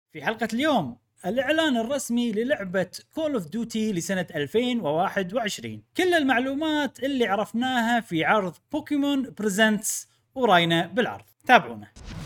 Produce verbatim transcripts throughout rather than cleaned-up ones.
في حلقة اليوم الإعلان الرسمي للعبة كول اوف ديوتي لسنة ألفين وواحد وعشرين. كل المعلومات اللي عرفناها في عرض بوكيمون بريزنتس وراينا بالعرض. تابعونا.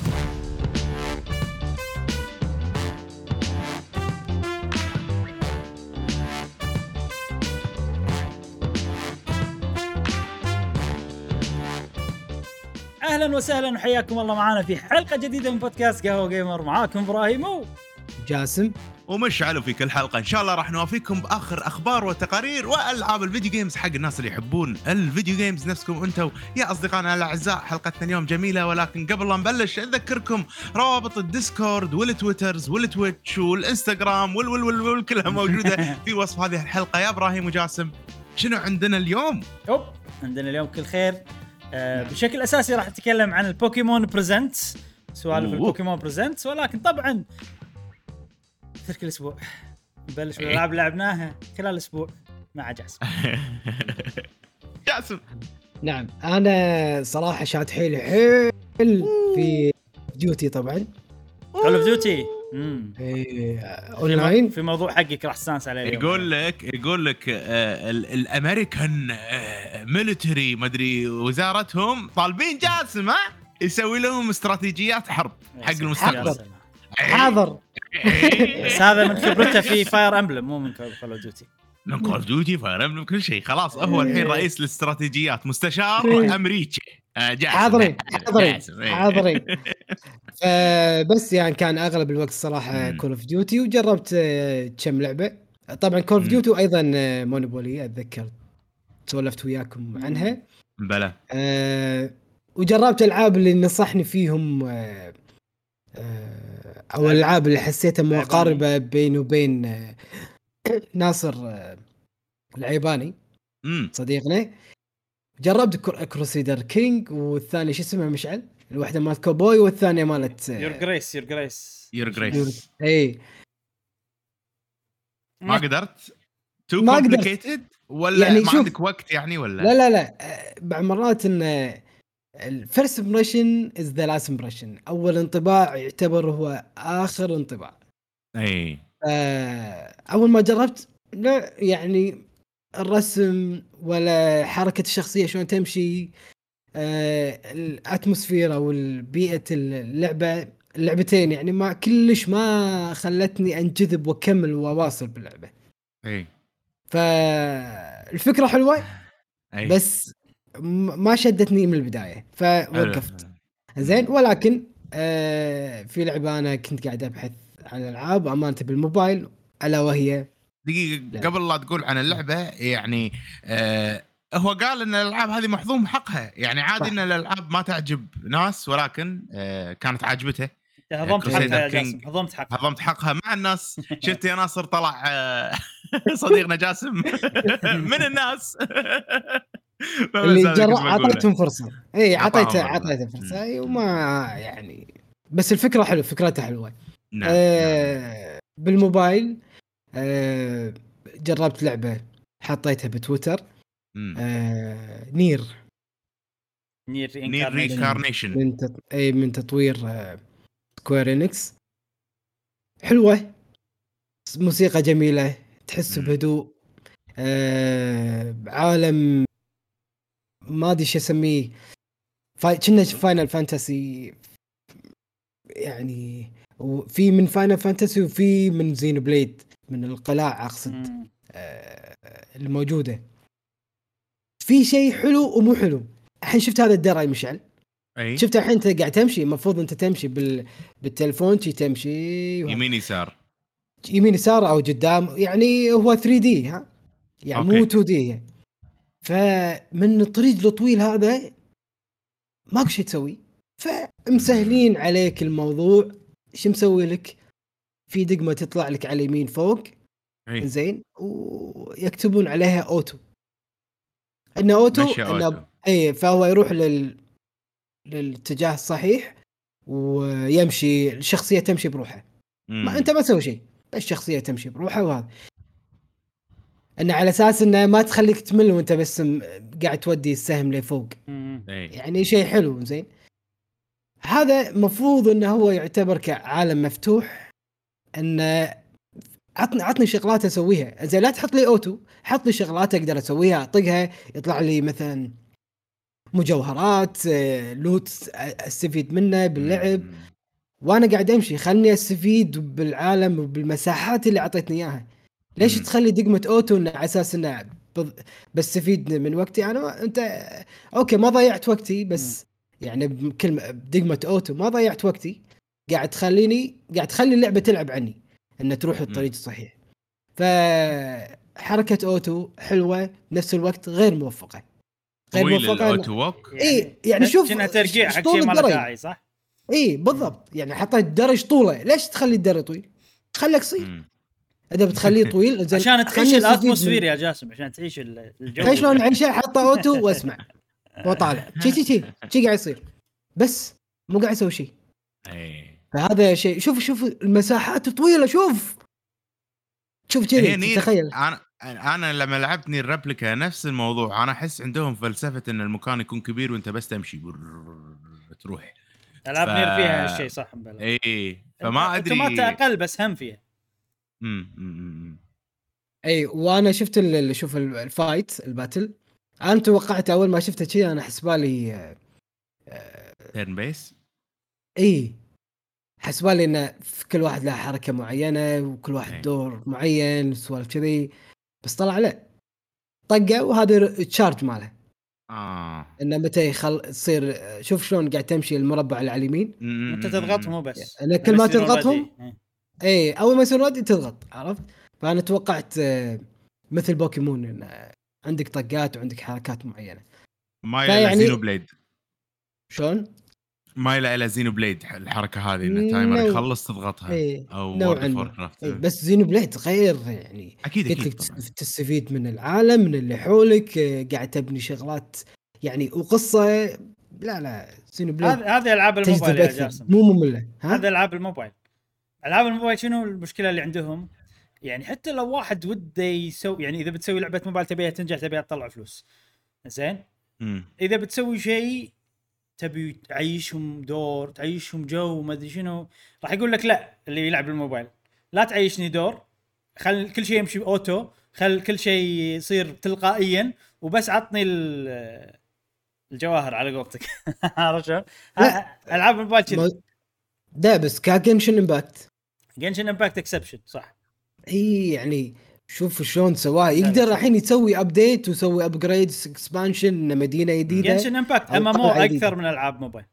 أهلا وسهلا وحياكم الله معنا في حلقة جديدة من بودكاست قهوة جيمر. معاكم إبراهيم و جاسم ومشعل. في كل حلقة إن شاء الله راح نوافيكم بآخر أخبار وتقارير وألعاب الفيديو جيمز حق الناس اللي يحبون الفيديو جيمز نفسكم أنتوا يا أصدقائنا الأعزاء. حلقتنا اليوم جميلة، ولكن قبل لا نبلش أذكركم روابط الديسكورد والتويترز والتويتش والإنستغرام وال وال وال وال كلها موجودة في وصف هذه الحلقة. يا إبراهيم وجاسم، شنو عندنا اليوم؟ أوب. عندنا اليوم كل خير. آه بشكل أساسي راح نتكلم عن البوكيمون بريزنتس، سوالف البوكيمون بريزنتس، ولكن طبعا ترك الأسبوع نبلش بالألعاب لعبناها خلال الأسبوع مع جاسم. جاسم نعم، أنا صراحة شاد حيل حيل في ديوتي طبعا كول اوف ديوتي أونلاين. في موضوع حقك راح تستانس عليه اليوم. يقول لك يقول لك آه الامريكان آه ميليتري ما ادري وزارتهم طالبين جاسم ها يسوي لهم استراتيجيات حرب حق المستقبل. حاضر. بس هذا من خبرته في فاير امبلم، مو من كول اوف ديوتي. من كول اوف ديوتي فاير امبلم كل شيء. خلاص هو الحين رئيس الاستراتيجيات، مستشار امريكي. حاضرين حاضرين حاضرين. بس يعني كان اغلب الوقت صراحه كول اوف ديوتي، وجربت كم لعبه طبعا كول اوف ديوتي، وايضا مونوبولي اتذكر سولفت وياكم عنها. بلى أه وجربت العاب اللي نصحني فيهم، أه او الالعاب اللي حسيتها مقاربه بيني وبين أه ناصر أه العيباني صديقنا. جربت كروسيدر كينج، والثاني شو اسمه مشعل، الواحده مالت كوبوي والثانيه مالت يور جريس يور جريس يور جريس اي ما قدرت تو كومبليكيتد ولا يعني ما عندك وقت يعني ولا لا لا لا بعض مرات ان الفيرست امبريشن از ذا لاست امبريشن، اول انطباع يعتبر هو اخر انطباع. اي اول ما جربت لا يعني الرسم ولا حركه الشخصيه شلون تمشي، الاتموسفير او البيئه اللعبه اللعبتين يعني ما كلش ما خلتني انجذب واكمل واواصل باللعبه. اي فالفكره حلوه أي. بس ما شدتني من البدايه فوقفت. زين، ولكن آه في لعبه انا كنت قاعد ابحث عن العاب امانه بالموبايل، الا وهي دقيقه قبل لا تقول عن اللعبه يعني آه هو قال ان الالعاب هذه محظوظ حقها، يعني عادي ان الالعاب ما تعجب ناس، ولكن آه كانت عاجبته. هضمت حقها يا جاسم، هضمت حقها هضمت حقها مع الناس. شفت يا ناصر طلع آه صديقنا جاسم من الناس اللي جرب عطيتهم فرصه. اي عطيته عطيته فرصه. اي وما يعني بس الفكره حلوه، فكرتها حلوه. نعم. آه بالموبايل آه جربت لعبه حطيتها بتويتر، آه نير نير ريكارنيشن من تط... اي من تطوير آه سكوير إنكس. حلوه، موسيقى جميله، تحس بهدوء، آه عالم ما ادري ايش اسميه، فاي كنا فاينل فانتسي يعني، وفي من فاينل فانتسي وفي من زين بليد من القلاع اقصد آه الموجوده. في شيء حلو ومو حلو. الحين شفت هذا الدرع مشعل، أي. شفت الحين انت قاعد تمشي، المفروض انت تمشي بال... بالتلفون شي تمشي يمين يسار يمين يسار او قدام، يعني هو ثري دي ها يعني أوكي. مو تو دي. فمن الطريق الطويل هذا ماكو شيء تسوي، فمسهلين عليك الموضوع. شو مسوي لك؟ في دقمه تطلع لك على اليمين فوق، زين، ويكتبون عليها اوتو، انه اوتو انه اي، فهو يروح لل للاتجاه الصحيح ويمشي، الشخصيه تمشي بروحها. ما انت ما تسوي شيء، بس الشخصيه تمشي بروحها. وهذا انه على اساس انه ما تخليك تمل وانت بس قاعد تودي السهم لفوق، يعني شيء حلو. زين، هذا مفروض انه هو يعتبر كعالم مفتوح ان عطني عطني شغلات اسويها. زين لا تحط لي اوتو، حط لي شغلات اقدر اسويها، اطقها يطلع لي مثلا مجوهرات، لوت استفيد منه باللعب وانا قاعد امشي. خلني استفيد بالعالم وبالمساحات اللي اعطيتني اياها. ليش مم. تخلي دقمه اوتو انه على اساس انه بستفيد من وقتي انا؟ ما انت اوكي ما ضيعت وقتي، بس يعني بكلمه بدقمه اوتو ما ضيعت وقتي، قاعد تخليني قاعد تخلي اللعبه تلعب عني ان تروح الطريق الصحيح. فحركه اوتو حلوه بنفس الوقت غير موفقه. غير طويل موفقه الاوتو ووك. اي يعني شوف كأنها ترقيع ش- حق طول شيء ما له الدرج. داعي صح. اي بالضبط، يعني حطيت درج طوله، ليش تخلي الدرج طويل؟ خليه قصير. مم. اذا بتخليه طويل زين عشان تعيش خلني أستفيد الاتموسفير من- يا جاسم، عشان تعيش ال- الجو. خلي شلون اعيشه، حطه اوتو واسمع وطالع شي شي شي شي قاعد يصير، بس مو قاعد يسوي شيء. ايه فهذا شيء. شوف شوف المساحات طويله، شوف شوف كذي هي نير. تتخيل. انا انا لما لعبت نير ريبليكا نفس الموضوع. انا احس عندهم فلسفه ان المكان يكون كبير وانت بس تمشي تروح. العاب ف- نير فيها هالشيء صح مبلا. ايه فما ادري. اوتوماتا اقل بس هم فيها. امم امم اي وانا شفت ال- شوف ال- الفايت الباتل، انا توقعت اول ما شفته كذا انا حسبالي آه، آه، تيرن بيس. اي حسبالي ان في كل واحد له حركه معينه وكل واحد إيه. دور معين سوالف كذي، بس طلع لا طقه وهذا التشارج ماله اه انه متى يخل تصير. شوف شلون قاعد تمشي المربع اللي على اليمين، انت تضغطهم وبس. انا كل ما تضغطهم إيه. اي اول ما يصير رادي تضغط، عرفت؟ فانا توقعت آه، مثل بوكيمون ان عندك طقات وعندك حركات معينه. مايل فيعني- الى زينو بليد. شلون؟ مايل الى زينو بليد الحركه هذه ان التايمر نو- يخلص تضغطها. اي او نوعاً وورد اوف ما. ووركرافت. إيه بس زينو بليد غير يعني. اكيد قلت اكيد لك طبعا. تستفيد من العالم من اللي حولك، آه، قاعد تبني شغلات يعني وقصه. لا لا زينو بليد هذه هذه العاب الموبايل تجذب يا اكثر جاسم. مو ممله. هذا ها العاب الموبايل. العاب الموبايل شنو المشكله اللي عندهم؟ يعني حتى لو واحد وده يسوي، يعني اذا بتسوي لعبه موبايل تبيها تنجح تبيها تطلع فلوس زين، مم. اذا بتسوي شيء تبي تعيشهم دور تعيشهم جو ما ادري شنو، راح يقول لك لا اللي يلعب الموبايل لا تعيشني دور، خل كل شيء يمشي اوتو، خل كل شيء يصير تلقائيا وبس عطني ال- الجواهر على قولتك. عرفت شلون؟ لا. العاب الموبايل كذي. ما- ده بس كاجنشن امباكت. جنشن امباكت اكسبشن صح. اي يعني شوف شلون سواه، لا، يقدر لا. الحين يسوي ابديت ويسوي ابجريدز اكسبانشن مدينه جديده. جنشن امباكت أو ام ام او قلعة جديدة. اكثر من العاب موبايل.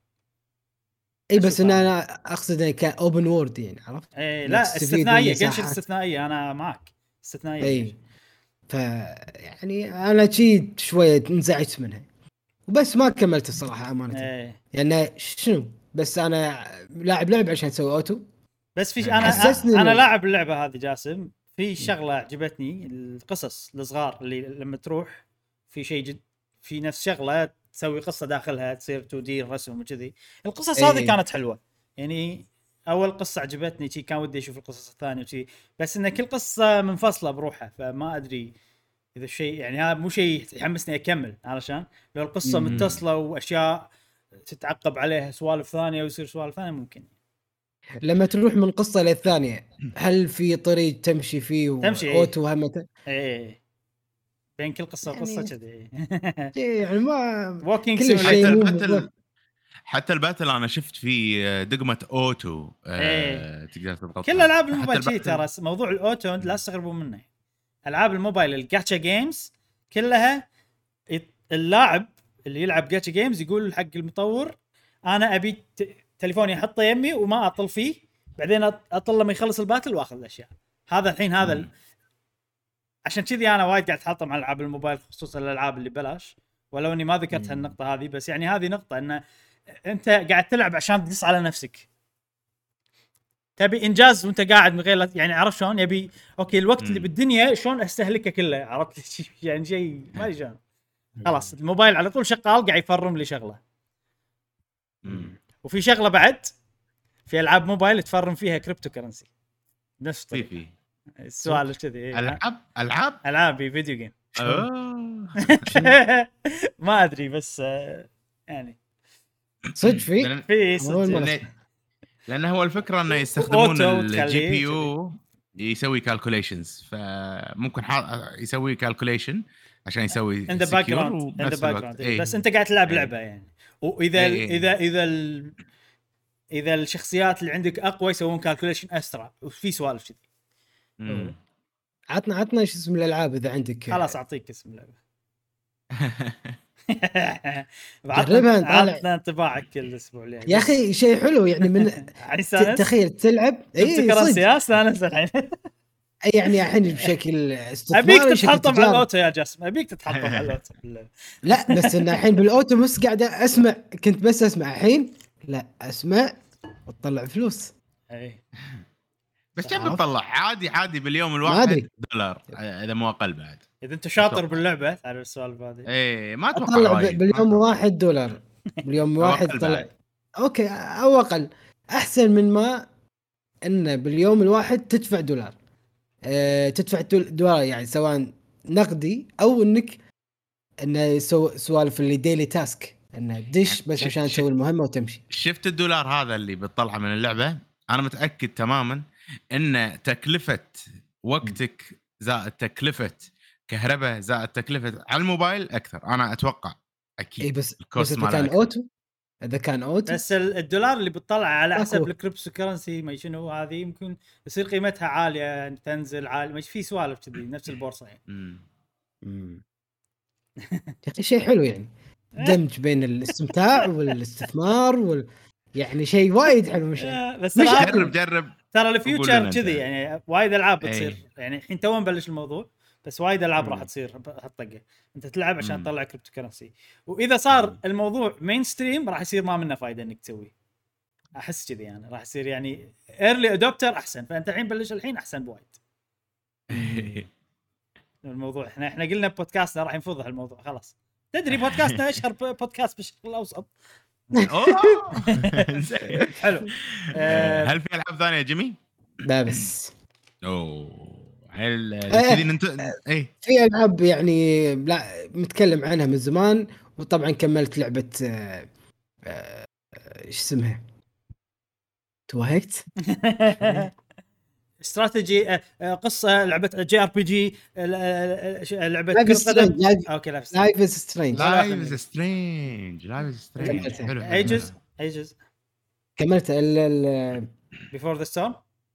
اي بس أشوف ان أنا. انا اقصد انه كاوبن وورد يعني، عرفت؟ ايه إنك لا تستفيد استثنائيه، من جنشن مساحات. استثنائيه انا معك استثنائيه. اي ف يعني انا شي شويه انزعجت منها وبس ما كملت الصراحه امانه. ايه يعني شنو بس انا لاعب لعب عشان اسوي اوتو. بس في انا حسسني انا إنه- لاعب اللعبه هذه جاسم، في شغله عجبتني القصص الصغار اللي لما تروح في شيء جد في نفس شغله تسوي قصه داخلها تصير تو دي رسم وكذي. القصص إيه. هذه كانت حلوه يعني. اول قصه عجبتني شي كان ودي اشوف القصص الثانيه وشي، بس ان كل قصه منفصله بروحها فما ادري اذا شيء يعني هذا مو شيء يحمسني اكمل. علشان لو القصه مم. متصله واشياء تتعقب عليها سوالف ثانيه ويصير سوالف ثانيه ممكن لما تروح من قصه للثانيه هل في طريق تمشي فيه تمشي، إيه. اوتو همته ايه بين كل قصه وقصه يعني- كذي. يعني ما ووكينج كل حتى شيء سيميليتر. مو الباتل بالضبط. حتى الباتل انا شفت فيه دقمه اوتو. آه إيه. تقدر تضغط. كل العاب الموبايل شيء ترى موضوع الاوتو لا تستغربون منه. العاب الموبايل الجاتشا جيمز كلها يت- اللاعب اللي يلعب جاتشا جيمز يقول حق المطور انا ابي ت- تليفوني احطه يمي وما اطل فيه، بعدين أط- اطل لما يخلص الباتل واخذ الاشياء. هذا الحين هذا ال... عشان كذي انا وايد قاعد احطم على العاب الموبايل خصوصا الالعاب اللي ببلاش، ولو اني ما ذكرت هالنقطه هذه بس يعني هذه نقطه ان انت قاعد تلعب عشان تدس على نفسك، تبي انجاز وانت قاعد من غير يعني عرفت شلون يبي اوكي الوقت اللي بالدنيا شلون استهلكه كله، عرفت يعني شيء ما ادري شلون. خلاص الموبايل على طول شغال قاعد يفرم لي شغله. وفي شغله بعد في العاب موبايل تفرم فيها كريبتو كرنسي نفس في الطريقة. في السؤال كذي العاب العاب العاب فيديو جيم. آه. ما ادري بس آه، يعني صدق في في أول مرة صدق. أسمع. لانه هو الفكره انه يستخدمون أوتو الجي تخليه بي يو يسوي كالكوليشنز، فممكن حا... يسوي كالكوليشن عشان يسوي عند باك سكيور جراوند عند وبنفس باك الوقت جراوند إيه. بس انت قاعد تلعب إيه. لعبه يعني. واذا إيه. إيه. اذا اذا ال... اذا الشخصيات اللي عندك اقوى يسوون كالكوليشن اسرع وفي سوالف كذي. مم. عطنا عطنا شو اسم الالعاب اذا عندك. خلاص اعطيك اسم اللعبه. جربها نطالع. عطنا انطباعك كل اسبوع ليه يا اخي شيء حلو يعني من ت- تخيل تلعب اي صدق. صدق استانس الحين. أي يعني الحين بشكل استثماري ابيك بشكل تتحطم على تجاري. الاوتو يا جاسم، ابيك تتحطم على الاوتو. لا بس ان الحين بالاوتوبوس قاعد اسمع، كنت بس اسمع الحين لا اسمع وتطلع فلوس. اي بس كم عرفت؟ تطلع عادي عادي باليوم ما الواحد أدري. دولار اذا مو اقل بعد. اذا انت شاطر أتوقع. باللعبه تعرف السؤال هذا. ايه ما اتوقع اطلع وايد. ب- باليوم واحد دولار باليوم أو واحد أقل طلع بعد. اوكي او اقل احسن من ما ان باليوم الواحد تدفع دولار. أه تدفع دول- دولار يعني سواء نقدي او انك انه يسوي سوالف اللي ديلي تاسك انه دش بس ش- عشان ش- تسوي المهمه وتمشي. شفت الدولار هذا اللي بتطلعه من اللعبه، انا متاكد تماما ان تكلفه وقتك زائد تكلفه كهرباء زائد تكلفه على الموبايل اكثر. انا اتوقع اكيد اي بس الكوست بس اذا ماله كان أكثر. اوتو اذا كان اوتو بس ال- الدولار اللي بتطلع على ماكو. حسب الكريبتو كرنسي ما شنو هذه يمكن يصير قيمتها عاليه يعني تنزل عاليه، مش في سوالف كذي نفس البورصه يعني. مم. مم. يا اخي شيء حلو يعني دمج بين الاستمتاع والاستثمار وال... يعني شيء وايد حلو. مش آه، بس مش ترى جرب جرب ترى قول الفيوتشر لنا كذي أنت. يعني وايد العاب بتصير أي. يعني الحين تو نبلش الموضوع بس وايد العاب راح مم. تصير هالطقه انت تلعب عشان مم. تطلع كريبتو كرنسي. واذا صار مم. الموضوع مين ستريم راح يصير ما منه فايده انك تسوي. احس كذي يعني راح يصير يعني ايرلي ادوبتر احسن، فانت الحين بلش الحين احسن بوايد الموضوع. احنا احنا قلنا بودكاستنا راح ينفض هالموضوع خلاص. تدري بودكاستنا اشهر بودكاست بالشرق الاوسط. أوه. زين. حلو. آه، هل في العاب ثانيه يا جيمي؟ لا بس اوه هل إيه. كذي انت اي في العاب يعني لا متكلم عنها من زمان، وطبعا كملت لعبه آه، آه، ايش اسمها توهقت استراتيجي آه، آه، قصه لعبه جي ار بي جي لعبه لايف كره سترينج قدم. لايف اوكي لايف لايف از سترينج لايف از سترينج لايف از سترينج كملتها. حلو اي جزء اي جزء كملت ال ال بيفور ذا ستورم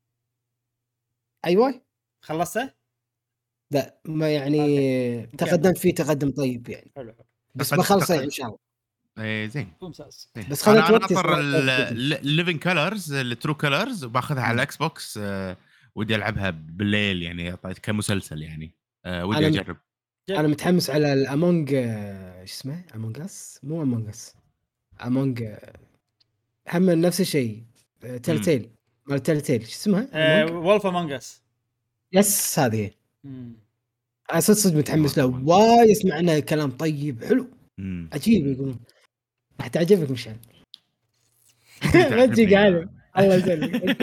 ايوه خلصته. لا ما يعني تقدمت فيه تقدم طيب يعني حلو حلو بس تقدم- بخلصه تقدم. يعني ان شاء الله. ايه زين ممتاز. زين. بس انا خذت انا وقتي اطر صراحة. الليفنج كلرز الترو كلرز وباخذها على الاكس بوكس. آه، ودي العبها بالليل يعني كمسلسل يعني. آه، ودي أنا- اجرب. انا متحمس على الامونج ايش اسمه امونج اس مو امونج اس امونج هم نفس الشيء تلتيل مال تلتيل ايش اسمها وولف امونج اس. يس هذه انا صدق صدق متحمس له وايد اسمع عنها كلام طيب حلو مم. عجيب يقولون راح تعجبك مشان تعجبني. ما تجي قاعد الله يسلمك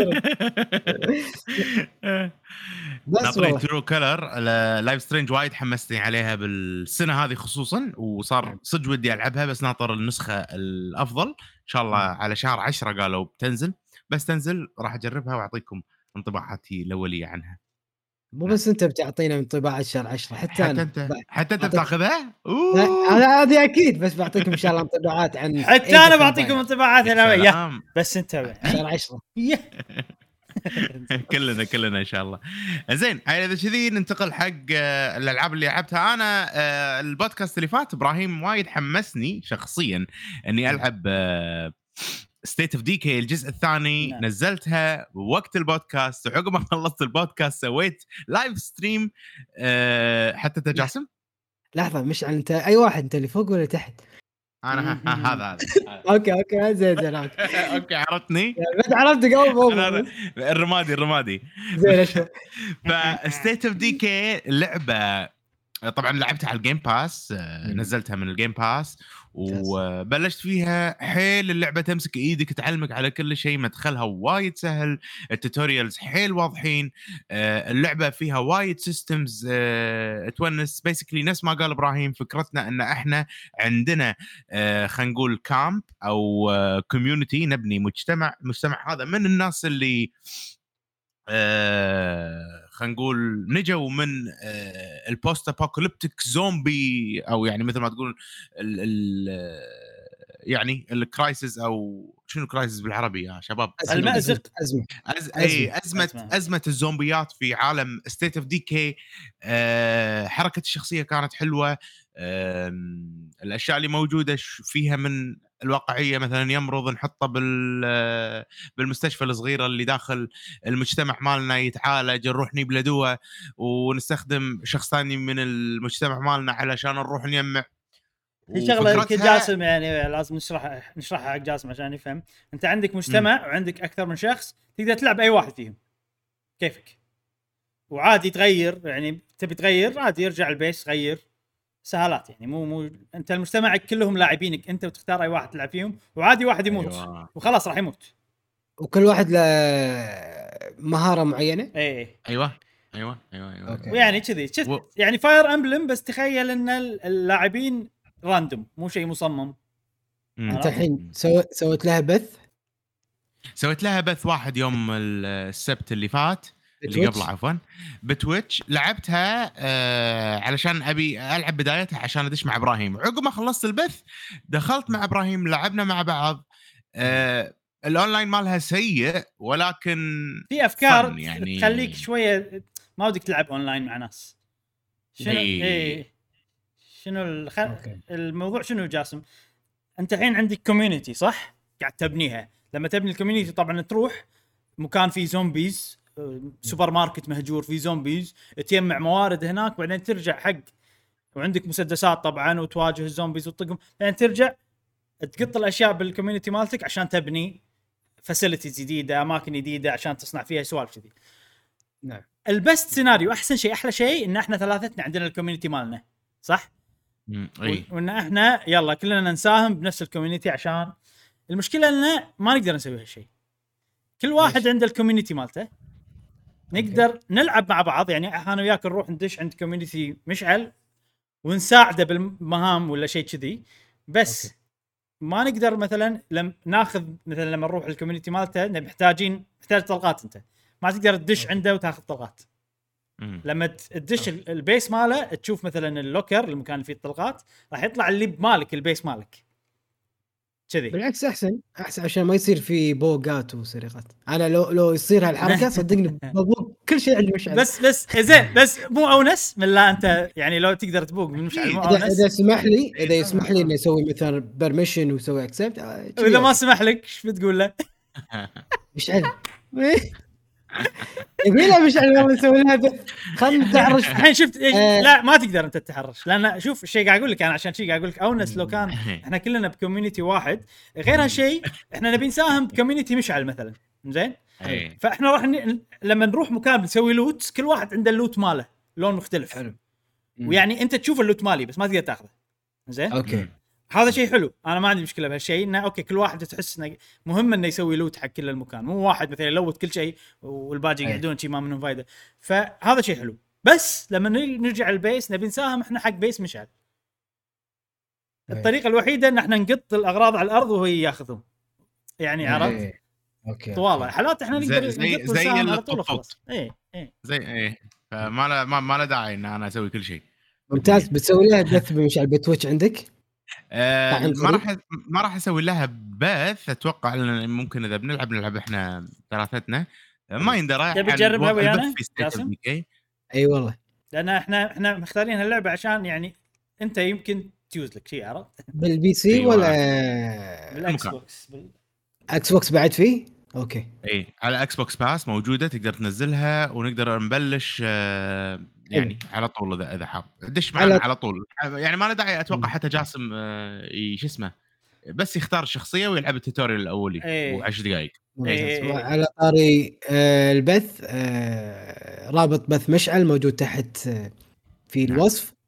بس ناطري والله ترو كلر لايف سترينج وايد حمستني عليها بالسنه هذه خصوصا، وصار صدق ودي العبها بس ناطر النسخه الافضل ان شاء الله على شهر عشرة قالوا بتنزل. بس تنزل راح اجربها واعطيكم انطباعاتي الاوليه عنها. مو بس انت بتعطينا انطباع شهر عشرة حتى, حتى انا انت ب- حتى انت أعطيك- بتاخذها؟ لا، انا هذه اكيد بس بعطيكم ان شاء الله انطباعات عن حتى انا بعطيكم انطباعات انا وياه سلام. بس انت شهر عشرة كلنا كلنا ان شاء الله. زين اذا كذي ننتقل حق آه، الالعاب اللي لعبتها انا. آه، البودكاست اللي فات ابراهيم وايد حمسني شخصيا اني العب ستيت اوف ديكي الجزء الثاني. نعم. نزلتها وقت البودكاست وعقب ما خلصت البودكاست سويت لايف ستريم. أه حتى تجاسم لحظه مش عن انت اي واحد انت اللي فوق ولا تحت؟ انا ها- ها- هذا هذا اوكي اوكي زين زين اوكي اوكي عرفتني بس عرفت قبل أنا الرمادي الرمادي. زين اشوف فستيت اوف ديكي لعبه طبعا لعبتها على الجيم باس، نزلتها من الجيم باس وبلشت فيها. حيل اللعبه تمسك ايدك تعلمك على كل شيء، مدخلها وايد سهل، التوتوريالز حيل واضحين، اللعبه فيها وايد سيستمز تونس. بيسكلي نفس ما قال ابراهيم، فكرتنا ان احنا عندنا خلينا نقول كامب او كوميونتي، نبني مجتمع. مجتمع هذا من الناس اللي آه خلينا نقول نجوا من آه البوست ابوكاليبتيك زومبي، او يعني مثل ما تقول ال ال يعني الكرايسيس، او شنو كرايسيس بالعربي يا شباب؟ المأزق. أزمة أز... أزمة. أزمة, أزمة أزمة الزومبيات في عالم ستيت اوف ديكي. آه حركة الشخصية كانت حلوة، آه الأشياء اللي موجودة فيها من الواقعية، مثلا يمرض نحطه بال بالمستشفى الصغيرة اللي داخل المجتمع مالنا يتعالج، نروح نجيب دواء ونستخدم شخص ثاني من المجتمع مالنا علشان نروح نجمع. في شغله كجاسم يعني لازم نشرح نشرحها حق جاسم عشان يفهم. انت عندك مجتمع م. وعندك اكثر من شخص، تقدر تلعب اي واحد فيهم كيفك، وعادي تغير، يعني تبي تغير عادي يرجع البيس غير، سهالات يعني. مو مو انت المجتمع كلهم لاعبينك انت، وتختار اي واحد تلعب فيهم، وعادي واحد يموت. أيوة. وخلاص راح يموت، وكل واحد له مهاره معينه. اي ايوه ايوه ايوه ايوه أوكي. ويعني كذي شفت و... يعني فاير امبلم، بس تخيل ان اللاعبين راندوم، مو شيء مصمم. انت الحين سويت سويت لها بث؟ سويت لها بث واحد يوم السبت اللي فات، اللي قبله عفوا، بتويتش. لعبتها آه علشان ابي العب بدايتها عشان ادش مع ابراهيم. عقب ما خلصت البث دخلت مع ابراهيم، لعبنا مع بعض. آه الاونلاين مالها سيء، ولكن في افكار يعني تخليك شويه ما ودك تلعب اونلاين مع ناس. شنو ايه شنو الخ... الموضوع شنو جاسم؟ انت الحين عندك كوميونتي صح، قاعد تبنيها. لما تبني الكوميونتي طبعا تروح مكان فيه زومبيز، سوبر ماركت مهجور فيه زومبيز، تجمع موارد هناك، وبعدين ترجع حق، وعندك مسدسات طبعا، وتواجه الزومبيز وتطقهم، بعدين ترجع تقط الاشياء بالكوميونتي مالتك عشان تبني فاسيلتيز جديده، اماكن جديده عشان تصنع فيها سوالف كذي. نعم. البست سيناريو احسن شيء، احلى شيء ان احنا ثلاثتنا عندنا الكوميونتي مالنا صح، اي وان احنا يلا كلنا نساهم بنفس الكوميونتي. عشان المشكله ان ما نقدر نسوي هالشيء، كل واحد عنده الكوميونتي مالته، نقدر أوكي. نلعب مع بعض. يعني انا وياك نروح ندش عند كوميونتي مشعل ونساعده بالمهام ولا شيء كذي، بس أوكي. ما نقدر مثلا لما ناخذ مثلا لما نروح الكوميونتي مالته محتاجين محتاج طلقات، انت ما تقدر تدش أوكي. عنده وتاخذ طلقات. مم. لما تدش أوكي. البيس ماله تشوف مثلا اللوكر المكان اللي فيه الطلقات، راح يطلع اللي بمالك البيس مالك كذي. بالعكس احسن احسن عشان ما يصير في بوقات وسرقات. انا لو لو يصير هالحركه صدقني ببوق كل شيء عندي مشعل. بس بس زين، بس مو اونس من لا انت يعني لو تقدر تبوق من مشعل مو اونس. اذا يسمح لي اذا يسمح لي اني اسوي مثلا بيرميشن وسوي اكسبت، واذا ما سمح لك ايش بتقول له؟ مشعل يقول له مشعل والله نسوي لها خلنا نتحرش الحين. شفت آه لا ما تقدر انت تتحرش، لان شوف الشيء قاعد اقول لك انا، عشان شيء قاعد اقول لك اونس لو كان احنا كلنا بكوميونتي واحد. غير هالشيء احنا نبي نساهم بكوميونتي مشعل مثلا، زين؟ فاحنا راح ن... لما نروح مكان نسوي لوت، كل واحد عنده اللوت ماله لون مختلف. حلو. ويعني انت تشوف اللوت مالي بس ما تقدر تاخذه، زين؟ اوكي. هذا شيء حلو، انا ما عندي مشكله بهالشيء. انه اوكي كل واحد تحس انه مهم انه يسوي لوت حق كل المكان، مو واحد مثلا يلوت كل شيء والباقي يقعدون شيء ما منهم فايده. فهذا شيء حلو. بس لما نرجع البيس نبي نساهم احنا حق بيس مشعل. الطريقه الوحيده ان احنا نقط الاغراض على الارض وهو ياخذهم، يعني عرفت؟ اوكي. طواله حالات احنا نقدر زي نقط زي على طول خلاص. اي اي زي اي فما لا ما له داعي ان انا اسوي كل شيء. ممتاز. بتسوي لها بث بمشعل بتويتش عندك؟ آه ما راح ما راح اسوي لها بث. اتوقع ان ممكن اذا بنلعب نلعب احنا ثلاثتنا، ما يندرى. تبي تجربها ويانا جاسم؟ اي والله، لان احنا احنا مختارين هاللعبه عشان يعني انت يمكن تيوز لك شيء، عرفت؟ بالبي سي أيوة. ولا بالاكس بوكس؟ بالاكس بوكس بعد فيه. اوكي. اي على اكس بوكس باس موجوده، تقدر تنزلها ونقدر نبلش آه يعني إيه؟ على طول اذا اذا حاب دش معنا على... على طول. يعني ما له داعي اتوقع حتى جاسم آه شو اسمه بس يختار الشخصيه ويلعب التوتوريال الاولي إيه. وعشر دقائق. إيه. على طاري آه البث، آه رابط بث مشعل موجود تحت آه في الوصف.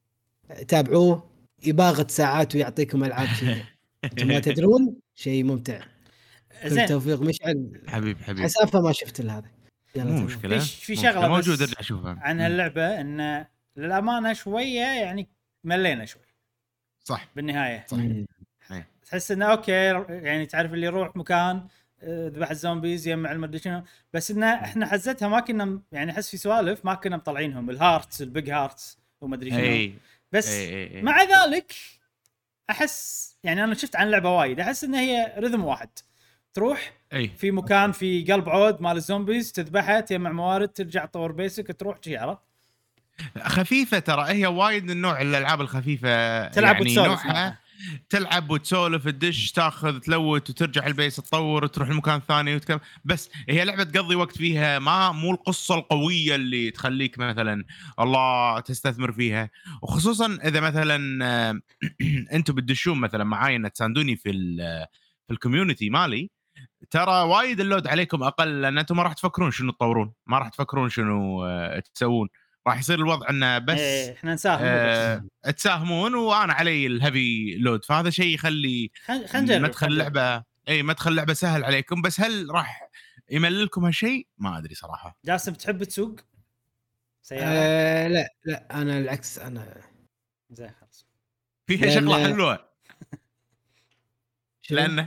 تابعوه يباغت ساعات ويعطيكم العاب كذا انتم ما تدرون شيء ممتع. كل زين توفيق مشعل. حبيب حبيب حسافه ما شفت هذا. يلا مو تمام. مشكله في في مو شغله مشكلة. موجود بس ارجع اشوفها عن هاللعبه ان للامانه شويه يعني ملينا شوي صح بالنهايه. صح. مم. إيه. تحس انه اوكي يعني تعرف اللي يروح مكان آه، ذبح الزومبيز يجمع المدري شنو، بس انه احنا حزتها ما كنا يعني احس في سوالف ما كنا مطلعينهم الهارتس البيج هارتس ومدري شنو. اي بس اي اي اي. مع ذلك احس يعني انا شفت عن لعبه وايد احس ان هي رذم واحد، تروح اي في مكان في قلب عود مال الزومبيز تذبحها تجمع موارد ترجع تطور بيسك تروح شي عرفت. خفيفه ترى هي وايد من نوع الالعاب الخفيفه تلعب يعني وتسولف نوعها معها. تلعب وتسولف الدش تاخذ تلوت وترجع البيس تطور وتروح المكان الثاني وتكمل. بس هي لعبه تقضي وقت فيها ما مو القصه القويه اللي تخليك مثلا الله تستثمر فيها. وخصوصا اذا مثلا آه، انتم بتدشون مثلا معاي ان تساندوني في ال- في الكوميونتي مالي، ترى وايد اللود عليكم اقل لان انتم ما راح تفكرون شنو تطورون، ما راح تفكرون شنو آه، تسوون. راح يصير الوضع انه بس ايه احنا نساهم آه بس تساهمون وانا علي الهيفي لود، فهذا شيء يخلي خل خل نجرب مدخل اللعبه اي مدخل اللعبه سهل عليكم. بس هل راح يمللكم هالشيء؟ ما ادري صراحه. جاسم تحب تسوق سياره؟ آه لا لا انا العكس انا زين خلاص فيها لأن- شغله حلوه شنو؟ لانه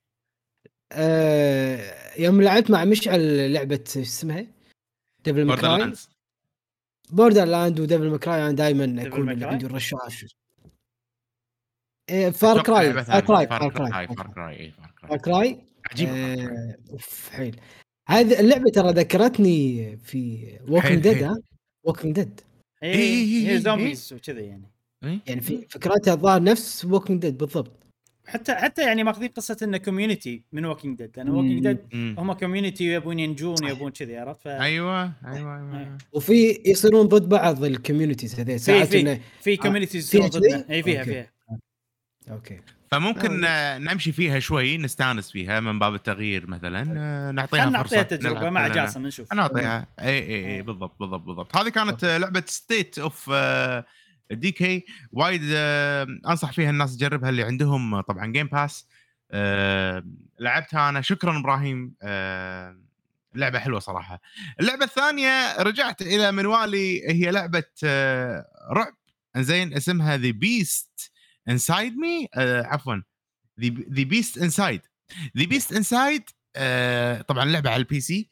آه يوم لعبت مع مشعل لعبه شو اسمها ديفل بوردر ماكراي لاندز بوردر لاند وديفل ماكراي انا دائما Devil اكون May اللي Cry؟ عندي الرشاش. إيه فار أتوقع كراي لعبة فار ثانية. كراي فار فار كراي كراي فار كراي إيه، فار فار كراي كراي عجيبة فار كراي. آه، اوف حيل. هذه اللعبه ترى ذكرتني في ووكينج حيل ديد. حيل. ها ووكينج ديد ايه إيه إيه إيه هي إيه. زومبيز وكذا يعني. إيه؟ يعني في فكرتها الظاهر نفس ووكينج ديد بالضبط. حتى حتى يعني ماخذين قصه انه كوميونتي من ووكينج ديد، لان ووكينج ديد مم. هم كوميونتي يبون ينجون يبون كذي عرفت. ف ايوه ايوه ايوه إيه. وفي يصيرون ضد بعض الكوميونيتيز هذول في ساعات في انه في كوميونيتيز فيها يصيرون ضدنا. كذي؟ اي فيها أوكي. فيها اوكي فممكن آه. آه، نمشي فيها شوي نستانس فيها من باب التغيير مثلا آه، نعطيها خلينا فرصه نعطيها تجربه نلعب مع كلنا. جاسم نشوف. نعطيها اي اي اي بالضبط بالضبط بالضبط. هذه كانت آه، لعبه ستيت اوف دي كي. وايد آه، انصح فيها الناس تجربها اللي عندهم آه، طبعا جيم باس. آه، لعبتها انا. شكرا ابراهيم. آه، لعبه حلوه صراحه. اللعبه الثانيه رجعت الى منوالي، هي لعبه آه، رعب زين اسمها ذا بيست انسايد مي. عفوا ذا بيست انسايد. ذا بيست انسايد طبعا لعبه على البي سي.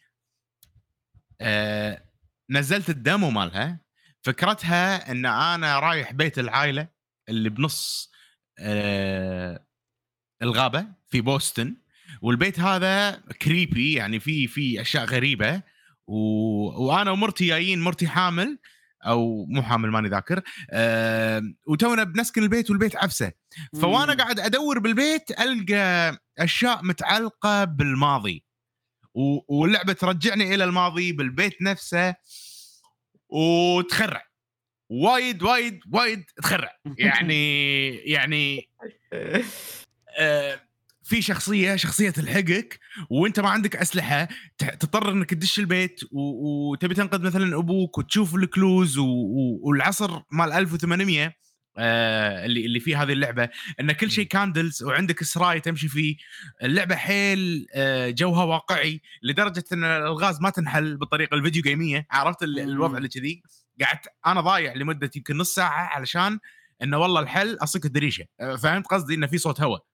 آه، نزلت الديمو مالها. فكرتها ان انا رايح بيت العائله اللي بنص آه، الغابه في بوسطن، والبيت هذا كريبي يعني في في اشياء غريبه و... وانا ومرتي جايين، مرتي حامل او مو حامل ماني ذاكر. أه... وتونا بنسكن البيت والبيت عفسه. فوانا مم. قاعد ادور بالبيت القى اشياء متعلقه بالماضي و... واللعبه ترجعني الى الماضي بالبيت نفسه وتخرع وايد وايد وايد تخرع يعني يعني أه... في شخصيه شخصيه تلحقك وانت ما عندك اسلحه، تضطر انك تدش البيت و... وتبي تنقذ مثلا ابوك وتشوف الكلوز و... و... والعصر مال ألف وثمانمية آه اللي اللي فيه هذه اللعبه، ان كل شيء كاندلز وعندك سراي تمشي فيه. اللعبه حيل آه جوها واقعي لدرجه ان الالغاز ما تنحل بالطريقه الفيديو جيميه. عرفت ال... الوضع اللي كذي. قعدت انا ضايع لمده يمكن نص ساعه علشان انه والله الحل اصك الدريشه. فهمت قصدي انه في صوت هواء.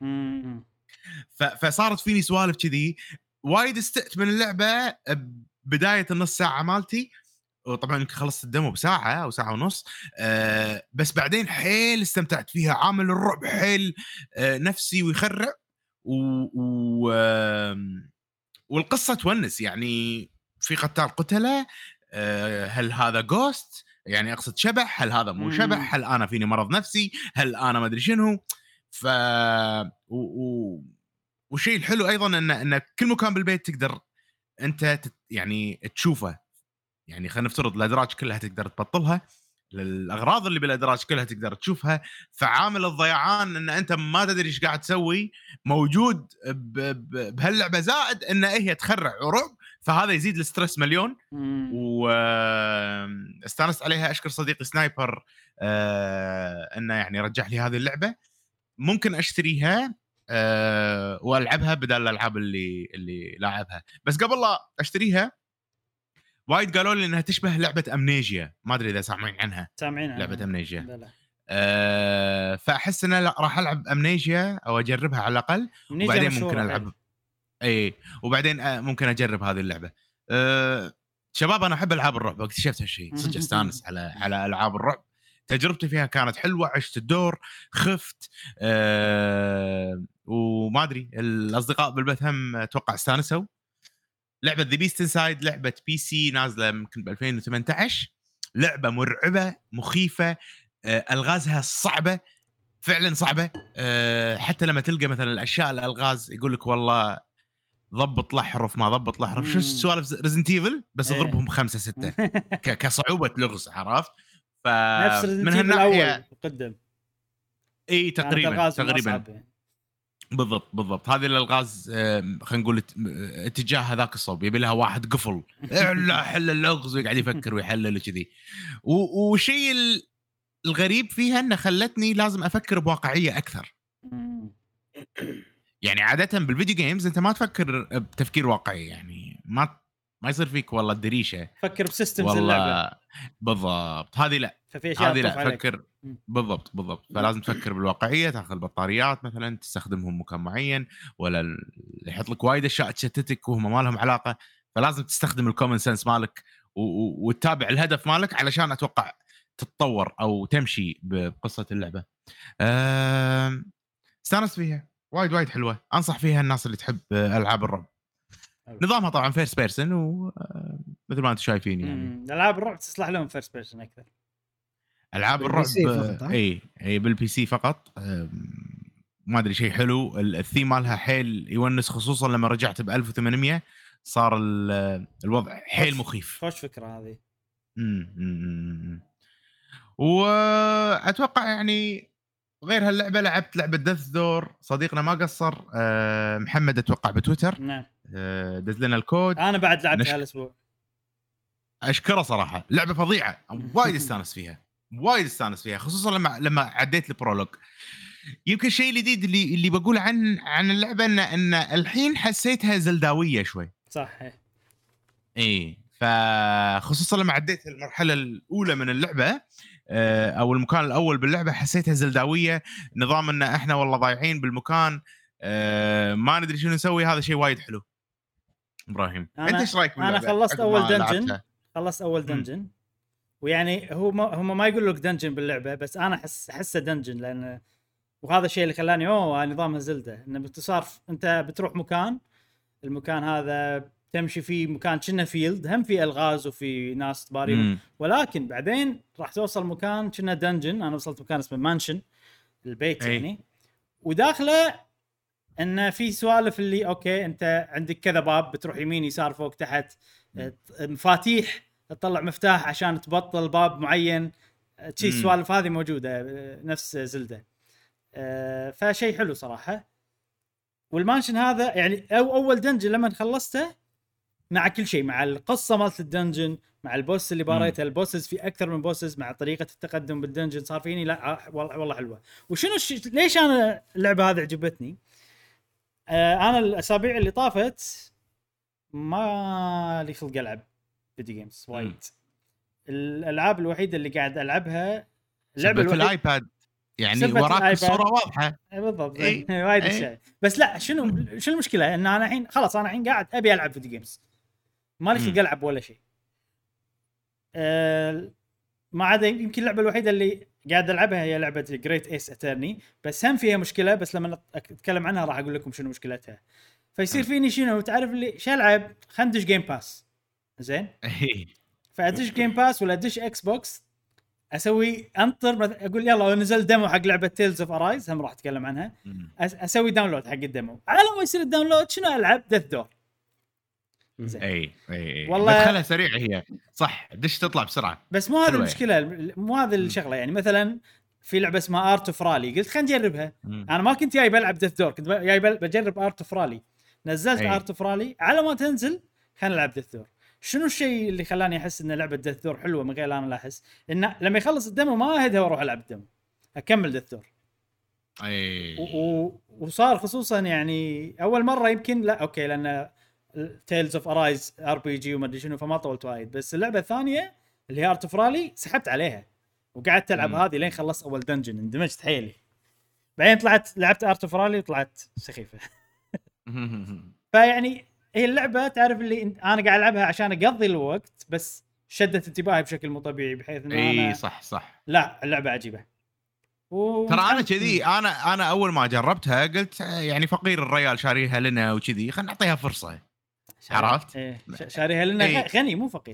فصارت فيني سوالف كذي وايد. استأت من اللعبه بدايه النص ساعه مالتي، وطبعا خلصت الدمو بساعه او ساعه ونص. أه بس بعدين حيل استمتعت فيها. عامل الرعب حيل أه نفسي ويخرع و... و... أه والقصه تونس يعني. في قتال قتله. أه هل هذا جوست يعني اقصد شبح؟ هل هذا مو شبح؟ هل انا فيني مرض نفسي؟ هل انا ما ادري شنو؟ ف و... و... والشيء الحلو ايضا ان ان كل مكان بالبيت تقدر انت تت يعني تشوفه. يعني خلينا نفترض الادراج كلها تقدر تبطلها، الاغراض اللي بالادراج كلها تقدر تشوفها. فعامل الضيعان ان انت ما تدري ايش قاعد تسوي موجود بهاللعبه، زائد ان هي تخرع ورعب فهذا يزيد الستريس مليون. مم. واستانست عليها. اشكر صديقي سنايبر آه انه يعني رجح لي هذه اللعبه. ممكن اشتريها أه والعبها بدل الالعاب اللي اللي لاعبها. بس قبل لا اشتريها وايد قالوا لي انها تشبه لعبه امنيجيا. ما ادري اذا سامعين عنها. سامعين عنها. لعبه امنيجيا. لا لا. أه فاحس ان لا راح العب امنيجيا او اجربها على الاقل، وبعدين ممكن العب اي وبعدين آه ممكن اجرب هذه اللعبه. أه شباب انا احب العاب الرعب، واكتشفت هالشيء صدق استانس على على العاب الرعب. تجربتي فيها كانت حلوه، عشت الدور، خفت أه وما ادري الاصدقاء بالبث هم اتوقع استانسوا. لعبه ذا بيست انسايد لعبه بي سي نازله يمكن ب ألفين وثمانية عشر. لعبه مرعبه مخيفه، أه الغازها صعبه فعلا صعبه. أه حتى لما تلقى مثلا الاشياء الالغاز يقول لك والله ضبط الاحرف ما ضبط الاحرف. شو سوالف ريزنت ايفل بس اضربهم خمسة ستة كصعوبه لغز. عرفت؟ ف من هالناحيه قدم اي تقريبا تقريبا بالضبط بالضبط. هذه الالغاز خلينا نقول اتجاه هذاك الصوب يبي لها واحد قفل لا حل اللغز ويقعد يفكر ويحلل وكذي. وشيء الغريب فيها انه خلتني لازم افكر بواقعيه اكثر. يعني عاده بالفيديو جيمز انت ما تفكر بتفكير واقعي، يعني ما ما يصير فيك والله الدريشه فكر بسيستمز اللعبه بالضبط. هذه لا هذه لا فكر بالضبط بالضبط. فلازم تفكر بالواقعيه، تاخذ البطاريات مثلا تستخدمهم مكان معين، ولا يحط لك وايد اشياء تشتتك وهم ما لهم علاقه. فلازم تستخدم الكومن سنس مالك وتتابع الهدف مالك علشان اتوقع تتطور او تمشي بقصه اللعبه. استانست فيها وايد وايد حلوه، انصح فيها الناس اللي تحب العاب الرعب. نظامها طبعا فيرست بيرسون ومثل ما انتم شايفين يعني العاب الرعب تصلح لهم فيرست بيرسون اكثر. العاب الرعب اي اي بالبي سي فقط. ما ادري شيء حلو. الثيم مالها حيل يونس، خصوصا لما رجعت ب ألف وثمانمية صار الوضع حيل مخيف. خوش فكره هذه. امم واتوقع يعني غير هاللعبه لعبت لعبه دث دور. صديقنا ما قصر أه محمد اتوقع بتويتر نعم أه دز لنا الكود. انا بعد لعبت نشك... هالاسبوع. اشكره صراحه لعبه فظيعه وايد استانس فيها وايد استانس فيها خصوصا لما لما عديت البرولوج. يمكن الشيء الجديد اللي اللي بقول عن عن اللعبه ان ان الحين حسيتها زلداويه شوي. صح اي فخصوصا لما عديت المرحله الاولى من اللعبه او المكان الاول باللعبه حسيتها زلداويه. نظام ان احنا والله ضايعين بالمكان ما ندري شنو نسوي. هذا شيء وايد حلو. ابراهيم انت ايش رايك باللعبه؟ انا خلصت اول دنجن خلصت اول دنجن ويعني هو ما هم ما يقول لك دنجن باللعبه، بس انا احس احسه دنجن، لان وهذا الشيء اللي خلاني اوه نظامها زلده. انه باختصار انت بتروح مكان، المكان هذا تمشي فيه مكان كنا فيلد، هم في الغاز وفي ناس تباريهم، ولكن بعدين راح توصل مكان كنا دنجن. انا وصلت مكان اسمه مانشن البيت أي. يعني وداخله ان في سوالف اللي اوكي انت عندك كذا باب بتروح يمين يسار فوق تحت، مفاتيح تطلع مفتاح عشان تبطل باب معين، شيء السوالف هذه موجوده نفس زلدة. أه فشيء حلو صراحه. والمانشن هذا يعني او اول دنجن لما خلصته مع كل شيء، مع القصه مالت الدنجن، مع البوس اللي باريته، البوسز في اكثر من بوسز، مع طريقه التقدم بالدنجن صار فيني لا والله والله حلوه. وشنو ش... ليش انا اللعبه هذه عجبتني؟ آه انا الاسابيع اللي طافت ما لي خلق العب فيديو جيمز وايد. الالعاب الوحيده اللي قاعد العبها لعبه في الايباد، يعني وراك الصوره واضحه بالضبط. إيه؟ وايد اشياء. بس لا شنو شنو المشكله ان انا الحين خلاص انا الحين قاعد ابي العب فيديو جيمز، ما لي خلق العب ولا شيء. أه ما عدا يمكن اللعبه الوحيده اللي قاعد العبها هي لعبه جريت ايس اترني، بس هم فيها مشكله، بس لما اتكلم عنها راح اقول لكم شنو مشكلتها. فيصير فيني شنو تعرف اللي شو العب خندش جيم باس زين فادش جيم باس ولا ادش اكس بوكس، اسوي انطر اقول يلا نزل ديمو حق لعبه تيلز اوف ارايز هم راح اتكلم عنها، اسوي داونلود حق الديمو. على ما يصير الداونلود شنو العب دث دور زين. اي اي والله مدخلها سريع هي صح، دش تطلع بسرعه. بس مو هذا المشكله، مو هذا الشغله. يعني مثلا في لعبه اسمها ارت اوف رالي، قلت خلينا نجربها. مم. انا ما كنت جاي بلعب دث دور، كنت جاي بجرب ارت اوف رالي. نزلت ارت اوف رالي، على ما تنزل خلينا نلعب ديث دور. شنو الشيء اللي خلاني احس ان لعبه ديث دور حلوه من غير لا انا الاحظ؟ ان لما يخلص الدمو ما اهدها واروح العب الدمو، اكمل ديث دور. اي و- وصار خصوصا يعني اول مره يمكن لا اوكي لان تيلز اوف ارايز ار بي جي وما ادري شنو فما طولت وايد، بس اللعبه الثانيه اللي هي ارت اوف رالي سحبت عليها وقعدت العب مم. هذه لين خلصت اول دنجن اندمجت حيلي. بعدين طلعت لعبت ارت اوف رالي وطلعت سخيفه. فيعني هي اللعبه تعرف اللي انا قاعد العبها عشان اقضي الوقت بس شدت انتباهي بشكل مو طبيعي بحيث انه اي انا صح صح. لا اللعبه عجيبه. و... ترى انا كذي انا انا اول ما جربتها قلت يعني فقير الريال شاريها لنا وكذي خلينا نعطيها فرصه. عرفت؟ ايه شاريها لنا إيه. غني مو فقير.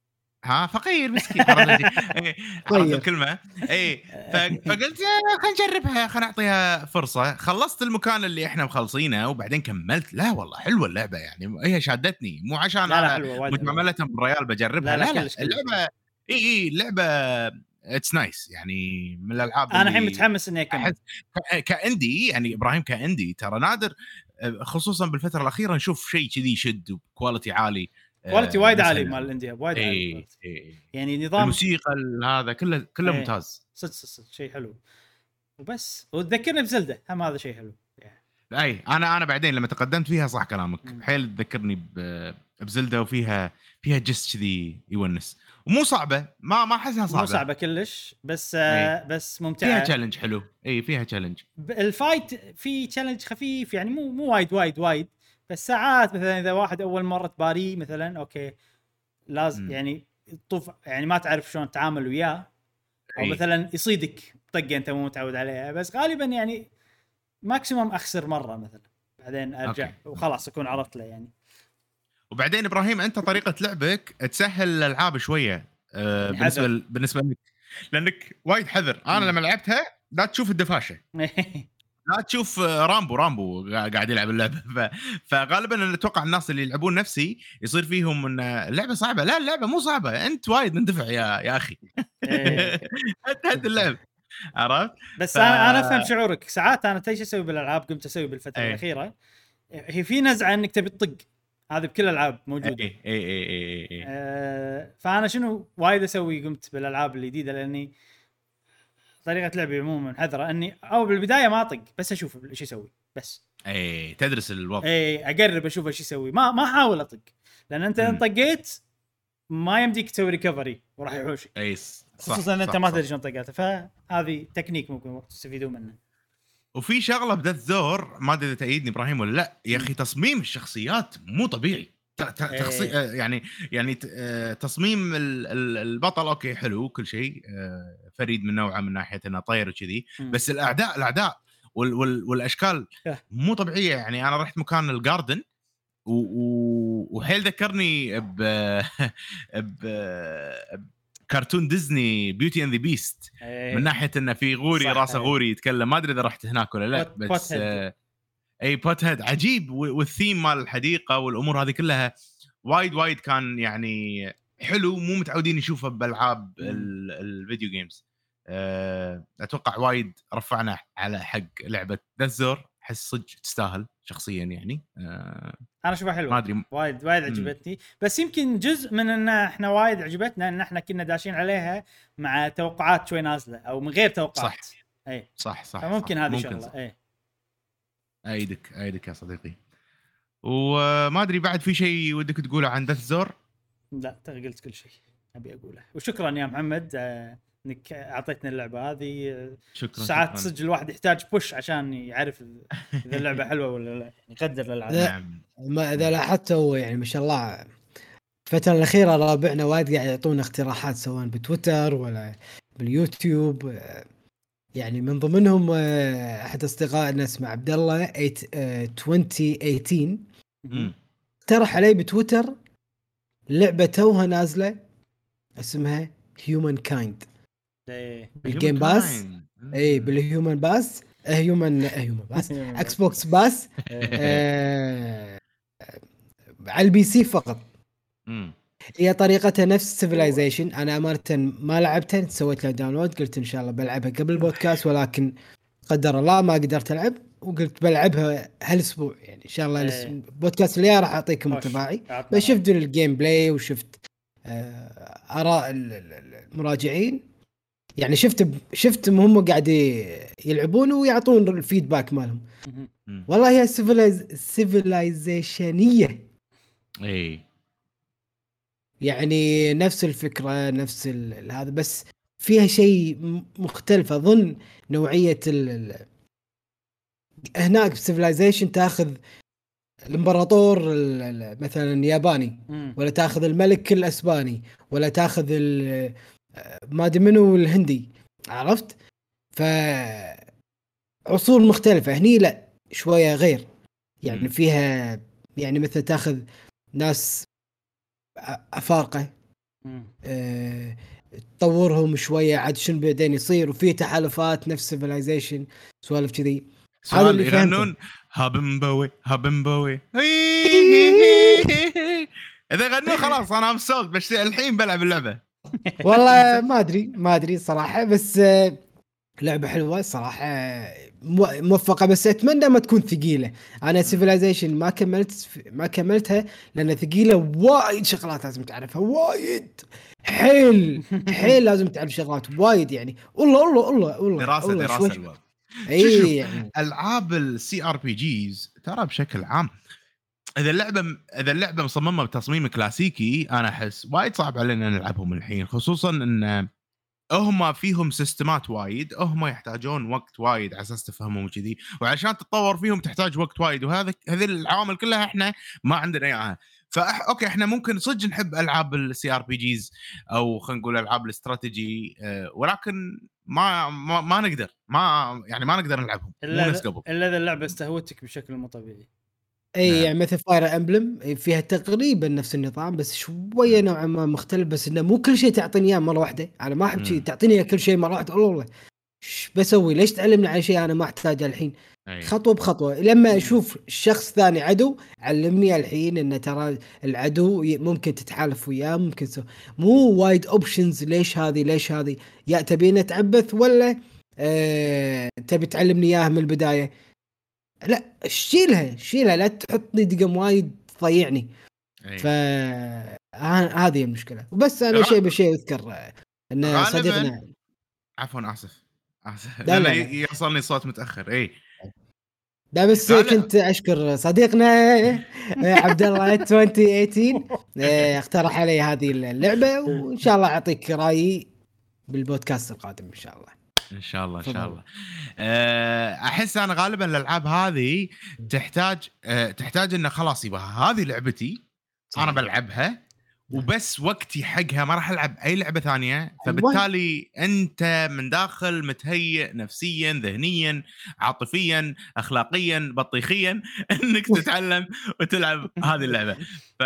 ها فقير مسكين عرفت إيه، عرفت الكلمه اي. ف- فقلت آه، خلينا نجربها خلينا نعطيها فرصه. خلصت المكان اللي احنا مخلصينه وبعدين كملت. لا والله حلوه اللعبه يعني هي شادتني مو عشان لا لا انا حلوه وايد حلوة. مجمله بالريال بجربها. لا، لا لا، لا, كلش- كلش. اللعبه اي اي اللعبه اتس نايس يعني من الالعاب انا الحين اللي متحمس اني اكمل. أحس ك- كاندي يعني ابراهيم كاندي ترى نادر آه، خصوصا بالفتره الاخيره نشوف شيء كذي يشد وكواليتي عالي. آه، كواليتي وايد نفس عالي ال- مال الانديا وايد عالي اي كواليتي. اي يعني نظام الموسيقى هذا كله كله إيه. ممتاز. صدق صدق شيء حلو وبس. وتذكرني بزلده هم هذا شيء حلو. اي انا انا بعدين لما تقدمت فيها صح كلامك مم. حيل تذكرني ب- بزلده وفيها فيها جست كذي يونس ومو صعبه ما ما احسها صعبه. مو صعبه كلش بس آه بس فيها ممتعه. تشالنج حلو. اي فيها تشالنج. ب- الفايت في تشالنج خفيف يعني مو مو وايد وايد وايد بس ساعات مثلا اذا واحد اول مره تباريه مثلا اوكي لازم مم. يعني طوف يعني ما تعرف شلون تتعامل وياه او إي. مثلا يصيدك طقه انت مو متعود عليها بس غالبا يعني ماكسيموم اخسر مره مثلا بعدين ارجع أوكي. وخلاص اكون عرفت له يعني. وبعدين ابراهيم انت طريقه لعبك تسهل الالعاب شويه آه يعني بالنسبه حذر. ل- بالنسبه لك لانك وايد حذر. انا مم. لما لعبتها لا تشوف الدفاشه لا تشوف آه، رامبو رامبو قا- قاعد يلعب اللعبه ف... فغالبا انا اتوقع الناس اللي يلعبون نفسي يصير فيهم ان اللعبه صعبه. لا اللعبه مو صعبه انت وايد مندفع يا يا اخي. إيه. انت هد اللعب عرفت. بس ف- انا انا افهم شعورك. ساعات انا تيجي اسوي بالالعاب قمت اسوي بالفتره إيه. الاخيره هي في نزعه انك تبي تطق. هذه بكل الالعاب موجوده. اي اي اي اي اي آه فانا شنو وايد اسوي قمت بالالعاب الجديده لاني طريقه لعبي عموما حذره اني او بالبدايه ما اطق بس اشوف ايش يسوي بس اي تدرس الوضع. اي اقرب اشوف ايش يسوي ما ما احاول اطق لان انت ان مم. طقيت ما يمديك تسوي ريكفري وراح يحوشك اي صح خصوصا ان صح انت ما صح. تدري شلون طقاته. فهذه تكنيك ممكن تستفيدون منه. وفي شغله بدت ذور ما ادري اذا تأيدني ابراهيم ولا لا يا اخي تصميم الشخصيات مو طبيعي. ت- ت- تخصي... إيه. آه، يعني يعني ت- آه، تصميم ال- ال- البطل اوكي حلو كل شيء آه، فريد من نوعه من ناحيه انه طير وكذي مم. بس الاعداء الاعداء وال وال والاشكال إيه. مو طبيعيه. يعني انا رحت مكان الجاردن و... و... وحيل ذكرني ب ب كرتون ديزني بيوتي اند ذا بيست إيه. من ناحيه انه في غوري صح، راسه إيه. غوري يتكلم. ما ادري اذا رحت هناك ولا لا بوت- بس بوت هيد. آه اي بوت هيد عجيب و- والثيم مال الحديقه والامور هذه كلها وايد وايد كان يعني حلو مو متعودين نشوفه بالالعاب ال- الفيديو جيمز. آه، اتوقع وايد رفعنا على حق لعبه دزور. حس صدق تستاهل شخصيا يعني آه، انا اشوفها ما حلوه ادري وايد وايد مم. عجبتني بس يمكن جزء من ان احنا وايد عجبتنا ان احنا كنا داشين عليها مع توقعات شوي نازله او من غير توقعات. صح. اي صح صح فممكن صح. هذه ممكن شغله صح. اي ايدك ايدك يا صديقي. وما ادري بعد في شيء ودك تقوله عن دزور؟ لا قلت كل شيء ابي اقوله. وشكرا يا محمد آه، انك اعطيتنا اللعبه هذه. آه، شكرا ساعات شكراً. صدق الواحد يحتاج بوش عشان يعرف اذا اللعبه حلوه ولا لا يقدر الالعاب. لا. نعم. ما اذا لاحظتوا يعني ما شاء الله الفترة الأخيرة رابعنا وايد قاعد يعطونا اقتراحات سواء بتويتر ولا باليوتيوب. آه، يعني من ضمنهم آه، أحد أصدقائنا اسمه عبد الله عشرين ثمانية عشر مم. اقترح علي بتويتر لعبة توها نازلة اسمها هيومن كايند إيه. بالجيم باس. اي بالهيومن باس هيومن هيومن باس اكس بوكس باس آه، على البي سي فقط. مم. هي طريقتها نفس سيفلايزيشن. انا امانه ما لعبتها سويت لها داونلود قلت ان شاء الله بلعبها قبل البودكاست ولكن قدر الله ما قدرت العب وقلت بلعبها هالاسبوع يعني ان شاء الله إيه. الاسبوع- البودكاست اللي راح اعطيكم خوش. انطباعي. عطنا بس شفت الجيم بلاي وشفت آه، اراء ال- ال- ال- المراجعين يعني شفت ب- شفت هم قاعد يلعبون ويعطون الفيدباك مالهم. مهم. مم. والله هي سيفلايزيشنيه اي يعني نفس الفكره نفس ال- ال- هذا بس فيها شيء م- مختلف اظن نوعيه ال ال- هناك بسيفلايزيشن تاخذ الامبراطور ال- ال- مثلا الياباني مم. ولا تاخذ الملك الاسباني ولا تاخذ ال- ما ادري منو الهندي عرفت. ف عصور مختلفه هني لا شويه غير يعني مم. فيها يعني مثل تاخذ ناس أ- افارقه مم. أه تطورهم شويه عاد شنو بعدين يصير وفي تحالفات نفس سيفلايزيشن سوالف كذي. هذا سؤال اللي فهمته. يغنون هابمبوي هابمبوي اذا يغنون خلاص انا ام سولد بس الحين بلعب اللعبه. والله ما ادري ما ادري صراحه بس آه، لعبه حلوه صراحه مو- موفقه بس اتمنى ما تكون ثقيله. انا سيفلايزيشن ما كملت ما كملتها لان ثقيله وايد شغلات لازم تعرفها وايد حيل حيل لازم تعرف شغلات وايد يعني والله والله والله والله دراسه والله دراسه شوي- الوضع. اي شوف يعني العاب السي ار بي جيز ترى بشكل عام اذا اللعبه اذا اللعبه مصممه بتصميم كلاسيكي انا احس وايد صعب علينا نلعبهم الحين خصوصا ان هم فيهم سيستمات وايد هم يحتاجون وقت وايد على اساس تفهمهم كذي وعشان تتطور فيهم تحتاج وقت وايد وهذا هذه العوامل كلها احنا ما عندنا اياها. فأح اوكي احنا ممكن صدق نحب العاب السي ار بي جيز او خلينا نقول العاب الاستراتيجي أه ولكن ما ما, ما نقدر ما يعني ما نقدر نلعبهم مو الا نفس إذا- قبل. الا اذا اللعبه استهوتك بشكل مو طبيعي. اي نعم. يعني مثل فاير امبلم فيها تقريبا نفس النظام بس شويه نوعا ما مختلف بس انه مو كل شيء تعطيني اياه مره واحده. انا ما احب شيء مم. تعطيني كل شيء مره واحده والله ايش بسوي ليش تعلمني على شيء انا ما احتاجه الحين. أي. خطوه بخطوه لما مم. اشوف الشخص ثاني عدو علمني الحين ان ترى العدو ي- ممكن تتحالف وياه ممكن سو... مو وايد اوبشنز ليش هذه ليش هذه يا تبينا تعبث ولا آه... تبي تعلمني اياها من البدايه. لا شيلها شيلها لا تحطني دقم وايد تضيعني. أي. ف ه- هذه المشكله وبس انا غ- شيء بشيء اذكر آه، ان غالباً- صديقنا عفوا اسف اسف لا، لان لا، لا. ي- يوصلني صوت متاخر. اي لا بس لا، لا. كنت اشكر صديقنا آه، عبد الله ألفين وثمانية عشر آه، اقترح علي هذه اللعبه وان شاء الله اعطيك رايي بالبودكاست القادم ان شاء الله. ان شاء الله ان شاء تفضل. الله. أه، احس انا غالبا الالعاب هذه تحتاج أه، تحتاج انه خلاص يبقى هذه لعبتي انا بلعبها وبس وقتي حقها ما راح العب اي لعبه ثانيه. فبالتالي انت من داخل متهيئ نفسيا ذهنيا عاطفيا اخلاقيا بطيخيا انك تتعلم وتلعب هذه اللعبه. ف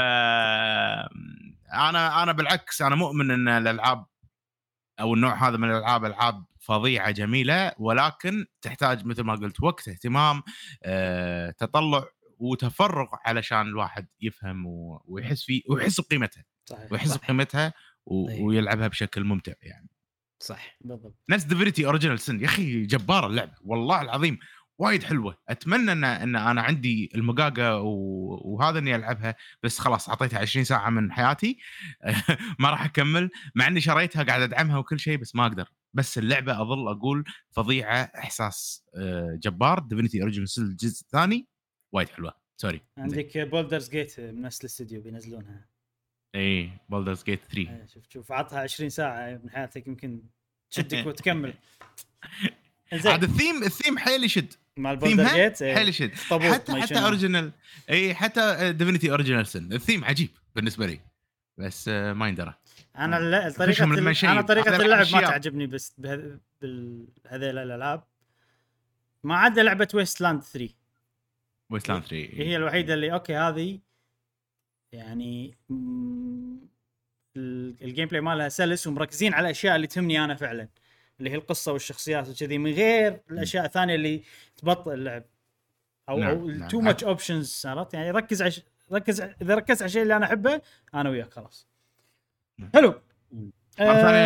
انا انا بالعكس انا مؤمن ان الالعاب او النوع هذا من الالعاب العاب فظيعه جميله ولكن تحتاج مثل ما قلت وقت اهتمام أه، تطلع وتفرغ علشان الواحد يفهم و- ويحس فيه ويحس بقيمتها صحيح ويحس صح. بقيمتها و- أي. ويلعبها بشكل ممتع يعني. صح بالضبط. نفس ديفينيتي اوريجينال سن يا اخي جبار اللعبه والله العظيم وايد حلوه. اتمنى ان ان انا عندي المقاقه و- وهذا اني العبها بس خلاص اعطيتها عشرين ساعه من حياتي ما راح اكمل مع اني شريتها قاعد ادعمها وكل شيء بس ما اقدر. بس اللعبه اظل اقول فظيعه احساس آه، جبار. ديفينيتي اوريجينال سن الجزء الثاني وايد حلوه. سوري عندك بولدرز جيت من نفس الاستوديو بينزلونها. اي بولدرز جيت ثري. إيه، شوف شوف عطها عشرين ساعه من حياتك يمكن تشدك وتكمل. إنزين. هذا الثيم الثيم حيل يشد مال بولدر ثيمها جيت إيه. حيل يشد طبوط حتى ما حتى يشنو. اوريجينال اي حتى ديفينيتي اوريجينال سن الثيم عجيب بالنسبه لي بس آه، ما يندرى. انا لا- خشهم طريقه لما ال- شيء. انا طريقه هذا اللعب ما الأشياء. تعجبني بس بهذ- بهذيل الالعاب ما عدا لعبه ويستلاند ثري ويستلاند ثري هي الوحيده اللي اوكي هذه يعني مم، ال- الجيم بلاي مالها سلس ومركزين على الاشياء اللي تهمني انا فعلا اللي هي القصه والشخصيات وكذي من غير الاشياء الثانيه اللي تبطئ اللعب او نعم، او نعم. تو ماتش اوبشنز. عرفت يعني ركز على ركز ع- اذا ركزت على الشيء اللي انا احبه انا وياك خلاص نعم. حلو. مرة ثانية آه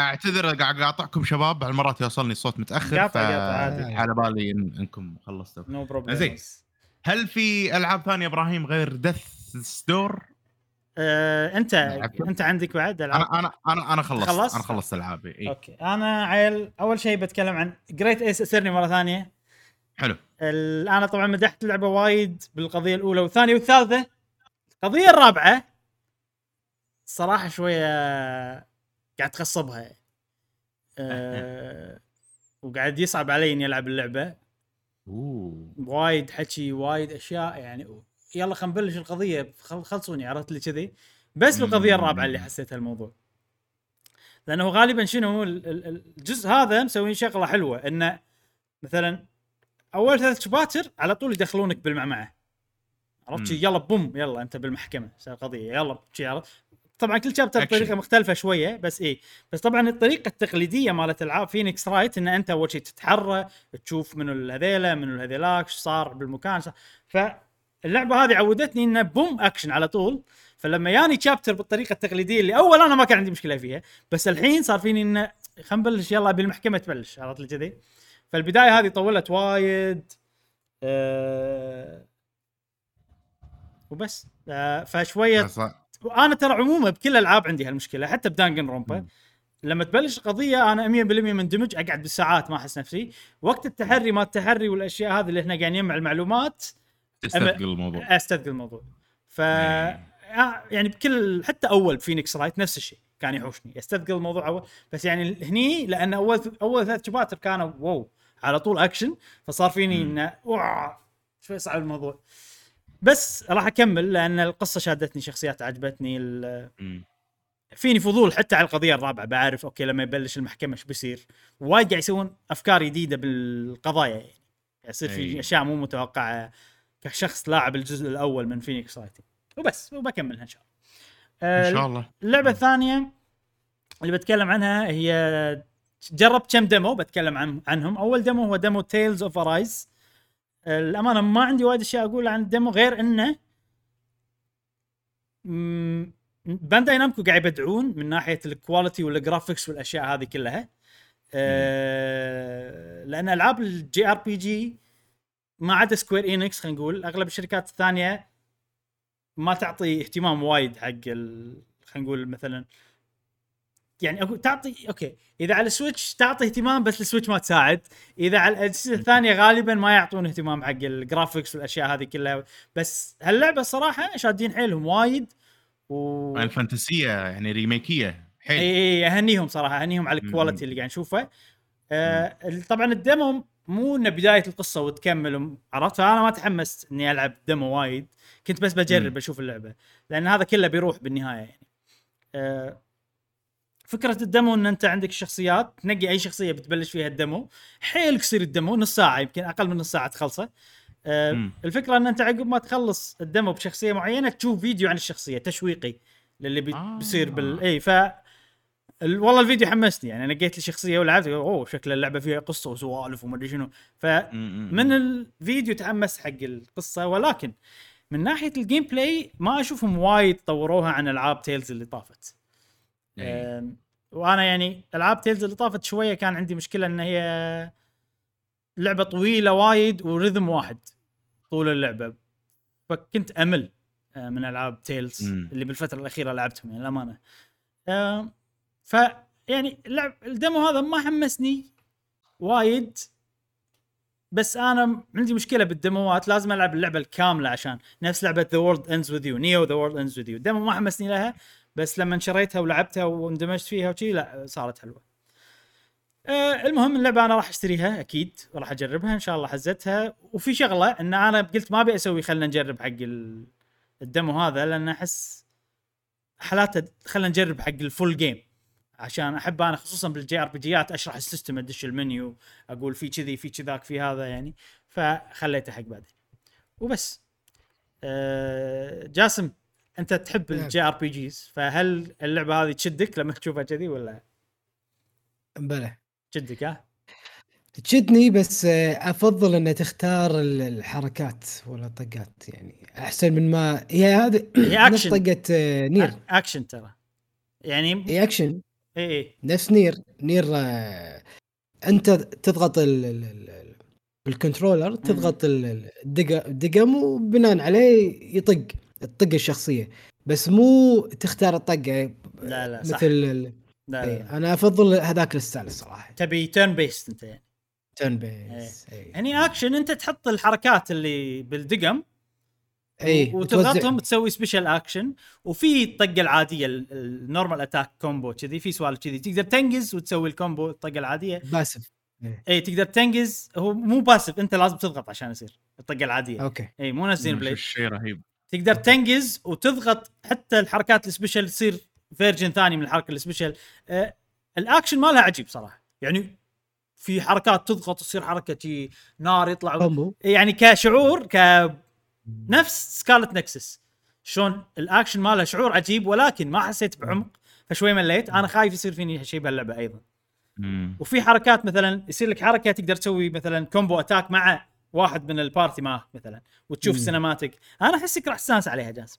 اعتذر قاعد اقاطعكم شباب، هالمرات يوصلني الصوت متاخر، قاطع قاطع عادي، على بالي إن انكم خلصتوا. نو بروبلم. زين، هل في العاب ثانيه ابراهيم غير دث ستور؟ آه، انت لعبته؟ انت عندك بعد العاب؟ انا انا انا انا خلصت خلصت؟ انا خلصت العابي. إيه؟ اوكي، انا عيل اول شيء بتكلم عن جريت ايس اترني مره ثانيه. حلو. ال- انا طبعا مدحت اللعبه وايد بالقضيه الاولى والثانيه والثالثه. القضيه الرابعه صراحه شويه قاعد تخصبها، أه وقاعد يصعب علي اني العب اللعبه. اوه وايد حكي، وايد اشياء يعني. يلا خلينا نبلش القضيه، خل- خلصوني، عرفت لي كذي. بس بالقضيه الرابعه اللي حسيت الموضوع، لانه غالبا شنو ال- ال- الجزء هذا مسوين شغله حلوه، انه مثلا اول ثلاث شباتر على طول يدخلونك بالمعمعه، عرفت شي، يلا بوم يلا انت بالمحكمه صار قضيه يلا شي، عرفت. طبعا كل شابتر بطريقه مختلفه شويه، بس ايه بس طبعا الطريقه التقليديه مالت العاب فينيكس رايت ان انت اول شيء تتحرى تشوف منو هذيلا منو هذيلاك ايش صار بالمكان. فاللعبه هذه عودتني انه بوم اكشن على طول. فلما ياني شابتر بالطريقه التقليديه اللي اول انا ما كان عندي مشكله فيها، بس الحين صار فيني انه خلينا نبلش يلا بالمحكمه تبلش، عرفت لي كذي. فالبدايه هذه طولت وايد أه وبس. أه فشويه. وانا ترى عموما بكل الالعاب عندي هالمشكله، حتى بدانجن رومبا لما تبلش القضيه انا مية بالمية مندمج، اقعد بالساعات ما احس نفسي. وقت التحري ما التحري والاشياء هذه اللي احنا قاعدين نجمع المعلومات تستثقل الموضوع، استثقل الموضوع. ف يعني بكل حتى اول فينيكس رايت نفس الشيء كان يحوشني، استثقل الموضوع أول. بس يعني هني لان اول اول ثلاث شباتر كانوا واو على طول اكشن، فصار فيني انه شوي صعب الموضوع. بس راح اكمل لان القصه شادتني، شخصيات عجبتني، فيني فضول حتى على القضيه الرابعه، بعرف اوكي لما يبلش المحكمه ايش بيصير. وايد قاعد يسوون افكار جديده بالقضايا، يعني يصير في اشياء مو متوقعه كشخص لاعب الجزء الاول من فينيكس رايت. وبس وبكملها ان شاء الله. آه ان شاء الله. اللعبه الثانيه اللي بتكلم عنها هي جربت كم ديمو بتكلم عن عنهم. اول ديمو هو ديمو تيلز اوف ارايز. الامانه ما عندي وايد اشياء اقول عن الديمو غير انه بانداي نامكو قاعد يبدعون من ناحيه الكواليتي والجرافيكس والاشياء هذه كلها. أه لان العاب الجي ار بي جي ما عدا سكوير إينكس خلينا نقول اغلب الشركات الثانيه ما تعطي اهتمام وايد حق خلينا نقول مثلا يعني تعطي اوكي اذا على السويتش تعطي اهتمام بس السويتش ما تساعد، اذا على الاجهزه الثانيه غالبا ما يعطون اهتمام حق الجرافيكس والاشياء هذه كلها. بس هاللعبه صراحه شادين حيلهم وايد و الفانتسيه يعني ريميكيه حيل. اي اهنيهم صراحه، اهنيهم على الكواليتي اللي قاعد نشوفه. آه طبعا الديمو مو انه بدايه القصه وتكمل، عرفت. انا ما تحمست اني العب ديمو وايد، كنت بس بجرب اشوف اللعبه لان هذا كله بيروح بالنهايه يعني. آه فكره الديمو ان انت عندك الشخصيات، تنقي اي شخصيه بتبلش فيها الديمو. حيل قصير الديمو، نص ساعه يمكن اقل من نص ساعه تخلصه. آه الفكره ان انت عقب ما تخلص الديمو بشخصيه معينه تشوف فيديو عن الشخصيه تشويقي للي بي... آه. بيصير بال اي ف ال... والله الفيديو حمسني يعني. انا لقيت لي شخصيه ولعبت اوه شكل اللعبه فيها قصه وسوالف وما ادري شنو. فمن الفيديو تحمس حق القصه، ولكن من ناحيه الجيم بلاي ما اشوفهم وايد طوروها عن العاب تيلز اللي طافت. آه وانا يعني العاب تيلز اللي طافت شويه كان عندي مشكله ان هي لعبه طويله وايد ورذم واحد طول اللعبه، فكنت امل من العاب تيلز اللي بالفتره الاخيره لعبتهم يعني الامانه. آه ف يعني اللعب الديمو هذا ما حمسني وايد، بس انا عندي مشكله بالديموات، لازم العب اللعبه الكامله عشان نفس لعبه The World Ends With You نيو The World Ends With You. الديمو ما حمسني لها، بس لما شريتها ولعبتها واندمجت فيها وشي لا صارت حلوه. أه المهم اللعبه انا راح اشتريها اكيد وراح اجربها ان شاء الله. حزتها وفي شغله ان انا قلت ما ابي اسوي خلنا نجرب حق الديمو هذا لان احس حالاته خلنا نجرب حق الفول جيم، عشان احب انا خصوصا بالجي ار بي جيات اشرح السيستم ادش المنيو اقول في كذي في كذاك في هذا يعني، فخليته حق بعدين وبس. أه جاسم انت تحب الجي ار بي جيز، فهل اللعبه هذه تشدك لما تشوفها كذي ولا؟ بلى تشدك. ها تشدني، بس افضل ان تختار الحركات ولا طقات يعني احسن من ما هي هذه. هي اكشن طقه نير اكشن ترى يعني هي اكشن اي اي نفس نير نير آه، انت تضغط ال- ال- ال- بالكنترولر، تضغط ال- ال- الدق- الدقم وبناء عليه يطق تطق الشخصيه، بس مو تختار الطقه لا لا صح. مثل ال- لا اي لا. انا افضل هذاك الستايل الصراحه، تبي تيرن بيست انت يعني. تيرن ايه. بيس. اي يعني اكشن انت تحط الحركات اللي بالدقم اي وتضغطهم تسوي سبيشال اكشن، وفي الطقه العاديه النورمال اتاك كومبو كذي، في سوالف كذي تقدر تنجز وتسوي الكومبو الطقه العاديه. باسف. إيه. اي تقدر تنجز، هو مو باسف، انت لازم تضغط عشان يصير الطقه العاديه. اوكي اي مو نفس زين بليد. شيء رهيب. تقدر تنجز وتضغط حتى الحركات السبيشال تصير فيرجن ثاني من الحركه السبيشال. آه الاكشن مالها عجيب صراحه، يعني في حركات تضغط تصير حركه شي نار يطلع كومبو. يعني كشعور ك نفس سكارلت نكسس، شلون الاكشن ماله شعور عجيب، ولكن ما حسيت بعمق فشوي مليت. انا خايف يصير فيني شيء بهاللعبه ايضا. مم. وفي حركات مثلا يصير لك حركه تقدر تسوي مثلا كومبو اتاك مع واحد من البارتي معه مثلا وتشوف مم. سينماتيك. انا احسك راح تستانس عليها جاسم.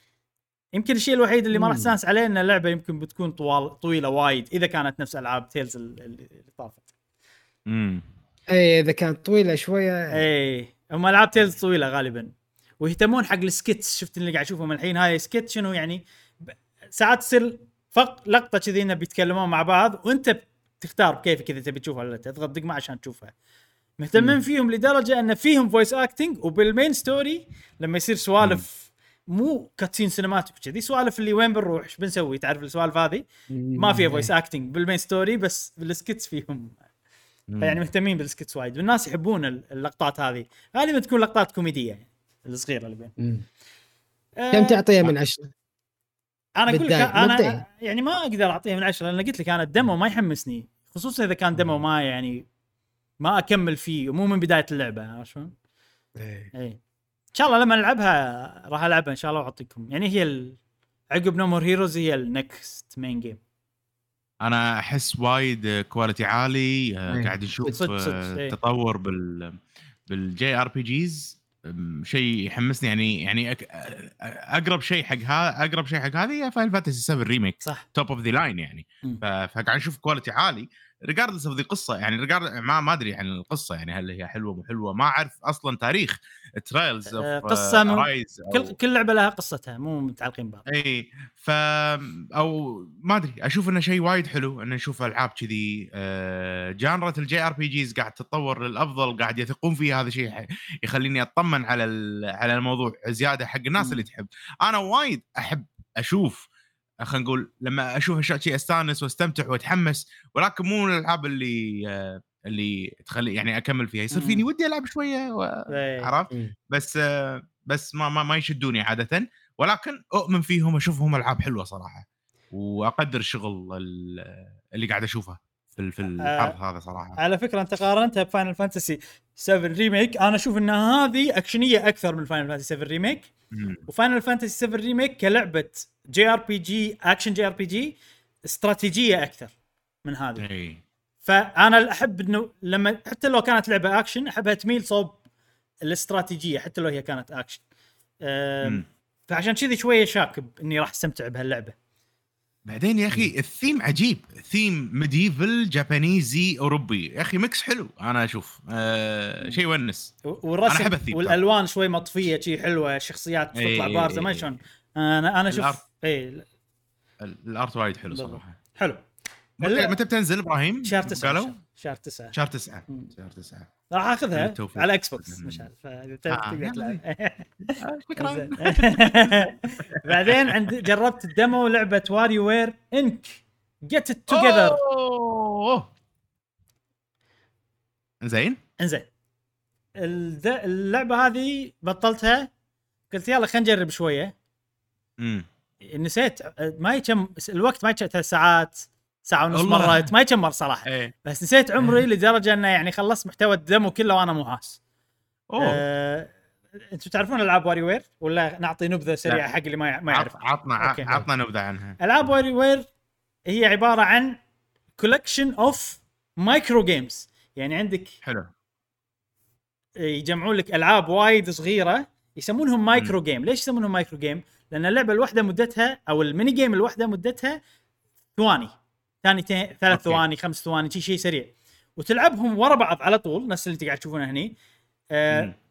يمكن الشيء الوحيد اللي ما راح مم. تستانس عليه ان اللعبه يمكن بتكون طوال طويله وايد اذا كانت نفس العاب تيلز اللي طافت. امم اي اذا كانت طويله شويه. اي هم العاب تيلز طويله غالبا، ويهتمون حق السكتس. شفت اللي قاعد اشوفهم الحين هاي سكت شنو يعني، ساعات تصير فق لقطه كذي انه بيتكلمون مع بعض وانت تختار بكيفك اذا تبي تشوفها ولا تضغط دقمه عشان تشوفها. مهتمين مم. فيهم لدرجه ان فيهم فويس اكتنج، وبالمين ستوري لما يصير سوالف مو كاتسين سينماتيك كذي، سوالف اللي وين بنروح ايش بنسوي، تعرف السوالف هذه ما فيها فويس اكتنج بالمين ستوري، بس بالسكتس فيهم. يعني مهتمين بالسكتس وايد، والناس يحبون اللقطات هذه، غالبا تكون لقطات كوميديه يعني الصغيره اللي بين. مم. أه كم تعطيها من عشرة؟ انا اقول لك بالداي- انا مبدئياً. يعني ما اقدر اعطيها من عشرة، لان قلت لك انا الدمو ما يحمسني، خصوصا اذا كان دمو ما يعني ما اكمل فيه مو من بدايه اللعبه، عرفت شلون؟ إيه. اي ان شاء الله لما العبها راح العبها ان شاء الله واعطيكم. يعني هي ال... عقب نو مور هيروز هي النكست مين جيم. انا احس وايد كواليتي عالي. آه، إيه. قاعد نشوف صدق- صدق، آه، إيه. تطور بال بالجي ار بي جيز، شيء يحمسني. يعني يعني أك- اقرب شيء حق هذا اقرب شيء حق هذه هي فاينل فانتسي سبعة ريميك، صح. توب اوف ذا لاين يعني. مم. ف- فقاعد نشوف كواليتي عالي ريجاردلس اوف ذا قصه، يعني ريجارد ما ما ادري عن القصه، يعني هل هي حلوه مو حلوه، ما اعرف اصلا تاريخ ترايلز آه، اوف قصة مو- رايز كل كل لعبه لها قصتها مو متعلقين ببعض. اي ف او ما ادري، اشوف انه شيء وايد حلو ان نشوف العاب كذي. آه، جانرة الجي ار بي جيز قاعد تتطور للافضل، قاعد يثقون فيها. هذا شيء يخليني اطمن على على الموضوع زياده حق الناس مم. اللي تحب. انا وايد احب اشوف، خلينا نقول لما اشوف اشياء شيء استانس واستمتع واتحمس، ولكن مو من الالعاب اللي آه، اللي تخلي يعني اكمل فيها، يصير فيني ودي العب شويه و... إيه. عرفت؟ مم. بس آه، بس ما ما, ما يشدوني عاده، ولكن اؤمن فيهم، اشوفهم العاب حلوه صراحه، واقدر الشغل ال- اللي قاعد اشوفه في ال- في العرض هذا صراحه. على فكره انت قارنتها بفاينل فانتسي سبعة ريميك، انا اشوف ان هذه اكشنيه اكثر من فاينل فانتسي سبعة ريميك. مم. وفاينل فانتسي سبعة ريميك كلعبه جي ار بي جي اكشن جي ار بي جي استراتيجيه اكثر من هذه. اي فانا احب انه لما حتى لو كانت لعبه اكشن احبها تميل صوب الاستراتيجيه حتى لو هي كانت اكشن. أم، مم. فعشان كذي شويه شاك اني راح استمتع بهاللعبه. بعدين يا اخي الثيم عجيب، ثيم ميديفل جابانيزي اوروبي، يا اخي ميكس حلو. انا اشوف آه شيء يونس. أنا أحب والرسم الثيم والالوان شوي مطفيه شيء حلوه، الشخصيات تطلع إيه. بارزه ما شلون. انا انا اشوف الأرت. اي الارت وايد حلو بالضبط. صراحه. حلو. متى متى بتنزل ابراهيم؟ شهر تسعة قالوا شهر تسعة شهر تسعة. مم. شهر تسعة راح اخذها بالتوفيق. على اكس بوكس مش عارف آه، تقدر تلعب. شكرا. زين. بعدين عند جربت الديمو لعبه واري وير انك جيت ات توجذر. أوه. زين انزين الد- اللعبه هذه بطلتها، قلت يلا خلينا نجرب شويه. امم نسيت ما كم الوقت، ما ثلاث ساعات ساعه ونص والله. مرت، ما كم مر صراحه. ايه بس نسيت عمري لدرجه انه يعني خلصت محتوى الديمو كله وانا مو حاس. اوه أه... انتم تعرفون العاب واري وير ولا نعطي نبذه سريعه لا. حق اللي ما ما يعرف؟ عطنا أوكي. عطنا نبذه عنها. العاب واري وير هي عباره عن كولكشن اوف مايكرو جيمز، يعني عندك حلو. يجمعون لك العاب وايد صغيره يسمونهم مايكرو جيم. ليش يسمونهم مايكرو جيم؟ لان اللعبه الواحده مدتها او الميني جيم الواحده مدتها ثواني، ثاني ثلاث أوكي. ثواني خمس ثواني شيء شيء سريع، وتلعبهم ورا بعض على طول نفس اللي انت قاعد تشوفونه هني. آه مم.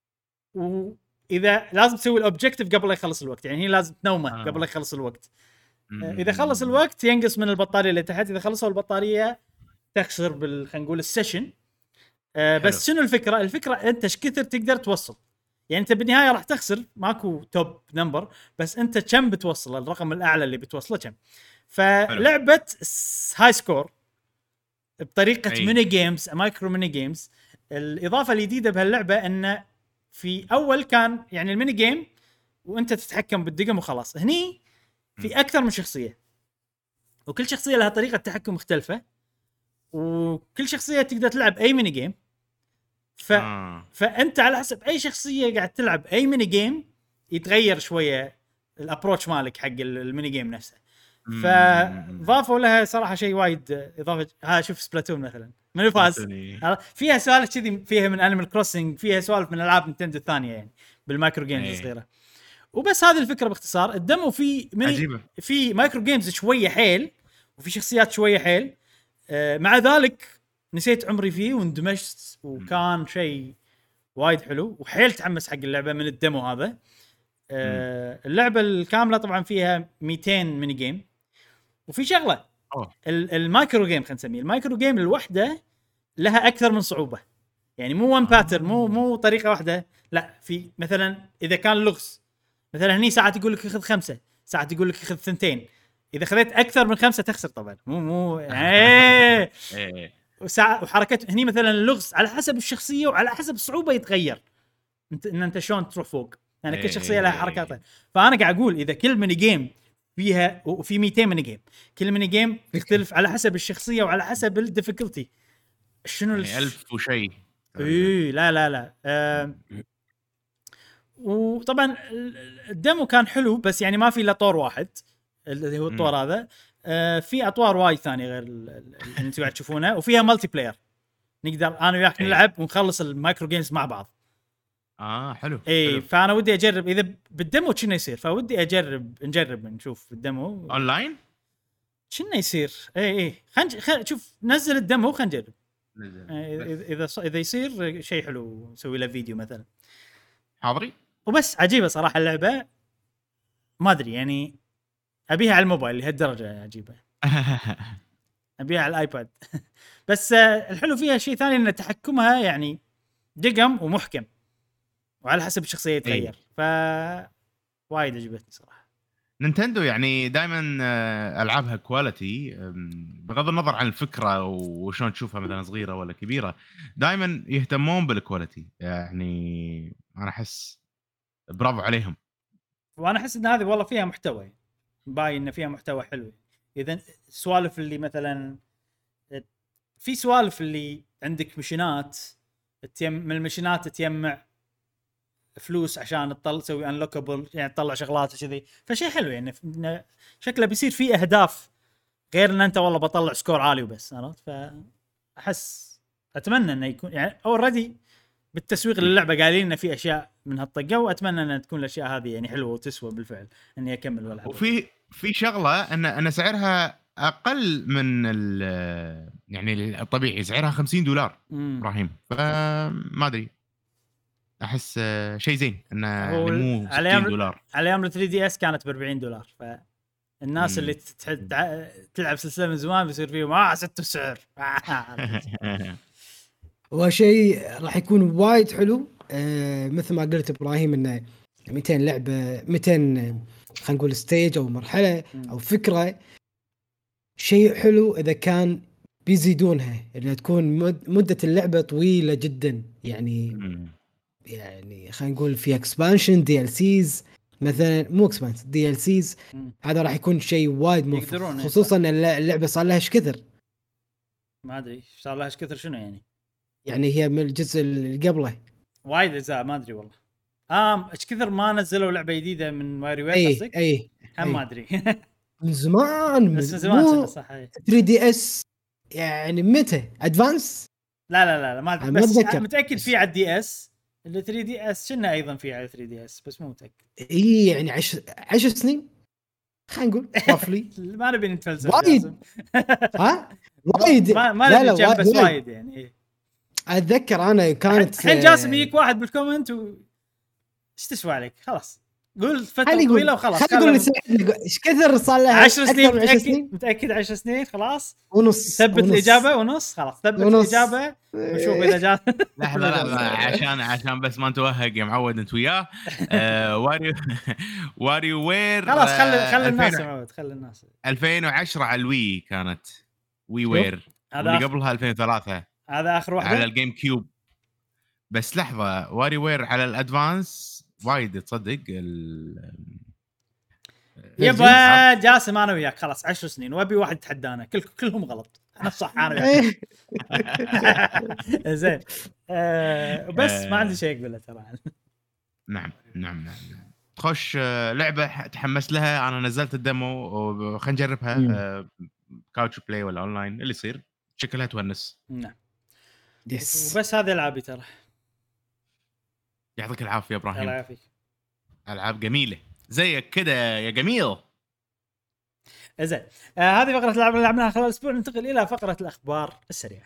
واذا لازم تسوي الاوبجيكتيف قبل لا يخلص الوقت، يعني هي لازم تنومه آه. قبل لا يخلص الوقت. مم. آه اذا خلص الوقت ينقص من البطاريه اللي تحت، اذا خلصوا البطاريه تخسر بال خلينا نقول السيشن. آه بس شنو الفكره؟ الفكره انت ايش كثر تقدر توصل، يعني انت بالنهايه راح تخسر، ماكو توب نمبر، بس انت كم بتوصل الرقم الاعلى اللي بتوصله كم. فلعبه هاي سكور بطريقه أي. ميني جيمز، مايكرو ميني جيمز. الاضافه الجديده بهاللعبه انه في اول كان يعني الميني جيم وانت تتحكم بالدقم وخلاص، هني في اكثر من شخصيه، وكل شخصيه لها طريقه تحكم مختلفه، وكل شخصيه تقدر تلعب اي ميني جيم. ف... آه. فانت على حسب اي شخصيه قاعد تلعب اي ميني جيم يتغير شويه الابروتش مالك حق الميني جيم نفسه. فضافوا لها صراحه شيء وايد اضافه. ها شوف سبلاتون مثلا منو فاز فيها سوالف كذي، فيها من انيمال كروسنج، فيها سوالف من العاب نينتندو الثانيه يعني بالمايكرو جيمز الصغيره. وبس هذه الفكره باختصار. الدمو في ميني في مايكرو جيمز شويه حيل، وفي شخصيات شويه حيل. آه مع ذلك نسيت عمري فيه واندمجت، وكان شيء وايد حلو وحيل تحمس حق اللعبه من الدمو هذا. آه اللعبه الكامله طبعا فيها مئتين ميني جيم. وفي شغله أوه. المايكرو جيم خلينا نسميه المايكرو جيم الوحده لها اكثر من صعوبه، يعني مو وان باتر، مو مو طريقه واحده، لا في مثلا اذا كان لغز مثلا هني ساعات يقول لك خذ خمسة، ساعات يقول لك خذ ثنتين، اذا خذيت اكثر من خمسة تخسر طبعا، مو مو ايه وساعة وحركات هني مثلا اللغز على حسب الشخصيه وعلى حسب الصعوبه يتغير انت ان انت شلون تروح فوق، يعني كل شخصيه لها حركاتها. فانا قاعد اقول اذا كل ميني جيم فيها وفي مئتين ميني جيم، كل ميني جيم يختلف على حسب الشخصيه وعلى حسب الديفيكولتي شنو يعني ألف وشيء. اي لا لا لا آه وطبعا الدمو كان حلو، بس يعني ما في الا طور واحد اللي هو الطور هذا. آه في اطوار وايد ثانيه غير اللي انتم قاعد تشوفونه، وفيها مالتي بلاير نقدر انا وياك نلعب ونخلص المايكرو جيمز مع بعض. اه حلو. اي حلو. فانا ودي اجرب اذا بالدمو شنو يصير، فودي اجرب نجرب نشوف الدمو اونلاين شنو يصير. اي اي خلينا خل... شوف نزل الدمو خلينا نجرب. نزل. اذا اذا اذا يصير شيء حلو نسوي له فيديو مثلا. حاضري. وبس عجيبه صراحه اللعبه، ما ادري يعني ابيها على الموبايل لهالدرجه عجيبه. ابيها على الايباد. بس الحلو فيها شيء ثاني ان تحكمها يعني دقم ومحكم وعلى حسب الشخصيه يتغير. ف وايد عجبتني صراحه. نينتندو يعني دائما العابها كواليتي بغض النظر عن الفكره وشلون تشوفها مثلا صغيره ولا كبيره، دائما يهتمون بالكواليتي. يعني انا احس برافو عليهم. وانا احس ان هذه والله فيها محتوى، باين ان فيها محتوى حلو. اذا السوالف اللي مثلا في سوالف اللي عندك مشينات تيم من المشينات تجمع فلوس عشان تطلع تسوي انلوكابل، يعني تطلع شغلات وكذي، فشيء حلو يعني شكله بيصير فيه اهداف غير ان انت والله بطلع سكور عالي وبس، عرفت؟ فاحس اتمنى انه يكون يعني اوريدي بالتسويق للعبه قايلين ان في اشياء من هالطقه، واتمنى ان تكون الاشياء هذه يعني حلوه وتسوى بالفعل اني اكمل والعب. وفي في شغله ان ان سعرها اقل من يعني الطبيعي، سعرها خمسين دولار ابراهيم، فما ادري احس شيء زين انه يعني مو ستين دولار. على ايام ال ثري دي اس كانت ب أربعين دولار، فالناس مم. اللي تحد تلعب سلسله من زمان بيصير فيهم اه ست السعر. وشيء راح يكون وايد حلو. آه مثل ما قلت ابراهيم انه مئتين لعبه مئتين خلينا نقول ستيج او مرحله او فكره، شيء حلو اذا كان بيزيدونها انها تكون مده اللعبه طويله جدا، يعني م. يعني خلينا نقول في اكسبانشن دي ال سيز مثلا، مو اكسبانشن دي ال سيز، هذا راح يكون شيء وايد مفيد، خصوصا ان اللعبه صار لها ايش كثر، ما ادري صار لها ايش كثر شنو يعني يعني هي من الجزء اللي قبله وايد اجزاء، ما ادري والله اه ايش كثر ما نزلوا لعبه جديده من ماريو قصدك؟ اي اي هم ما ادري. من زمان بس من زمان صح. ثري دي اس يعني متى ادفانس؟ لا لا لا, لا ما ادري، بس متاكد في على الدي اس اللي ثري دي اس، شنو ايضا في على ثري دي اس بس مو متاكد. اي يعني عشر عشر سنين خلينا نقول رفلي ما نبي نتفلسف وايد ها وايد ما ما لا نبي لا نجنب بس وايد. وايد يعني. اتذكر انا كانت الحين جاسم يجيك واحد بالكومنت و ايش تسوى عليك خلاص قول فتره خلي يقول طويله وخلاص. خلي يقول ايش كثر صار لها عشر سنين أكثر من عشر متاكد سنين متاكد عشر سنين خلاص ونص ثبت ونص. الاجابه ونص خلاص ثبت ونص. الاجابه وشوف اذا جاء. لحظه لحظه عشان عشان بس ما نتوهق يا معود انت وياه. آه واريو واريو وير خلاص خلي خلي الناس ألفين يا معود خلي الناس. ألفين وعشرة على الوي كانت وي وير هذا اللي قبلها ألفين وثلاثة هذا اخر واحده على الجيم كيوب. بس لحظه واري وير على الادفانس وايد تصدق ال... يبا جاسم انا وياك خلاص عشر سنين وابي واحد يتحدانا كل كلهم غلط انا صح انا وياك. زين أه بس ما عندي شيء اقوله ترى. نعم نعم نعم تخش لعبه تحمس لها. انا نزلت الديمو خلينا نجربها كاوتش بلاي ولا اونلاين اللي يصير شكلها تونس. نعم يس وبس هذه العابي ترى. يعطيك العافيه يا الله ابراهيم. يعافيك. العاب جميله زيك كده يا جميل. زين آه هذه فقره الالعاب اللي لعبناها خلال الاسبوع. ننتقل الى فقره الاخبار السريعه.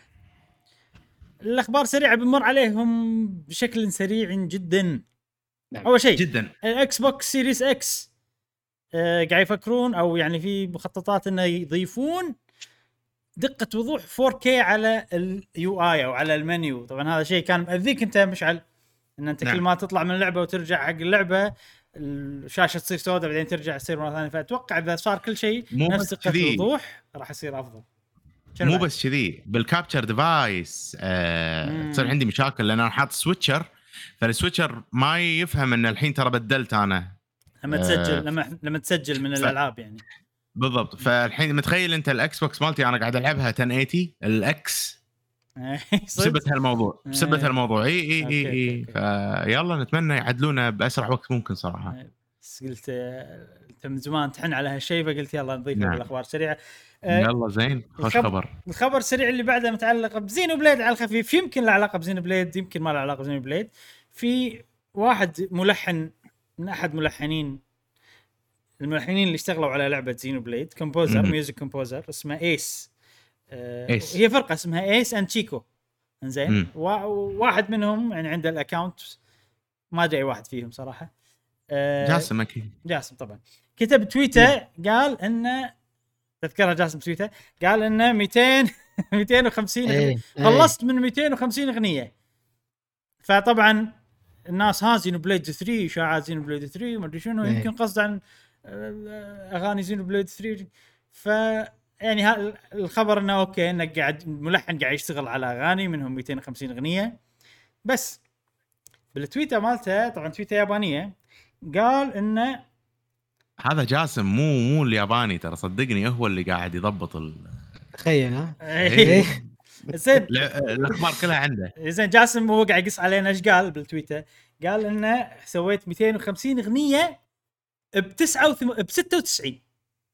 الاخبار سريعه بنمر عليهم بشكل سريع جدا. نعم. اول شيء جدا الاكس بوكس سيريس اكس آه قاعد يفكرون او يعني في مخططات انه يضيفون دقه وضوح فور كي على اليو اي او على المنيو. طبعا هذا شيء كان مأذيك انت مشعل ان انت نعم. كل ما تطلع من اللعبه وترجع حق اللعبه الشاشه تصير سوداء بعدين ترجع تصير مره ثانيه. فاتوقع اذا صار كل شيء نفس دقه الوضوح راح يصير افضل. مو بس كذي بالكابتشر ديفايس آه تصير عندي مشاكل لان انا حاط سويتشر فالسويتشر ما يفهم ان الحين ترى بدلت انا لما تسجل آه لما لما تسجل من ف... الالعاب يعني بالضبط. فالحين متخيل انت الاكس بوكس مالتي انا قاعد العبها عشرة ثمانين الاكس بسبب هالموضوع بسبب هالموضوع اي اي اي اي فيلا نتمنى يعدلونه باسرع وقت ممكن صراحه. بس قلت انت من زمان تحن على هالشيء فقلت يلا نضيفه نعم. بالاخبار سريعه. يلا زين خوش الخبر خبر. الخبر السريع اللي بعده متعلق بزينو بليد على الخفيف. يمكن له علاقه بزينو بليد يمكن ما له علاقه بزينو بليد. في واحد ملحن من احد ملحنين الملحنين اللي اشتغلوا على لعبه زينو بليد كومبوزر ميوزك كومبوزر اسمه ايس. آه هي فرقه اسمها ايس اند تشيكو. انزين واحد منهم يعني عنده الاكاونت ما ادري اي واحد فيهم صراحه. آه جاسم اكيد جاسم طبعا كتب تويتر قال انه تذكرها جاسم تويتر قال انه مئتين مئتين وخمسين ايه خلصت من مئتين وخمسين اغنيه. فطبعا الناس ها زينو بليد ثري اشاعات زينو بليد ثري ما ادري شنو ايه. يمكن قصد عن اغاني زينو بليد ثري. ف يعني ها الخبر انه اوكي انه قاعد ملحن قاعد يشتغل على اغاني منهم مئتين وخمسين اغنيه. بس بالتويتر مالته طبعا تويتر يابانيه قال انه هذا جاسم مو مو الياباني ترى صدقني هو اللي قاعد يضبط ال تخيل ها ايه زين الاخبار كلها عنده. زين جاسم هو قاعد يقص علينا ايش قال بالتويتر. قال انه سويت مئتين وخمسين اغنيه بتسعة وثم... بستة وتسعين.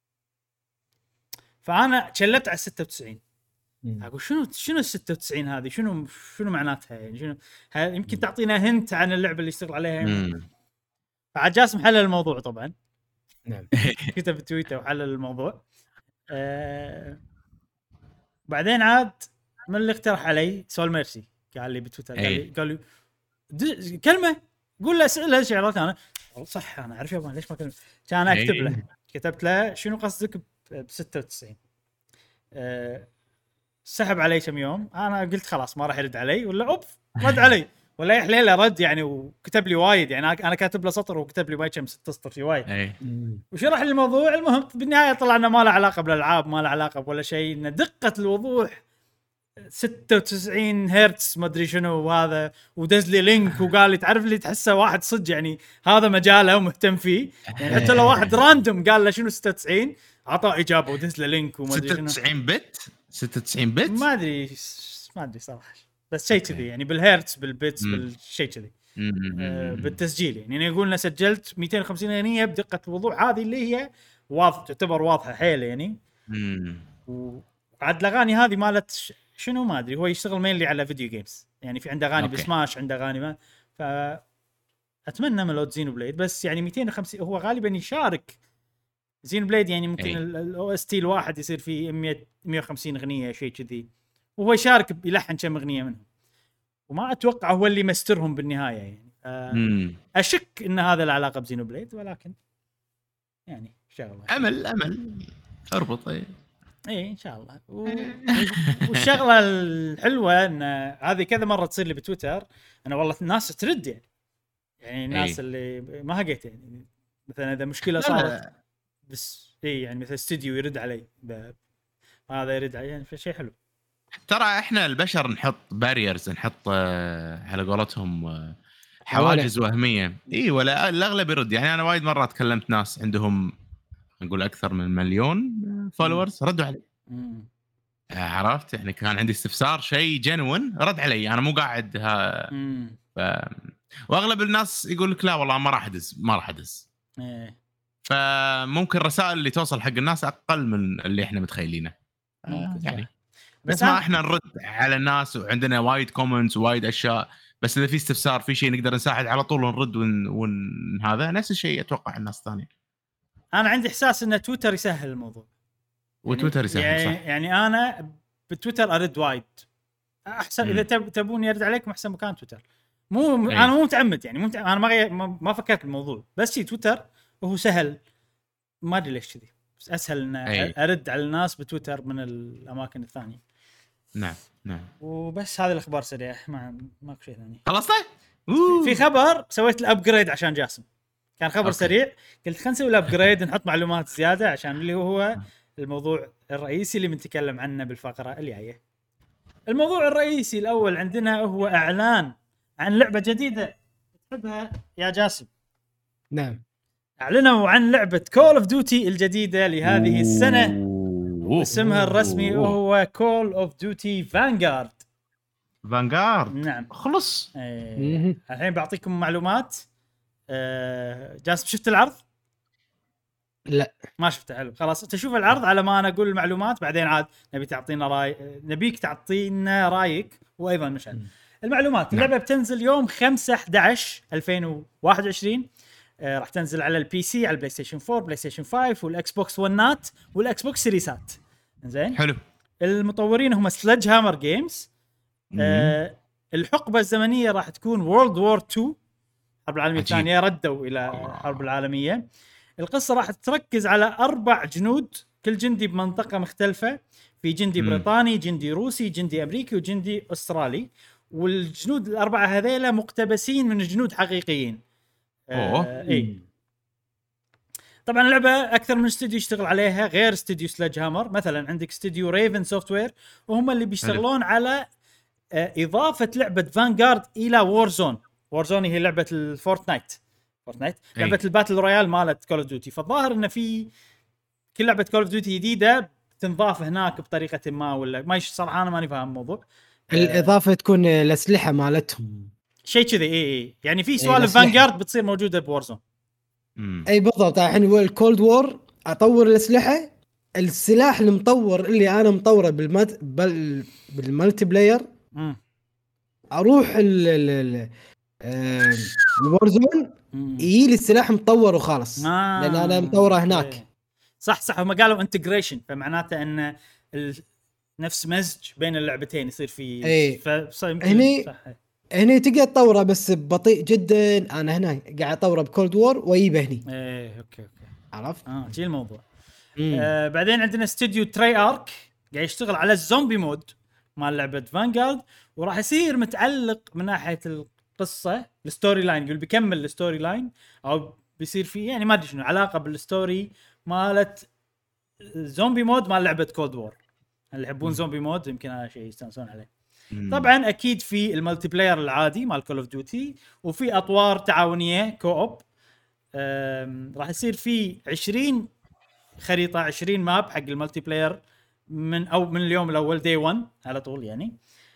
فانا شلبت على ستة وتسعين. اقول شنو شنو ستة وتسعين هذه شنو شنو معناتها يعني شنو يمكن تعطينا هنت عن اللعبه اللي اشتغل عليها. فعاد جاسم حلل الموضوع طبعا. نعم كتب بتويتر وحلل الموضوع. أه... بعدين عاد من اللي اقترح علي سول ميرسي قال لي بتويتر قال لي قال لي كلمه قول له اسئله شعرات. انا صح انا اعرف يابان ليش ما كلمه كان اكتب له كتبت له شنو قصدك ب ستة وتسعين. أه... سحب علي كم يوم. انا قلت خلاص ما راح يرد علي ولا اوب رد علي ولا يحليله رد يعني وكتب لي وايد يعني انا كاتب له سطر وكتب لي ما كم ست سطر في وايد وشرح لي الموضوع. المهم بالنهايه طلعنا ما له علاقه بالالعاب ما له علاقه ولا شيء ان دقه الوضوح ستة وتسعين هرتز ما ادري شنو وهذا ودز لي لينك وقال لي تعرف اللي تحسه واحد صدق يعني هذا مجاله ومهتم فيه يعني حتى لو واحد راندوم قال له شنو ستة وتسعين عطاه اجابه ودز له لينك وما ادري شنو. ستة وتسعين بت ستة وتسعين بت ما ادري ما ادري صراحه بس شيء كذي يعني بالهرتز بالبيتس بالشيء كذي آه بالتسجيل يعني يقول لنا سجلت مئتين وخمسين اغنيه بدقه الوضوح هذه اللي هي واضحه تعتبر واضحه حيل يعني. وعاد الاغاني هذه مالت شنو ما ادري هو يشتغل مينلي على فيديو جيمز يعني في عنده اغاني بسماش عنده اغاني ما ف اتمنى ملود زينو بليد بس يعني مئتين وخمسين هو غالبا يشارك زين بليد يعني ممكن أي. الاو اس تي الواحد يصير فيه مية مية وخمسين اغنيه شيء كذي، وهو يشارك يلحن كم اغنيه منهم، وما اتوقع هو اللي مسترهم بالنهايه يعني. آه امم اشك ان هذا له علاقه بزينو بليد، ولكن يعني شغله امل امل اربط. اي اي ان شاء الله. و... والشغله الحلوه ان هذه كذا مره تصير لي بتويتر، انا والله الناس ترد يعني يعني الناس أي. اللي ما هقيت يعني مثلا اذا مشكله لا صارت لا. بس اي يعني مثلا استديو يرد علي ب... هذا يرد علي يعني شيء حلو. ترى احنا البشر نحط باريرز، نحط آه، على قولتهم آه، حوالي. حواجز وهميه. اي ولا الاغلب يرد. يعني انا وايد مرات كلمت ناس عندهم نقول اكثر من مليون فولورز ردوا علي. مم. آه، عرفت يعني كان عندي استفسار شيء جنون رد علي، انا مو قاعد ها. مم. ف... واغلب الناس يقول لك لا والله ما راح ادز ما راح ادز. ايه فممكن الرسائل اللي توصل حق الناس اقل من اللي احنا متخيلينه. آه ممكن صح. يعني بس بس ما أنا... احنا نرد على الناس وعندنا وايد كومنتس وايد اشياء، بس اذا في استفسار في شيء نقدر نساعد على طول ونرد ون... ون... هذا نفس الشيء اتوقع الناس الثانيه. انا عندي احساس ان تويتر يسهل الموضوع وتويتر يسهل يعني صح. يعني انا بتويتر ارد وايد احسن. مم. اذا تب... تبوني ارد عليكم احسن مكان تويتر. مو أي. انا مو متعمد يعني مو متع... انا ما, غي... ما ما فكرت بالموضوع، بس شي تويتر وهو سهل، ما ادري ليش كذي، بس اسهل ان أي. ارد على الناس بتويتر من الاماكن الثانيه. نعم نعم. وبس هذه الاخبار سريعه، ما ماكو شيء ثاني. خلصت؟ في خبر سويت الابجريد عشان جاسم، كان خبر أوكي. سريع، قلت خلينا نسوي الابجريد نحط معلومات زياده عشان اللي هو الموضوع الرئيسي اللي بنتكلم عنه بالفقره اللي جايه. الموضوع الرئيسي الاول عندنا هو اعلان عن لعبه جديده تحبها يا جاسم. نعم. اعلنوا عن لعبه كول اوف ديوتي الجديده لهذه السنه، اسمها الرسمي هو كول اوف ديوتي فانغارد. فانغارد نعم خلص. ايه. الحين بعطيكم معلومات. أه جاسم شفت العرض؟ لا ما شفته. حلو خلاص انت شوف العرض على ما انا اقول المعلومات، بعدين عاد نبي تعطينا راي، نبيك تعطينا رايك وايضا مشعل. المعلومات نعم. اللعبه بتنزل يوم خمسة أحد عشر ألفين وواحد وعشرين. آه راح تنزل على البي سي، على البلاي ستيشن فور، بلاي ستيشن فايف، والاكس بوكس ونات، والاكس بوكس سيريسات. زين حلو. المطورين هم سلج هامر جيمز. آه الحقبه الزمنيه راح تكون وورلد وور تو، الحرب العالميه عجيب. الثانيه، ردوا الى الحرب العالميه. القصه راح تركز على اربع جنود، كل جندي بمنطقه مختلفه، في جندي مم. بريطاني، جندي روسي، جندي امريكي، وجندي استرالي. والجنود الاربعه هذيلا مقتبسين من جنود حقيقيين. أوه. آه اي طبعا اللعبه اكثر من استوديو يشتغل عليها غير استوديو سلاج هامر. مثلا عندك استوديو ريفن سوفت وير، وهم اللي بيشتغلون على آه اضافه لعبه فانغارد الى وورزون. وورزون هي لعبه الفورتنايت، فورتنايت أي. لعبه الباتل رويال مالت كول اوف ديوتي. فالظاهر انه في كل لعبه كول اوف ديوتي جديده تنضاف هناك بطريقه ما، ولا ما صراحه انا ماني فاهم الموضوع. الاضافه تكون الاسلحه مالتهم شيء كذي. اي اي يعني في سوالف فانغارد بتصير موجوده بورزون. مم. اي بالضبط. الحين هو الكولد وور اطور الاسلحه، السلاح المطور اللي انا مطوره بالمت... بال... بالمالتي بلاير امم اروح ال ال ال الورزون يجي لي السلاح مطور وخلاص. آه. لان انا مطوره هناك. إيه. صح صح هم قالوا انتجريشن، فمعناته ان ال... نفس مزج بين اللعبتين يصير في. ايه. فيمكن هني صح. هني تقدر تطوره بس بطيء جدا. انا هنا قاعد اطوره بكولد وور واجيبه هني. ايه اوكي اوكي عرفت؟ اه جي الموضوع. آه بعدين عندنا استوديو تري ارك قاعد يشتغل على الزومبي مود مال لعبه فانغارد، وراح يصير متعلق من ناحيه القصه الستوري لاين، يقول بيكمل الستوري لاين او بيصير فيه يعني ما ادري شنو علاقه بالستوري مالت زومبي مود مال لعبه كولد وور. اللي يحبون زومبي مود يمكن هذا شيء يستانسون عليه. مم. طبعا اكيد في الملتي بلاير العادي مال كول اوف ديوتي، وفي اطوار تعاونيه كوب. راح يصير في عشرين خريطه، عشرين ماب حق الملتي بلاير من او من اليوم الاول دي واحد على طول يعني.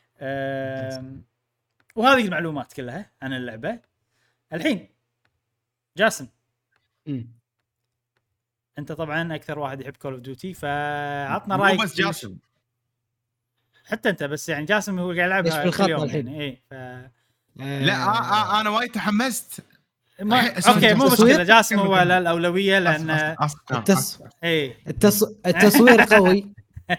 وهذه المعلومات كلها عن اللعبه. الحين جاسم مم. انت طبعا اكثر واحد يحب كول اوف ديوتي، فعطنا رايك. مو بس جاسم، حتى انت، بس يعني جاسم هو قاعد ايش يلعبها بالخط كل يوم الحين؟ يعني. ايه ف لا آه آه انا وايد تحمست ما... اسم اوكي مو التصوير؟ مشكله، جاسم هو له الاولويه لان التص... اي التص... التصوير قوي.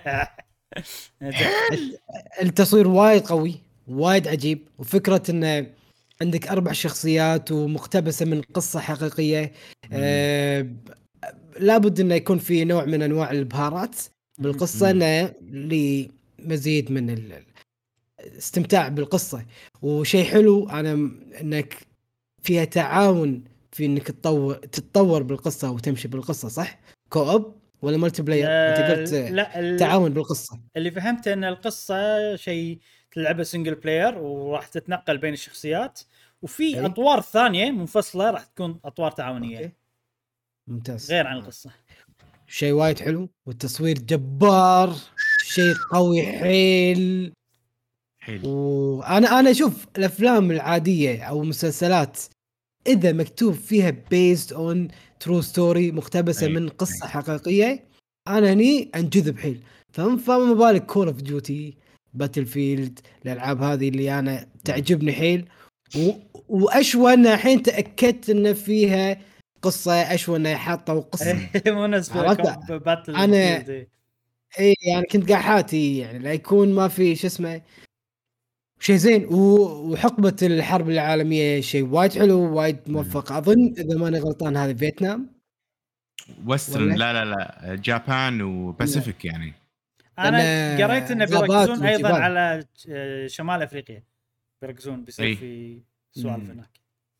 التصوير وايد قوي وايد عجيب، وفكرة انه عندك اربع شخصيات ومقتبسة من قصة حقيقية. آه لابد انه يكون في نوع من انواع البهارات بالقصة، انه لمزيد من ال- الاستمتاع بالقصة. وشيء حلو انا انك فيها تعاون في انك تطور تتطور بالقصة وتمشي بالقصة، صح؟ كوب ولا مالتي بلاير؟ انت قلت لا ال... تعاون بالقصة. اللي فهمته ان القصه شيء تلعبه سنجل بلاير وراح تتنقل بين الشخصيات، وفي أي. اطوار ثانيه منفصله راح تكون اطوار تعاونيه. أوكي. ممتاز. غير عن القصه. شيء وايد حلو، والتصوير جبار، شيء قوي حيل. حلو. وانا انا اشوف الافلام العاديه او المسلسلات اذا مكتوب فيها بيست اون ترو ستوري، مقتبسه أي. من قصه حقيقيه، انا هني انجذب حيل. فهم فما بالك كول اوف ديوتي، باتل فيلد، الالعاب هذه اللي انا تعجبني حيل. و... واشوى ان الحين تاكدت ان فيها قصه، اشوى انه حاطوا قصه. مناسبه عرفت؟ باتل أنا- فيلد. اي يعني كنت قاعد حاتي يعني لا يكون ما في شو اسمه شيء زين. و- وحقبه الحرب العالميه شيء وايد حلو وايد موفق. اظن اذا ماني غلطان هذه فيتنام وسترن. ولا؟ لا لا لا جابان وباسيفيك يعني. انا لأن قريت انه غابات بيركزون ايضا وجبال. على آه، شمال افريقيا، بيركزون بيصير أي. في سوالف مم. هناك.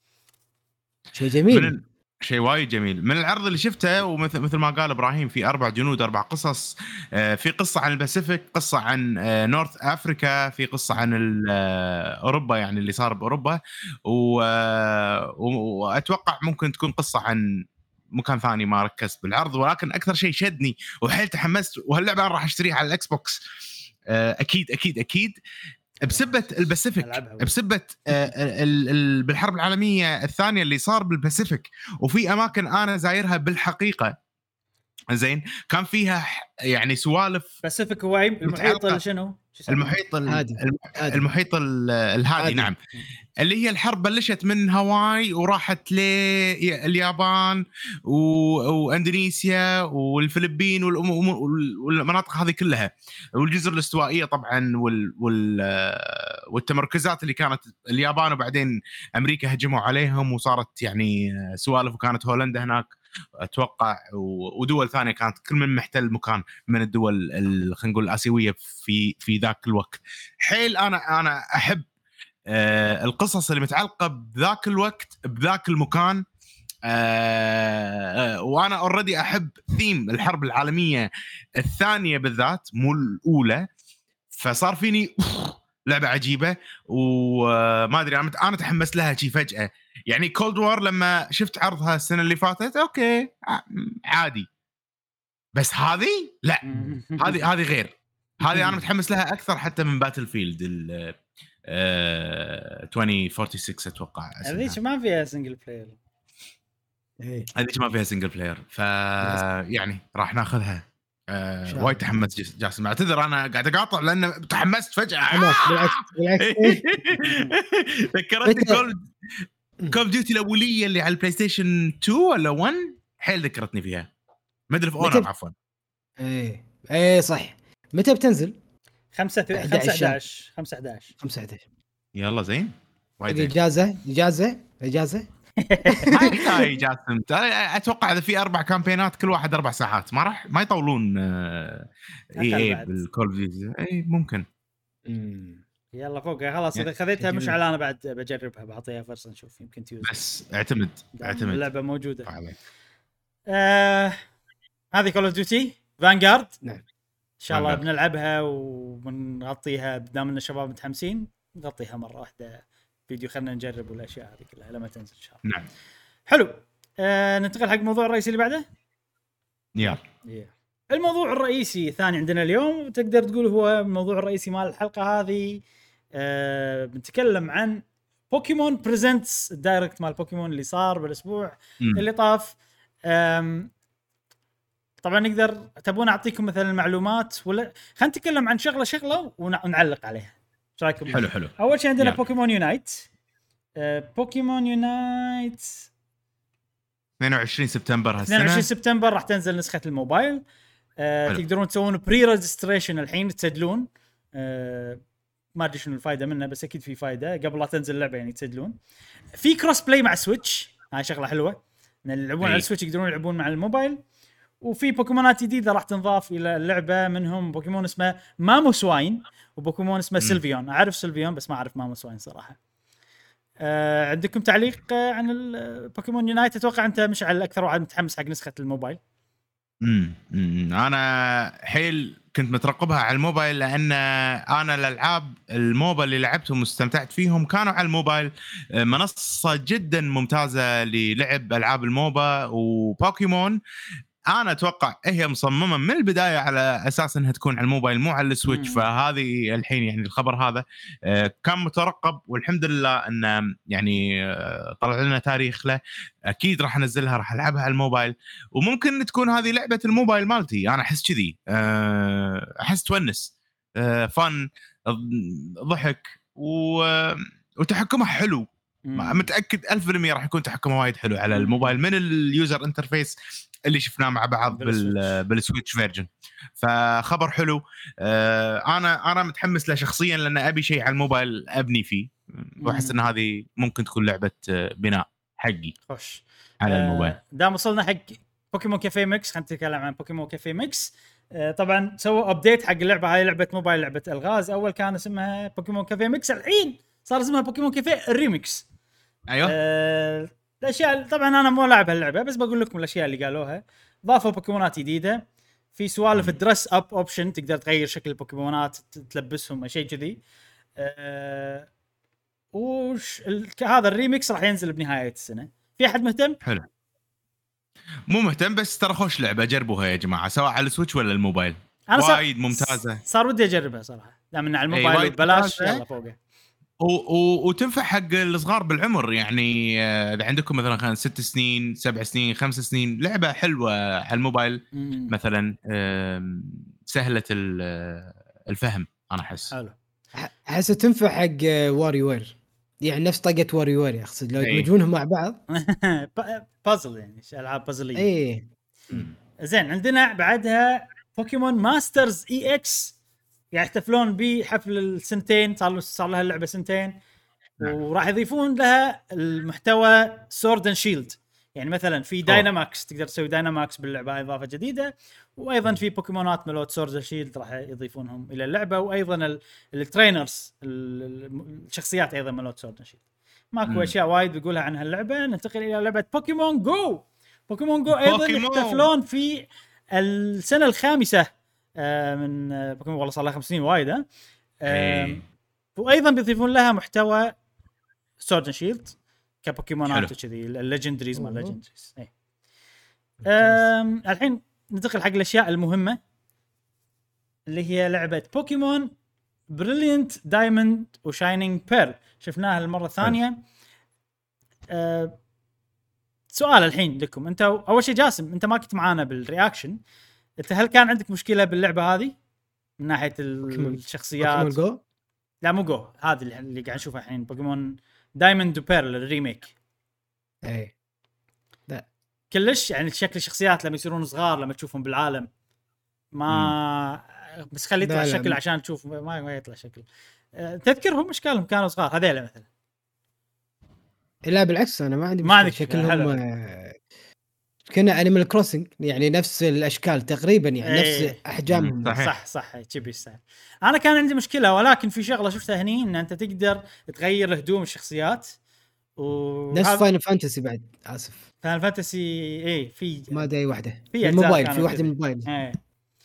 شيء من جميل. ال... شيء وايد جميل من العرض اللي شفته. ومثل مثل ما قال ابراهيم، في اربع جنود، اربع قصص. آه، في قصه عن الباسيفيك، قصه عن آه، نورث افريكا، في قصه عن ال- آه، اوروبا يعني اللي صار باوروبا. و- آه، و- واتوقع ممكن تكون قصه عن مكان ثاني ما ركزت بالعرض. ولكن اكثر شيء شدني وحيل تحمست، وهاللعبه انا راح اشتريها على الاكس بوكس آه، اكيد اكيد اكيد بسبه الباسيفيك، ألعبها. بسبه آه، ال- ال- بالحرب العالميه الثانيه اللي صار بالباسيفيك. وفي اماكن انا زايرها بالحقيقه زين، كان فيها ح- يعني سوالف باسيفيك هو المحيط متعلقة. اللي شنو؟ شو يسمونه؟ المحيط ال- هادي. الم- هادي. المحيط ال- الهادي. هادي. نعم. اللي هي الحرب بلشت من هاواي وراحت لليابان و- واندونيسيا والفلبين والأم- وال- والمناطق هذه كلها، والجزر الاستوائيه طبعا، وال وال والتمركزات اللي كانت اليابان، وبعدين امريكا هجموا عليهم وصارت يعني سوالف، وكانت هولندا هناك اتوقع، و- ودول ثانيه كانت كل من محتل مكان من الدول ال- خلينا نقول الاسيويه في في ذاك الوقت. حيل انا انا احب آه القصص اللي متعلقه بذاك الوقت بذاك المكان. آه وانا اوريدي احب ثيم الحرب العالميه الثانيه بالذات، مو الاولى. فصار فيني لعبه عجيبه، وما ادري انا انا تحمست لها شي فجاه. يعني كولد وور لما شفت عرضها السنه اللي فاتت اوكي عادي، بس هذه لا، هذه هذه غير. هذه انا متحمس لها اكثر حتى من باتل فيلد ال ألفين وستة وأربعين اتوقع هذيك ما فيها سنجل بلاير. إيه. هذيك ما فيها سنجل بلاير. ف يعني راح ناخذها. أه شاء وايد الله. تحمست جس- جاسم، اعتذر انا قاعد اقاطع لان تحمست فجاه. بالعكس بالعكس بالعكس. ذكرتني فكرة- كول كول ديوتي الاوليه اللي على البلاي ستيشن اثنين ولا واحد، حيل ذكرتني فيها. ميدل اوف اونر متى- عفوا. ايه ايه صح. متى بتنزل؟ خمسة أحد خمسة عشر. أحد عشر خمسة أحد عشر. خمسة عشر. يلا زين وايد زين. اجازه اجازه اجازه. ما يحتاج جاسم، اتوقع اذا في اربع كامبينات كل واحد اربع ساعات ما راح ما يطولون. آه، اي اي بعد. بالكول ديوتي اي ممكن. امم يلا فوق خلاص اذا يعني خذيتها جميل. مشعل انا بعد بجربها، بعطيها فرصه نشوف يمكن تيوز. بس اعتمد اعتمد اللعبه موجوده. عليك. آه هذه كول اوف ديوتي فانغارد. نعم. ان شاء الله Vanguard. بنلعبها وبنغطيها دام ان الشباب متحمسين، نغطيها مره واحده فيديو، خلينا نجرب والاشياء هذه كلها لما تنزل ان شاء الله. نعم حلو. آه ننتقل حق الموضوع الرئيسي اللي بعده. يلا. الموضوع الرئيسي الثاني عندنا اليوم، تقدر تقول هو الموضوع الرئيسي مال الحلقه هذه. آه بنتكلم عن بوكيمون بريزنتس، الدايركت مال بوكيمون اللي صار بالاسبوع مم. اللي طاف. آم طبعا نقدر تبون اعطيكم مثلا المعلومات ولا خلينا نتكلم عن شغله شغله ونعلق عليها. ايش رايكم؟ حلو حلو. اول شيء عندنا يلا. بوكيمون يونايت. آه بوكيمون يونايت اثنين وعشرين سبتمبر هالسنه. اثنين وعشرين سبتمبر راح تنزل نسخه الموبايل. آه تقدرون تسوون بري ريجستريشن الحين تسجلون. آه ما ادري شنو الفائده منه بس اكيد في فائده قبل لا تنزل اللعبه يعني تسجلون. في كروس بلاي مع سويتش هاي شغله حلوه ان اللي يلعبون على السويتش يقدرون يلعبون مع الموبايل. وفي بوكيمونات جديده راح تنضاف الى اللعبه منهم بوكيمون اسمه ماموسواين وبوكيمون اسمه سيلفيون. اعرف سيلفيون بس ما اعرف ماموسواين صراحه. آه عندكم تعليق آه عن البوكيمون يونايت؟ اتوقع انت مشعل اكثر واحد متحمس حق نسخه الموبايل. امم انا حيل كنت مترقبها على الموبايل لان انا الالعاب الموبايل اللي لعبتهم واستمتعت فيهم كانوا على الموبايل. منصه جدا ممتازه للعب العاب الموبا وبوكيمون. انا اتوقع هي مصممه من البدايه على اساس انها تكون على الموبايل مو على السويتش. مم. فهذه الحين يعني الخبر هذا كان مترقب والحمد لله ان يعني طلع لنا تاريخ له. اكيد راح انزلها راح العبها على الموبايل وممكن تكون هذه لعبه الموبايل مالتي. انا احس كذي احس تونس فن ضحك وتحكمها حلو. متاكد ألف بالمية راح يكون تحكمه وايد حلو على الموبايل من اليوزر انترفيس اللي شفناه مع بعض بال بالسويتش فيرجن. فخبر حلو. آه انا انا متحمس له شخصيا لان ابي شيء على الموبايل ابني فيه واحس ان هذه ممكن تكون لعبه بناء حقي خوش على الموبايل. آه دام وصلنا حق بوكيمون كافيه ميكس خلينا نتكلم عن بوكيمون كافيه ميكس. آه طبعا سووا ابديت حق اللعبه هاي. لعبه موبايل لعبه الغاز اول كان اسمها بوكيمون كافيه ميكس الحين صار اسمها بوكيمون كافيه الريميكس. ايوه آه الاشياء طبعا انا مو لاعب هاللعبه بس بقول لكم الاشياء اللي قالوها. ضافوا بوكيمونات جديده في سوالف الدرس اب اوبشن تقدر تغير شكل البوكيمونات تلبسهم شيء كذي. أه وش هذا الريميكس راح ينزل بنهايه السنه. في احد مهتم؟ حلو مو مهتم بس ترى خوش لعبه جربوها يا جماعه سواء على السويتش ولا الموبايل. أنا وايد ممتازه. صار ودي اجربها صراحه دام على الموبايل ببلاش يلا فوقه. وتنفع حق الصغار بالعمر يعني اذا عندكم مثلا كان ست سنين سبع سنين خمس سنين لعبه حلوه على الموبايل مم. مثلا سهله الفهم. انا احس حلو احس تنفع حق واري وير يعني نفس طاقه واري وير اقصد لو يدمجونهم مع بعض بازل يعني العاب بازليه. اي زين عندنا بعدها بوكيمون ماسترز اي اكس يحتفلون بحفل السنتين. صار صار لها اللعبه سنتين وراح يضيفون لها المحتوى سورد اند شيلد. يعني مثلا في دايناماكس تقدر تسوي دايناماكس باللعبه اضافه جديده. وايضا في بوكيمونات ملوت سورد اند شيلد راح يضيفونهم الى اللعبه. وايضا الترينرز الشخصيات ايضا ملوت سورد اند شيلد. ماكو اشياء وايد بيقولها عن هاللعبه. ننتقل الى لعبه بوكيمون جو. بوكيمون جو ايضا يحتفلون في السنه الخامسه من بوكيمون. والله صار لها خمس سنين وايد. ها وايضا بيضيفون لها محتوى سورد اند شيلد كبوكيمونات وكذي الليجندريز ما الليجندريز. اي الحين ننتقل حق الاشياء المهمه اللي هي لعبه بوكيمون بريليانت دايموند وشاينينج بيرل. شفناها المره الثانيه. أه سؤال الحين لكم انت. اول شيء جاسم انت ما كنت معانا بالرياكشن. انت هل كان عندك مشكله باللعبه هذه من ناحيه الشخصيات؟ بوكيمون جو؟ لا مو جو هذه اللي قاعد نشوفها الحين بوكيمون دايموند وبيرل الريميك. اي لا كلش يعني شكل الشخصيات لما يصيرون صغار لما تشوفهم بالعالم ما م. بس خلي يطلع شكل م. عشان تشوف ما, ما يطلع شكل. أه تذكرهم اشكالهم كانوا صغار هذيلا مثلا. لا بالعكس انا ما عندي ما عندك شكلهم كنا انيمال كروسنج يعني نفس الاشكال تقريبا يعني ايه. نفس احجامهم. صح صح صح تشبي ستايل. انا كان عندي مشكله ولكن في شغله شفتها هني ان انت تقدر تغير هدوم الشخصيات و نفس فاينل فانتسي. بعد اسف فاينل فانتسي ايه في ما ادري واحده في الموبايل في واحده من الموبايل. ايه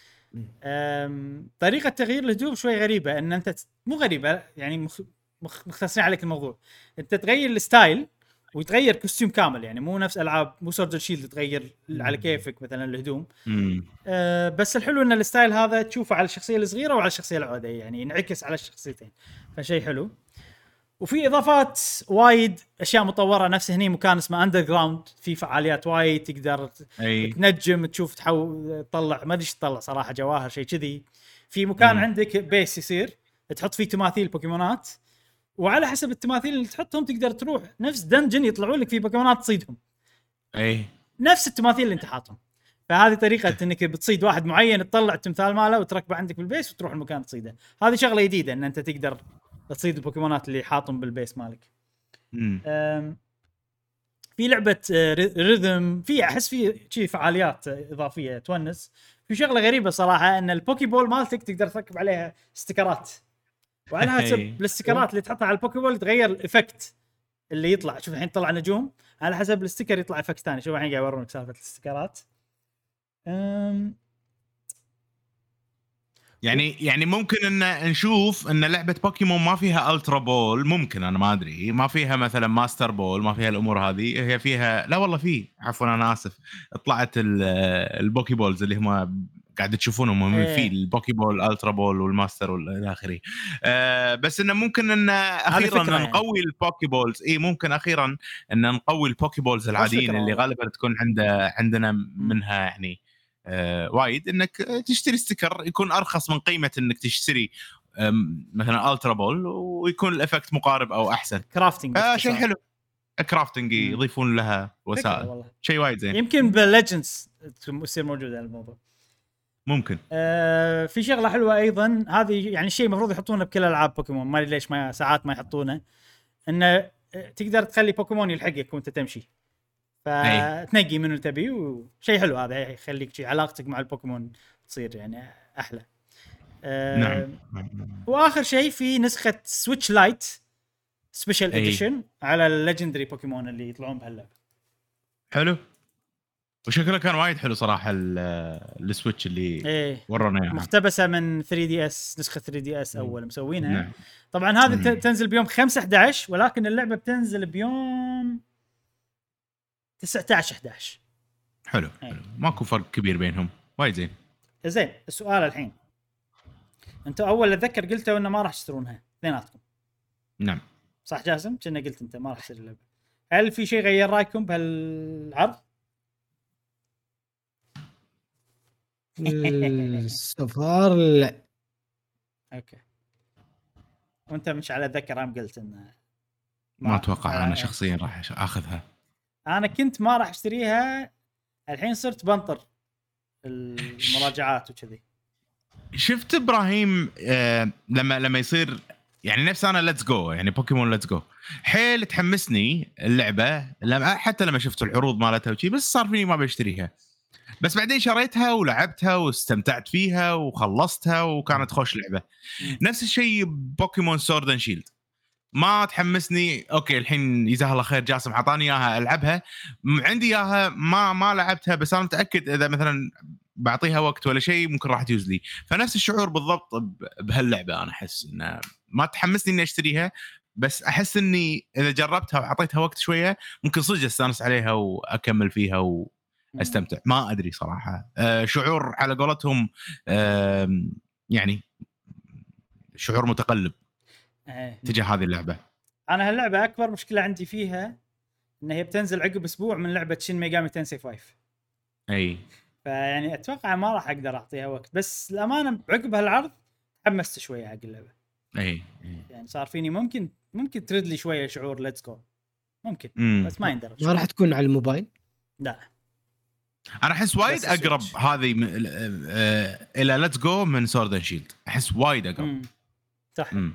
طريقه تغيير الهدوم شوي غريبه ان انت مو غريبه يعني مخ... مختصين عليك الموضوع. انت تغير الستايل ويتغير كوستيوم كامل يعني مو نفس العاب مو سورد شيلد تغير على كيفك مثلا الهدوم. آه بس الحلو ان الستايل هذا تشوفه على الشخصيه الصغيره وعلى الشخصيه العاديه يعني ينعكس على الشخصيتين فشيء حلو. وفي اضافات وايد اشياء مطوره نفس هني مكان اسمه اندر جراوند في فعاليات وايد تقدر أي. تنجم تشوف تحول تطلع ما ادري ايش تطلع صراحه جواهر شيء كذي. في مكان م. عندك بيس يصير تحط فيه تماثيل بوكيمونات وعلى حسب التماثيل اللي تحطهم تقدر تروح نفس دنجن يطلعوا لك في بوكيمونات تصيدهم اي نفس التماثيل اللي انت حاطهم. فهذه طريقه انك بتصيد واحد معين تطلع التمثال ماله وتركبه عندك بالبيس وتروح المكان تصيده. هذه شغله جديده ان انت تقدر تصيد البوكيمونات اللي حاطهم بالبيس مالك. امم في لعبه ريذم، في احس في شيء فعاليات اضافيه تونس. في شغله غريبه صراحه ان البوكي بول مالتك تقدر تركب عليها استيكرات، وعلى حسب الاستيكرات اللي تحطها على البوكي بول تغير الافكت اللي يطلع. شوف الحين طلع نجوم، على حسب الاستيكر يطلع افكت ثاني. شوف الحين قاعد اورونك سالفه الاستيكرات. أم... يعني يعني ممكن ان نشوف ان لعبه بوكيمون ما فيها الترا بول، ممكن انا ما ادري، ما فيها مثلا ماستر بول، ما فيها الامور هذه. هي فيها، لا والله في، عفوا انا اسف، طلعت البوكي بولز اللي هم قاعد تشوفونهم هم إيه. في البوكي بول الترا بول والماستر والى اخره. آه بس انه ممكن ان اخيرا يعني. نقوي البوكي بولز. اي ممكن اخيرا ان نقوي البوكي بولز العاديين اللي غالبا تكون عند عندنا منها يعني آه وايد، انك تشتري ستيكر يكون ارخص من قيمه انك تشتري مثلا الترا بول ويكون الافكت مقارب او احسن. كرافتنج آه شيء حلو، كرافتنج يضيفون لها وسائل، شيء وايد زين. يمكن بالليجندز يصير موجود هذا الموضوع ممكن. آه في شغله حلوه ايضا، هذه يعني شيء المفروض يحطونه بكل العاب بوكيمون، ما ادري ليش ما ساعات ما يحطونه، انه تقدر تخلي بوكيمون يلحقك وانت تمشي، فتنقي منو تبي، وشيء حلو هذا يخليك شيء علاقتك مع البوكيمون تصير يعني احلى. آه نعم. واخر شيء في نسخه سويتش لايت سبيشال اديشن على الليجندري بوكيمون اللي يطلعون بهاللعبه. حلو، وشكله كان وايد حلو صراحه السويتش اللي ايه. ورونا اياها، مقتبسه من ثري دي اس، نسخه ثري دي اس اول مسوينها. نعم. طبعا هذه تنزل بيوم خمسة أحد عشر، ولكن اللعبه بتنزل بيوم تسعة عشر أحد عشر. حلو ايه. حلو، ماكو فرق كبير بينهم، وايد زين. زين السؤال الحين، انتم اول اتذكر قلتوا انه ما راح تشترونها اثنيناتكم. نعم صح جاسم؟ كنا قلت انت ما راح تشتري اللعبه. هل في شيء غير رايكم بهالعرض؟ السفار لا. اوكي. وانت مش على ذكر ام قلت انه ما اتوقع انا شخصيا راح اخذها. انا كنت ما راح اشتريها، الحين صرت بنطر المراجعات وكذي. شفت ابراهيم آه لما لما يصير يعني نفس انا ليتس جو، يعني بوكيمون ليتس جو حيل تحمسني اللعبه، لما حتى لما شفت العروض مالتها وشي، بس صار فيني ما بشتريها. بس بعدين شريتها ولعبتها واستمتعت فيها وخلصتها وكانت خوش لعبه. نفس الشيء بوكيمون سورد اند شيلد، ما تحمسني. اوكي الحين جزاه الله خير جاسم عطاني اياها العبها، عندي اياها ما ما لعبتها، بس انا متاكد اذا مثلا بعطيها وقت ولا شيء ممكن راح تجوز لي. فنفس الشعور بالضبط بهاللعبه، انا احس انه ما تحمسني اني اشتريها، بس احس اني اذا جربتها وعطيتها وقت شويه ممكن صدق استانس عليها واكمل فيها واستمتع. ما ادري صراحه، أه شعور على قولتهم أه يعني شعور متقلب أه. تجاه هذه اللعبه. انا هاللعبه اكبر مشكله عندي فيها ان هي بتنزل عقب اسبوع من لعبه شين ميجامي تنسي خمسة. اي فيعني اتوقع ما راح اقدر اعطيها وقت، بس الامانه عقب هالعرض تحمست شويه حق اللعبه. اي يعني صار فيني ممكن ممكن ترد لي شويه شعور ليتس جو ممكن. مم. بس ما يندرج. ما راح تكون على الموبايل. لا انا احس وايد اقرب هذه م... آه... الى ليتس جو من سورد اند شيلد، احس وايد اقرب. مم. صح. مم.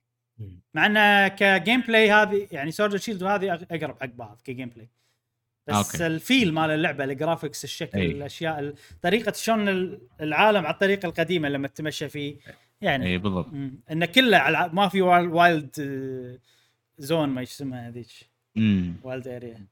مع ان كجيم بلاي هذه يعني سورد اند شيلد وهذه اقرب حق بعض كجيم بلاي، بس أوكي. الفيل مال اللعبه، الجرافيكس، الشكل، أي. الاشياء، طريقه شلون العالم على الطريقه القديمه لما تتمشى فيه يعني. اي بالضبط. انه كله على ما في وايلد زون ما يسمى هذيك وايلد اريا.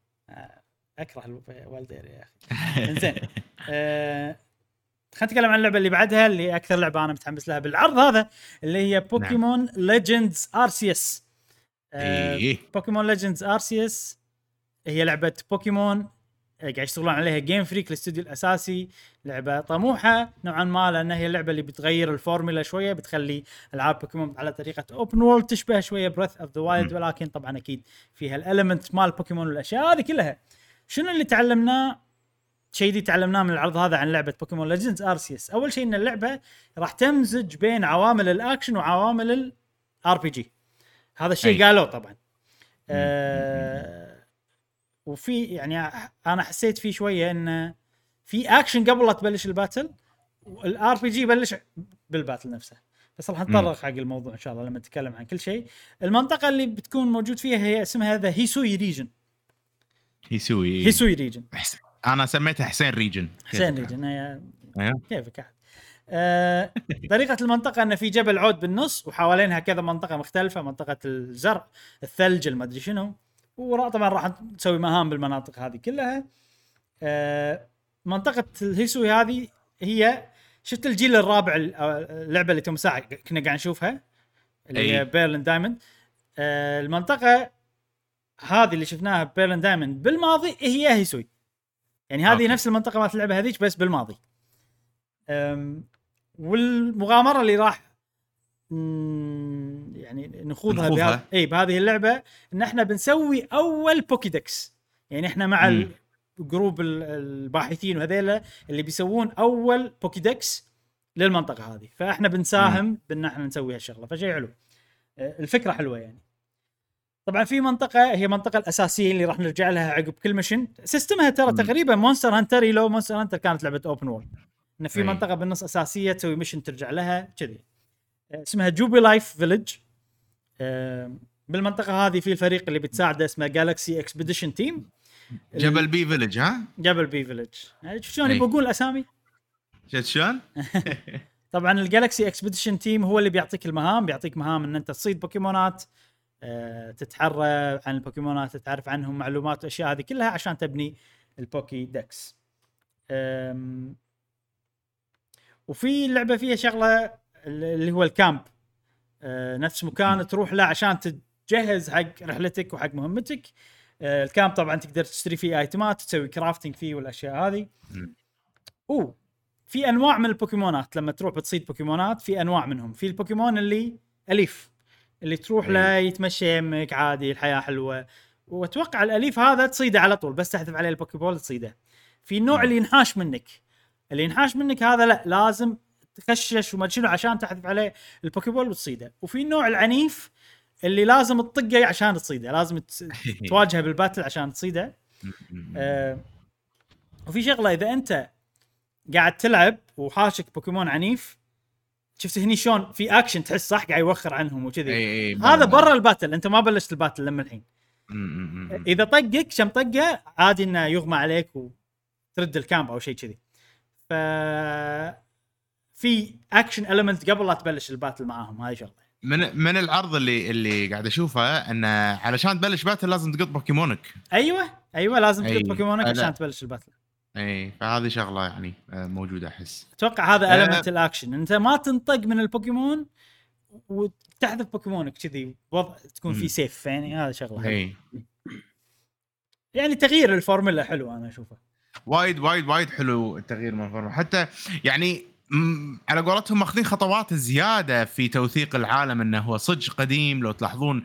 اكره الوايلد اريا يا اخي. زين أه... خلينا نتكلم عن اللعبه اللي بعدها، اللي اكثر لعبه انا متحمس لها بالعرض هذا، اللي هي بوكيمون ليجندز ارسيوس. أه... بوكيمون ليجندز ارسيوس هي لعبه بوكيمون قاعد يشتغلون عليها جيم فريك، الاستوديو الاساسي. لعبه طموحه نوعا ما، لان هي اللعبه اللي بتغير الفورمولا شويه، بتخلي العاب بوكيمون على طريقه اوبن وورلد تشبه شويه بريث اوف ذا وايلد، ولكن طبعا اكيد فيها الاليمنت مال بوكيمون والاشياء هذه كلها. شنو اللي تعلمناه؟ شيء دي تعلمناه من العرض هذا عن لعبه بوكيمون ليجندز ارسيوس. اول شيء ان اللعبه راح تمزج بين عوامل الاكشن وعوامل الار بي جي. هذا الشيء قالوا طبعا. آه وفي يعني انا حسيت فيه شويه انه في اكشن قبل لا تبلش الباتل، والار بي جي يبلش بالباتل نفسه. بس راح نتطرق حق الموضوع ان شاء الله لما نتكلم عن كل شيء. المنطقه اللي بتكون موجود فيها هي اسمها ذا هيسوي ريجن. هيسوي هيسوي ريجن انا سميتها حسين ريجن. حسين ريجن هي كيفك أحد. آه طريقه المنطقه ان في جبل عود بالنص وحوالينها كذا منطقه مختلفه، منطقه الزرع، الثلج، المدري شنو، وطبعا راح نسوي مهام بالمناطق هذه كلها. آه منطقه الهيسوي هذه هي شفت الجيل الرابع اللعبه اللي تم ساعه كنا قاعد نشوفها اللي هي بيرلين دايموند. آه المنطقه هذه اللي شفناها بيرلين دايموند بالماضي هي هيسوي، يعني هذه نفس المنطقه مالت اللعبه هذيك بس بالماضي. والمغامره اللي راح يعني نخوضها بهذه اي بهذه اللعبه ان احنا بنسوي اول بوكيدكس، يعني احنا مع الجروب الباحثين وهذيلا اللي بيسوون اول بوكيدكس للمنطقه هذه، فاحنا بنساهم بان احنا نسوي هالشغله، فشيء حلو. الفكره حلوه يعني. طبعا في منطقه هي المنطقه الاساسيه اللي راح نرجع لها عقب كل ميشن. سيستمها ترى تقريبا مونستر هانتر، لو مونستر هانتر كانت لعبه اوبن وورلد، ان في منطقه بالنص اساسيه تسوي ميشن ترجع لها كذي. اسمها جوبي لايف فيلج. بالمنطقه هذه في الفريق اللي بتساعده اسمه جالكسي اكسبيديشن تيم. جبل بي فيلج. ها جبل بي فيلج يعني شلون بقول اسامي شفت شلون. طبعا الجالكسي اكسبيديشن تيم هو اللي بيعطيك المهام، بيعطيك مهام ان انت تصيد بوكيمونات، أه تتعرف عن البوكيمونات، تتعرف عنهم معلومات واشياء هذه كلها عشان تبني البوكي دكس. وفي اللعبه فيها شغله اللي هو الكامب، أه نفس مكان تروح له عشان تجهز حق رحلتك وحق مهمتك. أه الكامب طبعا تقدر تشتري فيه ايتمات، تسوي كرافتنج فيه والاشياء هذه. اوه في انواع من البوكيمونات لما تروح بتصيد بوكيمونات، في انواع منهم. في البوكيمون اللي اليف اللي تروح له يتمشى يمك عادي، الحياه حلوه، واتوقع الاليف هذا تصيده على طول بس تحذف عليه البوكيبول تصيده. في النوع اللي ينحاش منك، اللي ينحاش منك هذا لا لازم تخشش وما شنو عشان تحذف عليه البوكيبول وتصيده. وفي النوع العنيف اللي لازم تطقه عشان تصيده، لازم تواجهه بالباتل عشان تصيده. آه وفي شغله اذا انت قاعد تلعب وحاشك بوكيمون عنيف، شفت هني شلون في اكشن تحس صح قاعد يوخر عنهم وكذي، هذا برا الباتل، انت ما بلشت الباتل لما الحين. اذا طقك شم طقه عادي انه يغمى عليك وترد الكامب او شيء كذي. ف في اكشن اليمنت قبل لا تبلش الباتل معاهم. هاي شغله من من العرض اللي اللي قاعد اشوفه ان علشان تبلش باتل لازم تقط بوكيمونك. ايوه ايوه لازم تقط بوكيمونك عشان تبلش الباتل. اي فهذه شغله يعني موجوده احس. اتوقع هذا اليمنت أه الاكشن، انت ما تنطق من البوكيمون وتحذف بوكيمونك كذي، وضع تكون في سيف، يعني هذا شغله اي يعني تغيير الفورمولا حلو انا اشوفه. وايد وايد وايد حلو التغيير من الفورمولا، حتى يعني على قولتهم ماخذين خطوات زياده في توثيق العالم انه هو صدق قديم. لو تلاحظون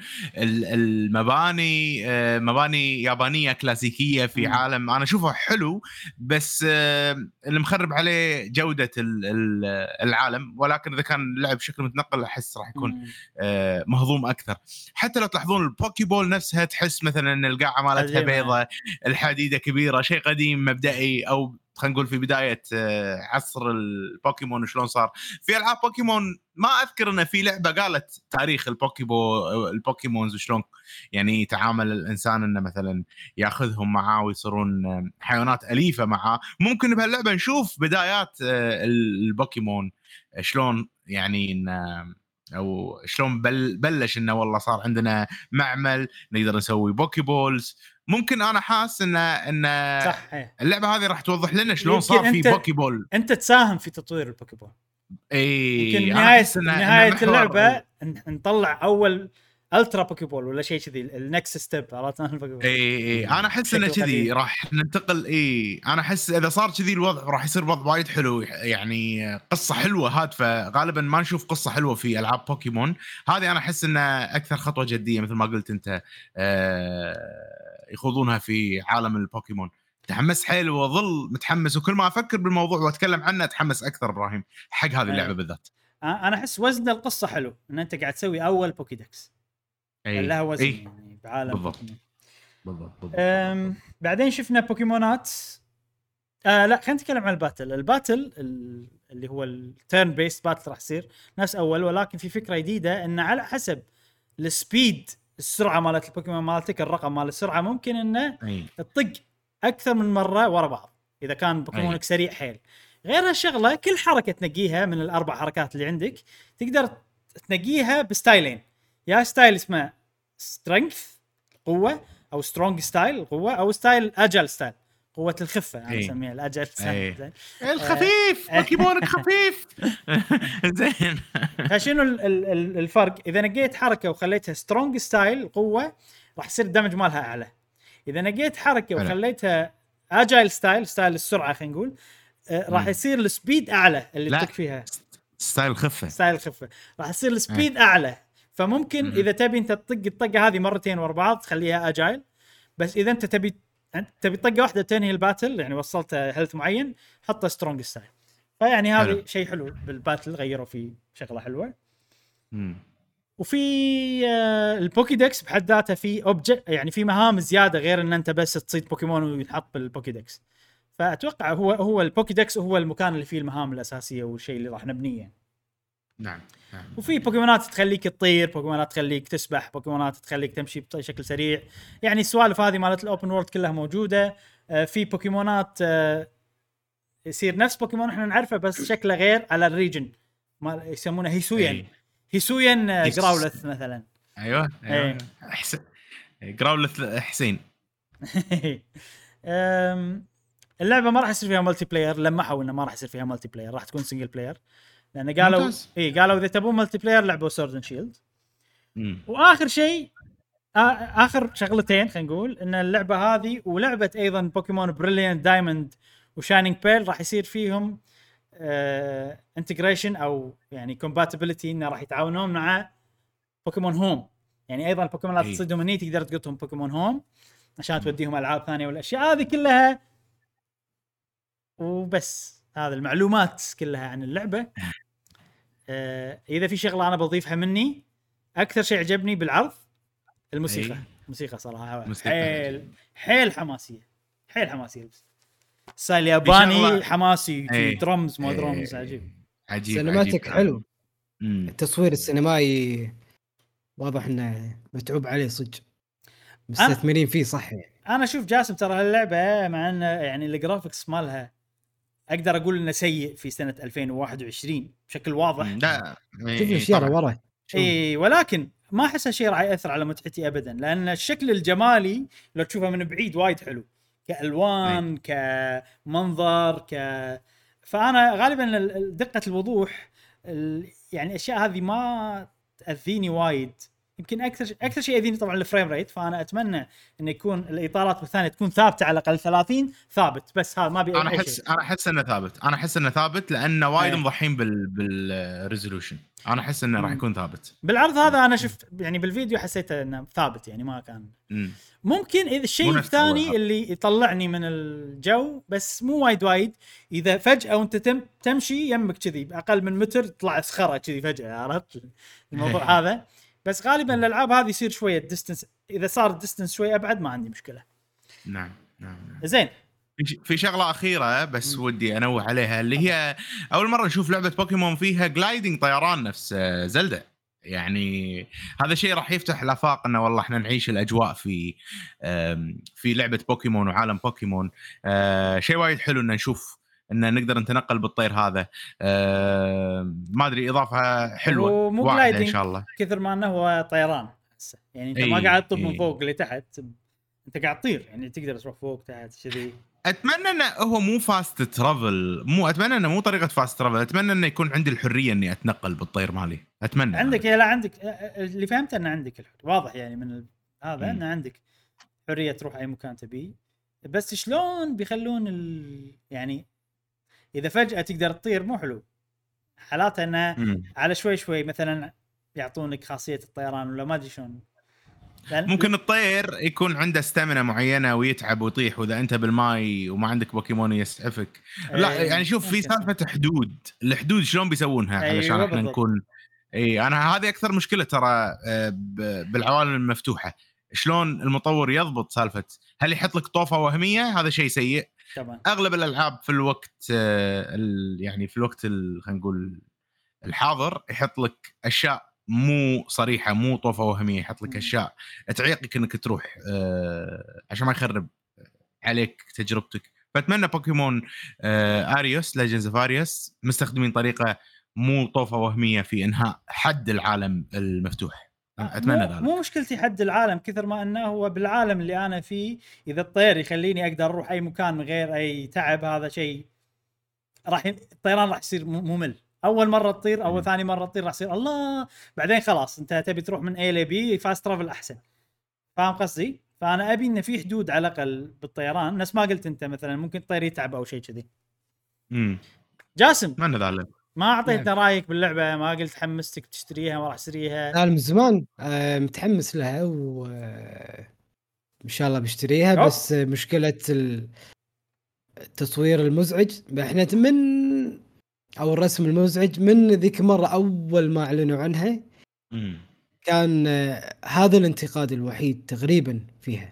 المباني مباني يابانيه كلاسيكيه في م. عالم انا اشوفه حلو، بس اللي مخرب عليه جوده العالم. ولكن اذا كان لعب بشكل متنقل احس راح يكون م. مهضوم اكثر. حتى لو تلاحظون البوكي بول نفسها تحس مثلا ان القاعه مالتها بيضة، الحديده كبيره، شيء قديم مبدئي، او خلينا نقول في بدايه عصر البوكيمون. شلون صار في العاب بوكيمون ما اذكر ان في لعبه قالت تاريخ البوكيبو البوكيمونز وشلون يعني تعامل الانسان انه مثلا ياخذهم معاه ويصيرون حيوانات اليفه معاه. ممكن بهاللعبه نشوف بدايات البوكيمون شلون يعني او شلون بل بلش انه والله صار عندنا معمل نقدر نسوي بوكيبولز. ممكن انا حاسس ان ان اللعبه هذه راح توضح لنا شلون صار في بوكيبول. انت تساهم في تطوير البوكيبول. اي يمكن نهايه نهايه اللعبه نطلع اول الترا بوكيبول ولا شيء كذي، النكست ستيب عرفت البوكيبول. اي اي انا احس انه كذي راح ننتقل. اي انا احس اذا صار كذي الوضع راح يصير وضع وايد حلو، يعني قصه حلوه هادفه. غالبا ما نشوف قصه حلوه في العاب بوكيمون هذه. انا احس انه اكثر خطوه جديه مثل ما قلت انت آه يخوضونها في عالم البوكيمون. تحمس حيل وظل متحمس، وكل ما افكر بالموضوع واتكلم عنه اتحمس اكثر ابراهيم حق هذه اللعبه بالذات. انا احس وزن القصه حلو ان انت قاعد تسوي اول بوكيدكس. أي. لها وزن أي. يعني بعالم بالضبط. بوكيمون. بالضبط, بالضبط. أم بعدين شفنا بوكيمونات آه لا خلينا نتكلم عن الباتل. الباتل اللي هو التيرن بيست باتل راح يصير نفس اول، ولكن في فكره جديده ان على حسب السبيد السرعه مالت البوكيمون مالتك، الرقم مال السرعه ممكن انه أي. تطق اكثر من مره ورا بعض اذا كان بوكيمونك سريع حيل. غير هالشغله كل حركه تنقيها من الاربع حركات اللي عندك تقدر تنقيها بستايلين، يا ستايل اسمه سترينث قوه، او سترونج ستايل قوه، او ستايل اجل ستايل قوه الخفه انا أي. اسميها الاجل ستايل. أي. الخفيف بوكيمونك خفيف. زين. فشنو ال- ال- ال- الفرق؟ اذا نقيت حركه وخليتها سترونج ستايل قوه راح يصير الدمج مالها اعلى. اذا نقيت حركه حلو. وخليتها اجايل ستايل ستايل السرعه خلينا نقول آه، راح مم. يصير السبيد اعلى اللي لا. تطق فيها ستايل خفه. ستايل الخفه راح يصير السبيد اعلى. فممكن مم. اذا تبي انت تطق الطقه هذه مرتين ورا بعض تخليها اجايل، بس اذا انت تبي انت تبي طقه واحده تنهي الباتل يعني وصلت هيلث معين حطه سترونج ستايل. فيعني هذا حلو. شيء حلو بالباتل، غيروا فيه شغله حلوه. مم. وفي آه، البوكيدكس بحد ذاته في اوبجكت يعني في مهام زياده غير ان انت بس تصيد بوكيمون وينحط بالبوكيدكس. فاتوقع هو هو البوكيدكس هو المكان اللي فيه المهام الاساسيه والشيء اللي راح نبنيه. نعم. نعم. وفي بوكيمونات تخليك تطير، بوكيمونات تخليك تسبح، بوكيمونات تخليك تمشي بشكل سريع. يعني السوالف هذه مالت الاوبن وورلد كلها موجوده. آه، في بوكيمونات آه، يصير نفس بوكيمون احنا نعرفه بس شكله غير على الريجن ما يسمونه هيسويان. أي. هيسويان آه، هيس- جراولث مثلا. ايوه أي. ايوه حسين جراولث حسين. أم، اللعبه ما راح يصير فيها ملتي بلاير، لمحوا انه ما راح يصير فيها ملتي بلاير، راح تكون سنجل بلاير. لان قالوا ممتاز. اي قالوا اذا تبون ملتي بلاير لعبوا سورد اند شيلد. مم. واخر شيء آ- اخر شغلتين خلينا نقول ان اللعبه هذه ولعبه ايضا بوكيمون بريليانت دايموند وشاينينج بيل راح يصير فيهم انتجريشن او يعني كومباتيبلتي انه راح يتعاونون مع بوكيمون هوم. يعني ايضا البوكيمون اللي أي. تصيدهم هني تقدر تقطهم بوكيمون هوم عشان توديهم العاب ثانيه والاشياء هذه كلها. وبس هذا المعلومات كلها عن اللعبه. آه اذا في شغله انا بضيفها مني، اكثر شيء عجبني بالعرض الموسيقى. أي. الموسيقى صراحه موسيقى حيل حيل حماسيه، حيل حماسيه. ستايل ياباني شغلة- حماسي في أي. درمز مو أي. درمز عجيب. عجيب. سينماتيك عجيب. حلو. مم. التصوير السينمائي واضح انه متعوب عليه صدق، أنا- مستثمرين فيه صح يعني. انا اشوف جاسم ترى هاللعبه مع ان يعني الجرافيكس مالها اقدر اقول انه سيء في سنه ألفين وواحد وعشرين بشكل واضح. مم. لا شوف الاشياء ورا شوف. اي ولكن ما احس هالشيء راح ياثر على متعتي ابدا، لان الشكل الجمالي لو تشوفه من بعيد وايد حلو كالوان كمنظر ك فانا غالبا ال- ال- دقه الوضوح ال- يعني الاشياء هذه ما تاذيني وايد. يمكن اكثر اكثر شيء ياذيني طبعا الفريم ريت، فانا اتمنى انه يكون الاطارات بالثانيه تكون ثابته على الاقل ثلاثين ثابت، بس هذا ما ابي انا أي احس شيء. انا احس انه ثابت انا احس انه ثابت لانه وايد أي. مضحين بال بالريزولوشن. انا احس انه راح مم. يكون ثابت. بالعرض هذا انا شفت يعني بالفيديو حسيته انه ثابت يعني ما كان. مم. ممكن اذا الشيء مو نفس الثاني أول اللي يطلعني من الجو بس مو وايد وايد، اذا فجاه وانت تم تمشي يمك كذي باقل من متر تطلع صخره كذي فجاه، عرفت الموضوع هذا. بس غالبا الالعاب هذه يصير شويه ديستنس، اذا صار الديستنس شويه ابعد ما عندي مشكله. نعم نعم, نعم. زين في- في شغله اخيره بس مم. ودي انوه عليها اللي هي اول مره نشوف لعبه بوكيمون فيها جلايدنج طيران نفس آه، زلدة. يعني هذا شيء راح يفتح الافاق انه والله احنا نعيش الاجواء في آم، في لعبه بوكيمون وعالم بوكيمون. آه، شيء وايد حلو ان نشوف ان نقدر نتنقل بالطير هذا. آم، ما ادري اضافه حلوه ومو واعدة ان جلايدنج شاء الله. كثر ما انه هو طيران هسه. يعني انت أي، ما قاعد تطب من أي. فوق لتحت، انت قاعد تطير يعني تقدر تروح فوق تحت كذي. اتمنى انه هو مو فاست ترافل، مو اتمنى انه مو طريقه فاست ترافل، اتمنى انه يكون عندي الحريه اني اتنقل بالطير مالي. اتمنى عندك يا لا عندك اللي فهمته انه عندك الحر. واضح يعني من ال... هذا انه عندك حريه تروح اي مكان تبي، بس شلون بيخلون ال... يعني اذا فجاه تقدر تطير مو حلو حالاته انه مم. على شوي شوي مثلا يعطونك خاصيه الطيران ولا ما ادري شلون. لأن... ممكن الطير يكون عنده ستامنا معينه ويتعب ويطيح، واذا انت بالماي وما عندك بوكيمون يسعفك. لا أي... يعني شوف في سالفه حدود، الحدود شلون بيسوونها أيوة علشان احنا بالضبط. نكون اي انا هذه اكثر مشكله ترى بالعوالم المفتوحه، شلون المطور يضبط سالفه هل يحط لك طوفه وهميه، هذا شيء سيء طبعا. اغلب الالعاب في الوقت يعني في الوقت خلينا نقول الحاضر يحط لك اشياء مو صريحه، مو طوفه وهميه، يحط لك اشياء تعيقك انك تروح عشان ما يخرب عليك تجربتك. فاتمنى بوكيمون اريوس ليجندز اوف اريوس مستخدمين طريقه مو طوفه وهميه في انهاء حد العالم المفتوح. اتمنى ذلك. مو مشكلتي حد العالم كثر ما انه هو بالعالم اللي انا فيه اذا الطير يخليني اقدر اروح اي مكان من غير اي تعب، هذا شيء راح الطيران راح يصير ممل. اول مره تطير او ثاني مره تطير راح يصير الله، بعدين خلاص انت تبي تروح من اي لبي فاست ترافل احسن. فاهم قصدي؟ فانا ابي ان في حدود على الاقل بالطيران، نفس ما قلت انت مثلا ممكن الطير يتعب او شيء كذي. امم جاسم اتمنى ذلك. ما اعطيتنا رايك باللعبه، ما قلت حمستك تشتريها ما راح اشتريها؟ انا من زمان آه متحمس لها و آه ان شاء الله بشتريها. أوه. بس مشكله التصوير المزعج احنا من او الرسم المزعج من ذيك مره اول ما اعلنوا عنها امم كان آه هذا الانتقاد الوحيد تقريبا فيها.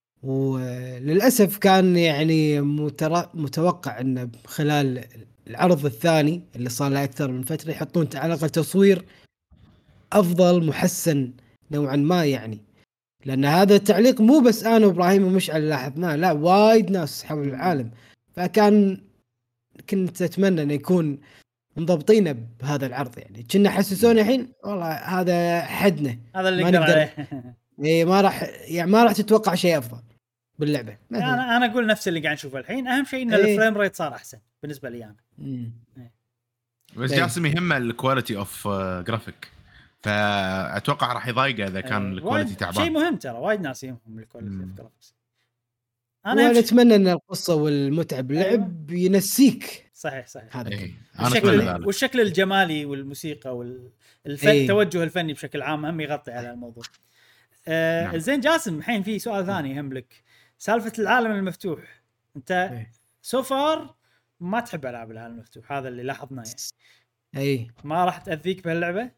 وللاسف كان يعني متوقع ان خلال العرض الثاني اللي صار له اكثر من فتره يحطون على الاقل تصوير افضل محسن نوعا ما، يعني لان هذا التعليق مو بس انا وابراهيم ومشعل لاحظناه، لا وايد ناس حول العالم. فكان كنت اتمنى انه يكون مضبطينه بهذا العرض، يعني كنا حسسونا الحين والله هذا حدنا، هذا اللي ما نقدر نقدر اي ما راح يعني ما راح تتوقع شيء افضل باللعبه. انا انا اقول نفس اللي قاعد نشوفه الحين، اهم شيء ان إيه. الفريم ريت صار احسن بالنسبه لي انا. إيه. بس جاسم يهمه الكواليتي اوف جرافيك، فاتوقع راح يضايقه اذا كان الكواليتي تعبان. شيء مهم ترى، وايد ناس يهمهم الكواليتي اوف جرافيكس. انا اتمنى ان القصه والمتعه باللعب أيوة. ينسيك. صحيح صحيح هذا إيه. والشكل, والشكل الجمالي والموسيقى والفن إيه. التوجه الفني بشكل عام هم يغطي على الموضوع. آه نعم. زين جاسم الحين في سؤال ثاني هم لك، سالفه العالم المفتوح. انت إيه. سوفار ما تحب العاب العالم المفتوح، هذا اللي لاحظناه يعني. اي ما راح تاذيك بهاللعبه؟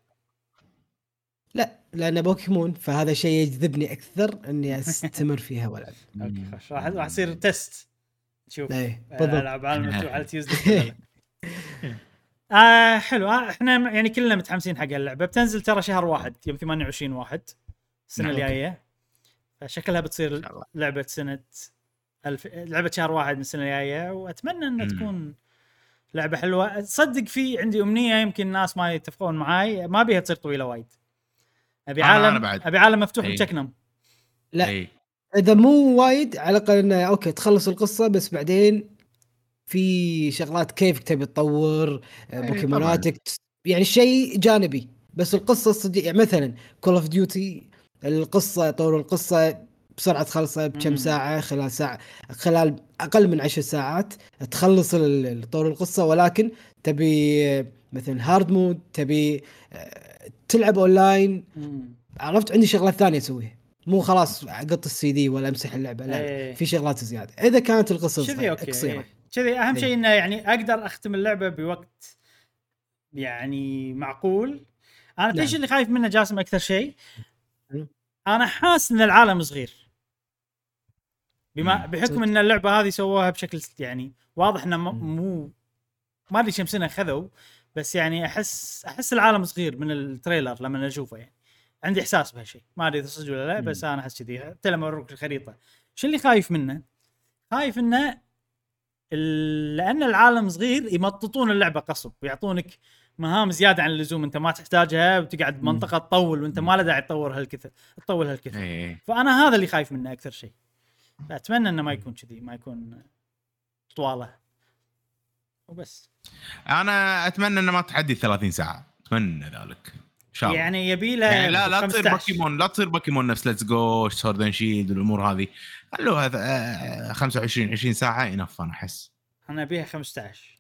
لا لان بوكيمون، فهذا شيء يجذبني اكثر اني استمر فيها والعب. اوكي خلاص راح راح يصير تيست شوف ايه العاب عالم مفتوح على تيوزداي. آه حلو. آه احنا يعني كلنا متحمسين حق اللعبه، بتنزل ترى شهر واحد يوم ثمانية وعشرين واحد السنه الجايه، فشكلها بتصير لعبه سنه الف... لعبه شهر واحد من السنه الجايه، واتمنى انها تكون لعبه حلوه. تصدق في عندي امنيه يمكن الناس ما يتفقون معاي، ما بيها تصير طويله وايد. ابي عالم ابي عالم مفتوح بشكنم. لا أي. اذا مو وايد على الاقل انه اوكي تخلص القصه، بس بعدين في شغلات كيف تبي تطور بوكيموناتك، يعني شيء جانبي. بس القصه صدق يعني مثلا كول اوف ديوتي القصه طور القصه بسرعه تخلصها بكم ساعه، خلال ساعه خلال اقل من عشر ساعات تخلص طور القصه. ولكن تبي مثلا هارد مود، تبي تلعب اونلاين، عرفت عندي شغلات ثانيه اسويها، مو خلاص اقط السي دي ولا امسح اللعبه، لا ايه. في شغلات زياده اذا كانت القصه قصيره كذي. اهم شيء انه يعني اقدر اختم اللعبه بوقت يعني معقول. انا ايش اللي خايف منه جاسم اكثر شيء؟ انا حاسس ان العالم صغير، بما بحكم ان اللعبه هذه سووها بشكل يعني واضح انه مو ما ادري كم سنه خذوا، بس يعني احس احس العالم صغير من التريلر لما اشوفه. يعني عندي احساس بهالشيء، ما ادري اذا صدق ولا لا، بس انا احس كذي. حتى لما اوريك الخريطه شو اللي خايف منه؟ خايف انه لان العالم صغير يمططون اللعبه قصب ويعطونك مهام زياده عن اللزوم انت ما تحتاجها، وتقعد بمنطقه تطول وانت ما له داعي تطور هالكثر تطول هالكثر. فانا هذا اللي خايف منه اكثر شيء. اتمنى انه ما يكون كذي، ما يكون طواله وبس. انا اتمنى انه ما تحدي ثلاثين ساعه، اتمنى ذلك ان شاء الله. يعني يبي له يعني لا لا تصير بوكيمون لا تصير بوكيمون نفس ليتس جو سورد اند شيلد والامور هذه، خلوها خمسة وعشرين عشرين ساعه ينف. انا احس انا ابيها خمسة عشر.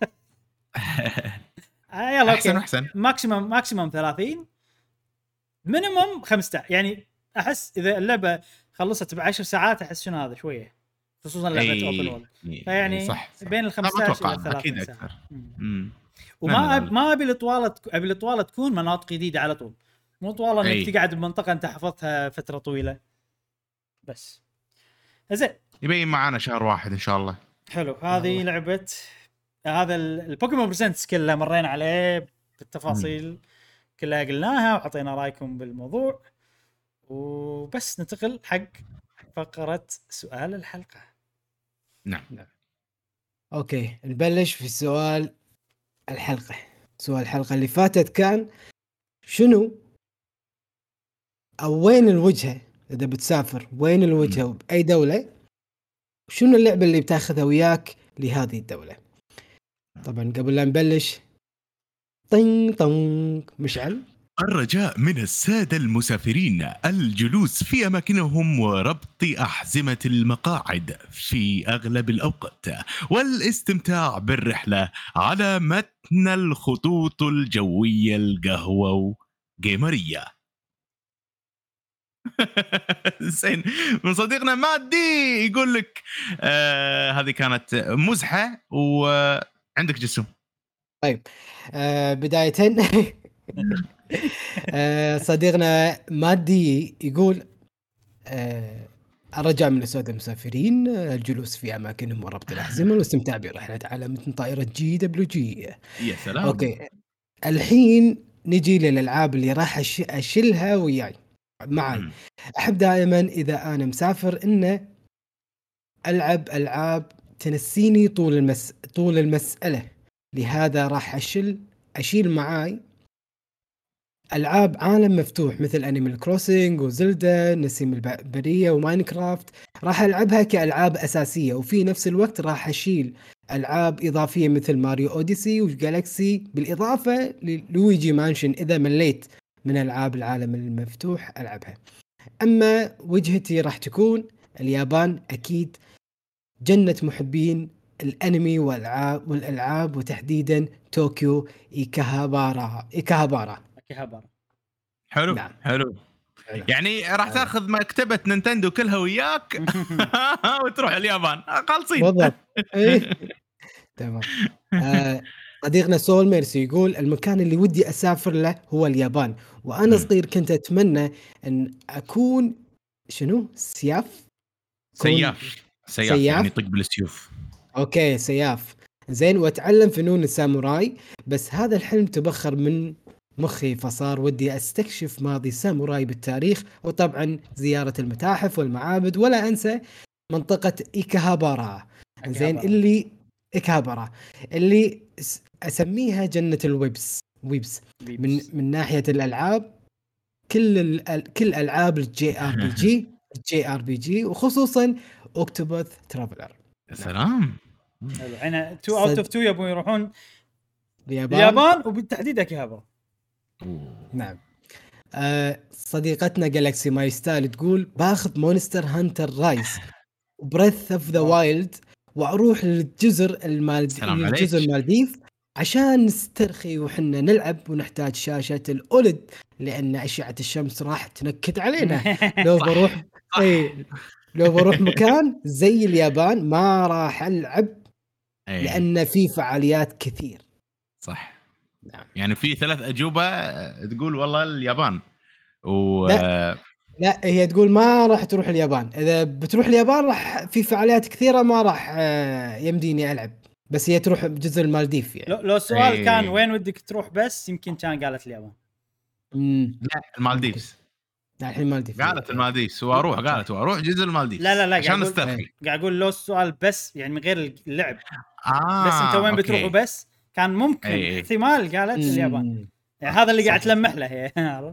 آه يلا احسن احسن ماكسيمم ماكسيمم ثلاثين، مينيمم خمسة عشر. يعني احس اذا اللعبه خلصت بعشر ساعات احس شنو هذا شويه، خصوصا لعبه اوبن وورلد. فيعني صح صح. بين ال خمسة عشر الى ثلاثين اكيد ساعة. اكثر. امم وما أب ما ابي الاطواله ابي الاطواله تكون مناطق جديده على طول، مو طواله انك أي. تقعد بمنطقه انت حفظتها فتره طويله بس. زين يبين معانا شهر واحد ان شاء الله. حلو. هذه لعبه هذا البوكيمون بريزنتس كله مرينا عليه بالتفاصيل كلها قلناها وحطينا رايكم بالموضوع، وبس ننتقل حق فقره سؤال الحلقه. نعم. اوكي نبلش في سؤال الحلقة. سؤال الحلقة اللي فاتت كان شنو او وين الوجهة اذا بتسافر، وين الوجهة باي دولة، شنو اللعبة اللي بتاخذها وياك لهذه الدولة. طبعا قبل لا نبلش طين طن مشعل. الرجاء من السادة المسافرين الجلوس في أماكنهم وربط أحزمة المقاعد في أغلب الأوقات والاستمتاع بالرحلة على متن الخطوط الجوية القهوة جيمرية. زين. من صديقنا مادي يقول لك آه هذه كانت مزحة وعندك جسم. طيب آه بداية آه صديقنا مادي يقول آه الرجاء من السادة المسافرين الجلوس في أماكنهم وربط الأحزمة والاستمتاع برحلة على متن طائرة جي دبليو جي. يا سلام. أوكي الحين نجي للألعاب اللي راح أش- أشيلها وياي معي. مم. أحب دائما إذا أنا مسافر إنه ألعب ألعاب تنسيني طول المس طول المسألة، لهذا راح أشيل أشيل معاي ألعاب عالم مفتوح مثل أنيمال كروسنج وزلدا نسيم البرية وماينكرافت، راح ألعبها كألعاب أساسية، وفي نفس الوقت راح أشيل ألعاب إضافية مثل ماريو أوديسي وجالكسي بالإضافة للويجي مانشن إذا مليت من ألعاب العالم المفتوح ألعبها. أما وجهتي راح تكون اليابان أكيد، جنة محبين الأنمي والألعاب والألعاب وتحديدا طوكيو إيكاهابارا إيكاهابارا. كهبر. حلو. نعم. حلو. يعني راح تاخذ مكتبة نينتندو كلها وياك وتروح اليابان خالصين. بالضبط. ايه تمام. آه صديقنا سول ميرسي يقول المكان اللي ودي اسافر له هو اليابان، وانا صغير كنت اتمنى ان اكون شنو سياف كون- سياف. سياف سياف؟ يعني يطق بالسيوف. اوكي سياف زين، واتعلم فنون الساموراي، بس هذا الحلم تبخر من مخي فصار ودي استكشف ماضي الساموراي بالتاريخ، وطبعا زيارة المتاحف والمعابد، ولا انسى منطقة إيكاهابارا زين أكيهابارا. اللي إيكاهابارا اللي س- اسميها جنة الويبس ويبس من بيبس. من ناحية الالعاب، كل ال كل العاب الجي ار بي جي الجي ار بي جي وخصوصا اوكتوباث ترافلر. يا سلام. حلو. عنا تو اوت اوف تو يبون يروحون اليابان. اليابان وبالتحديد اكيهابارا. نعم. آه صديقتنا جالكسي ماي ستايل تقول باخذ مونستر هانتر رايس وبريث اوف ذا وايلد واروح للجزر المالد سلام للجزر عليك. المالديف عشان نسترخي وحنا نلعب، ونحتاج شاشة الأولد لأن أشعة الشمس راح تنكد علينا. لو بروح اي لو بروح مكان زي اليابان ما راح ألعب أي. لأن في فعاليات كثير. صح. نعم. يعني في ثلاث أجوبة تقول والله اليابان و لا. لا هي تقول ما راح تروح اليابان، إذا بتروح اليابان راح في فعاليات كثيرة ما راح آه، يمديني ألعب، بس هي تروح بجزر المالديف يعني. لو, لو السؤال إيه. كان وين ودك تروح بس يمكن كان قالت اليابان. امم لا المالديفز. لا الحين مالديف قالت المالديفز واروح قالت واروح جزر المالديفز. لا لا لا عشان قاعد أقول- نسترخي. قاعد اقول لو السؤال بس يعني من غير اللعب آه بس انت وين أوكي. بتروحوا بس كان ممكن إيه. احتمال قالت مم. اليابان، يعني هذا اللي قاعد تلمح له هي.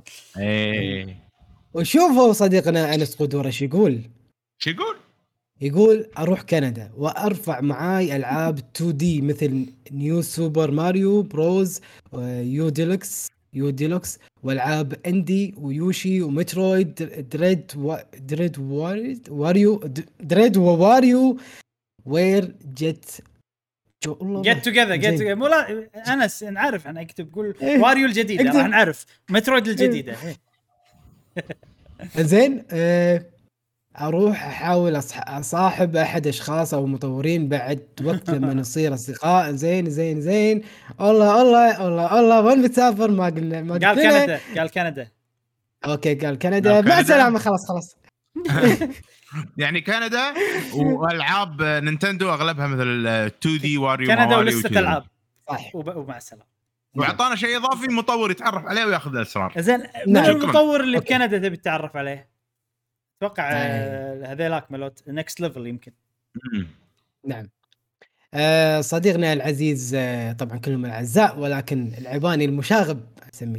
ايه. وشوفوا صديقنا أنس قدورة شو يقول. شو يقول؟ يقول أروح كندا وأرفع معاي ألعاب تو دي مثل نيو سوبر ماريو بروز يو ديلوكس يو ديلوكس والعاب اندي ويوشي ومترويد دريد و... دريد واريد واريو دريد وواريو وير جت جو الله جيت توجذر جيت زين. مو لا انس نعرف انا اكتب قول إيه. واريو الجديده اكتب. راح نعرف مترويد الجديده. زين آه اروح احاول أصح- اصاحب احد اشخاص او مطورين بعد وقت لما نصير اصدقاء. زين زين زين الله الله الله الله وين بتسافر؟ ما قلنا ما قال قلت لنا. كندا قال كندا اوكي قال كندا. قال مع كندا. السلامه خلاص خلاص. يعني كندا والعاب نينتندو اغلبها مثل تو دي واريو كندا مواري ولسه وكذا. العاب صح. وب- ومع السلامه. واعطانا شيء اضافي مطور يتعرف عليه وياخذ الاسرار. زين من نعم. المطور اللي أوكي. بكندا تبي تتعرف عليه؟ اتوقع أي. آه، هذيلاك مالوت نكست ليفل يمكن. مم. نعم. آه صديقنا العزيز، آه طبعا كلهم الاعزاء ولكن العباني المشاغب اسميه،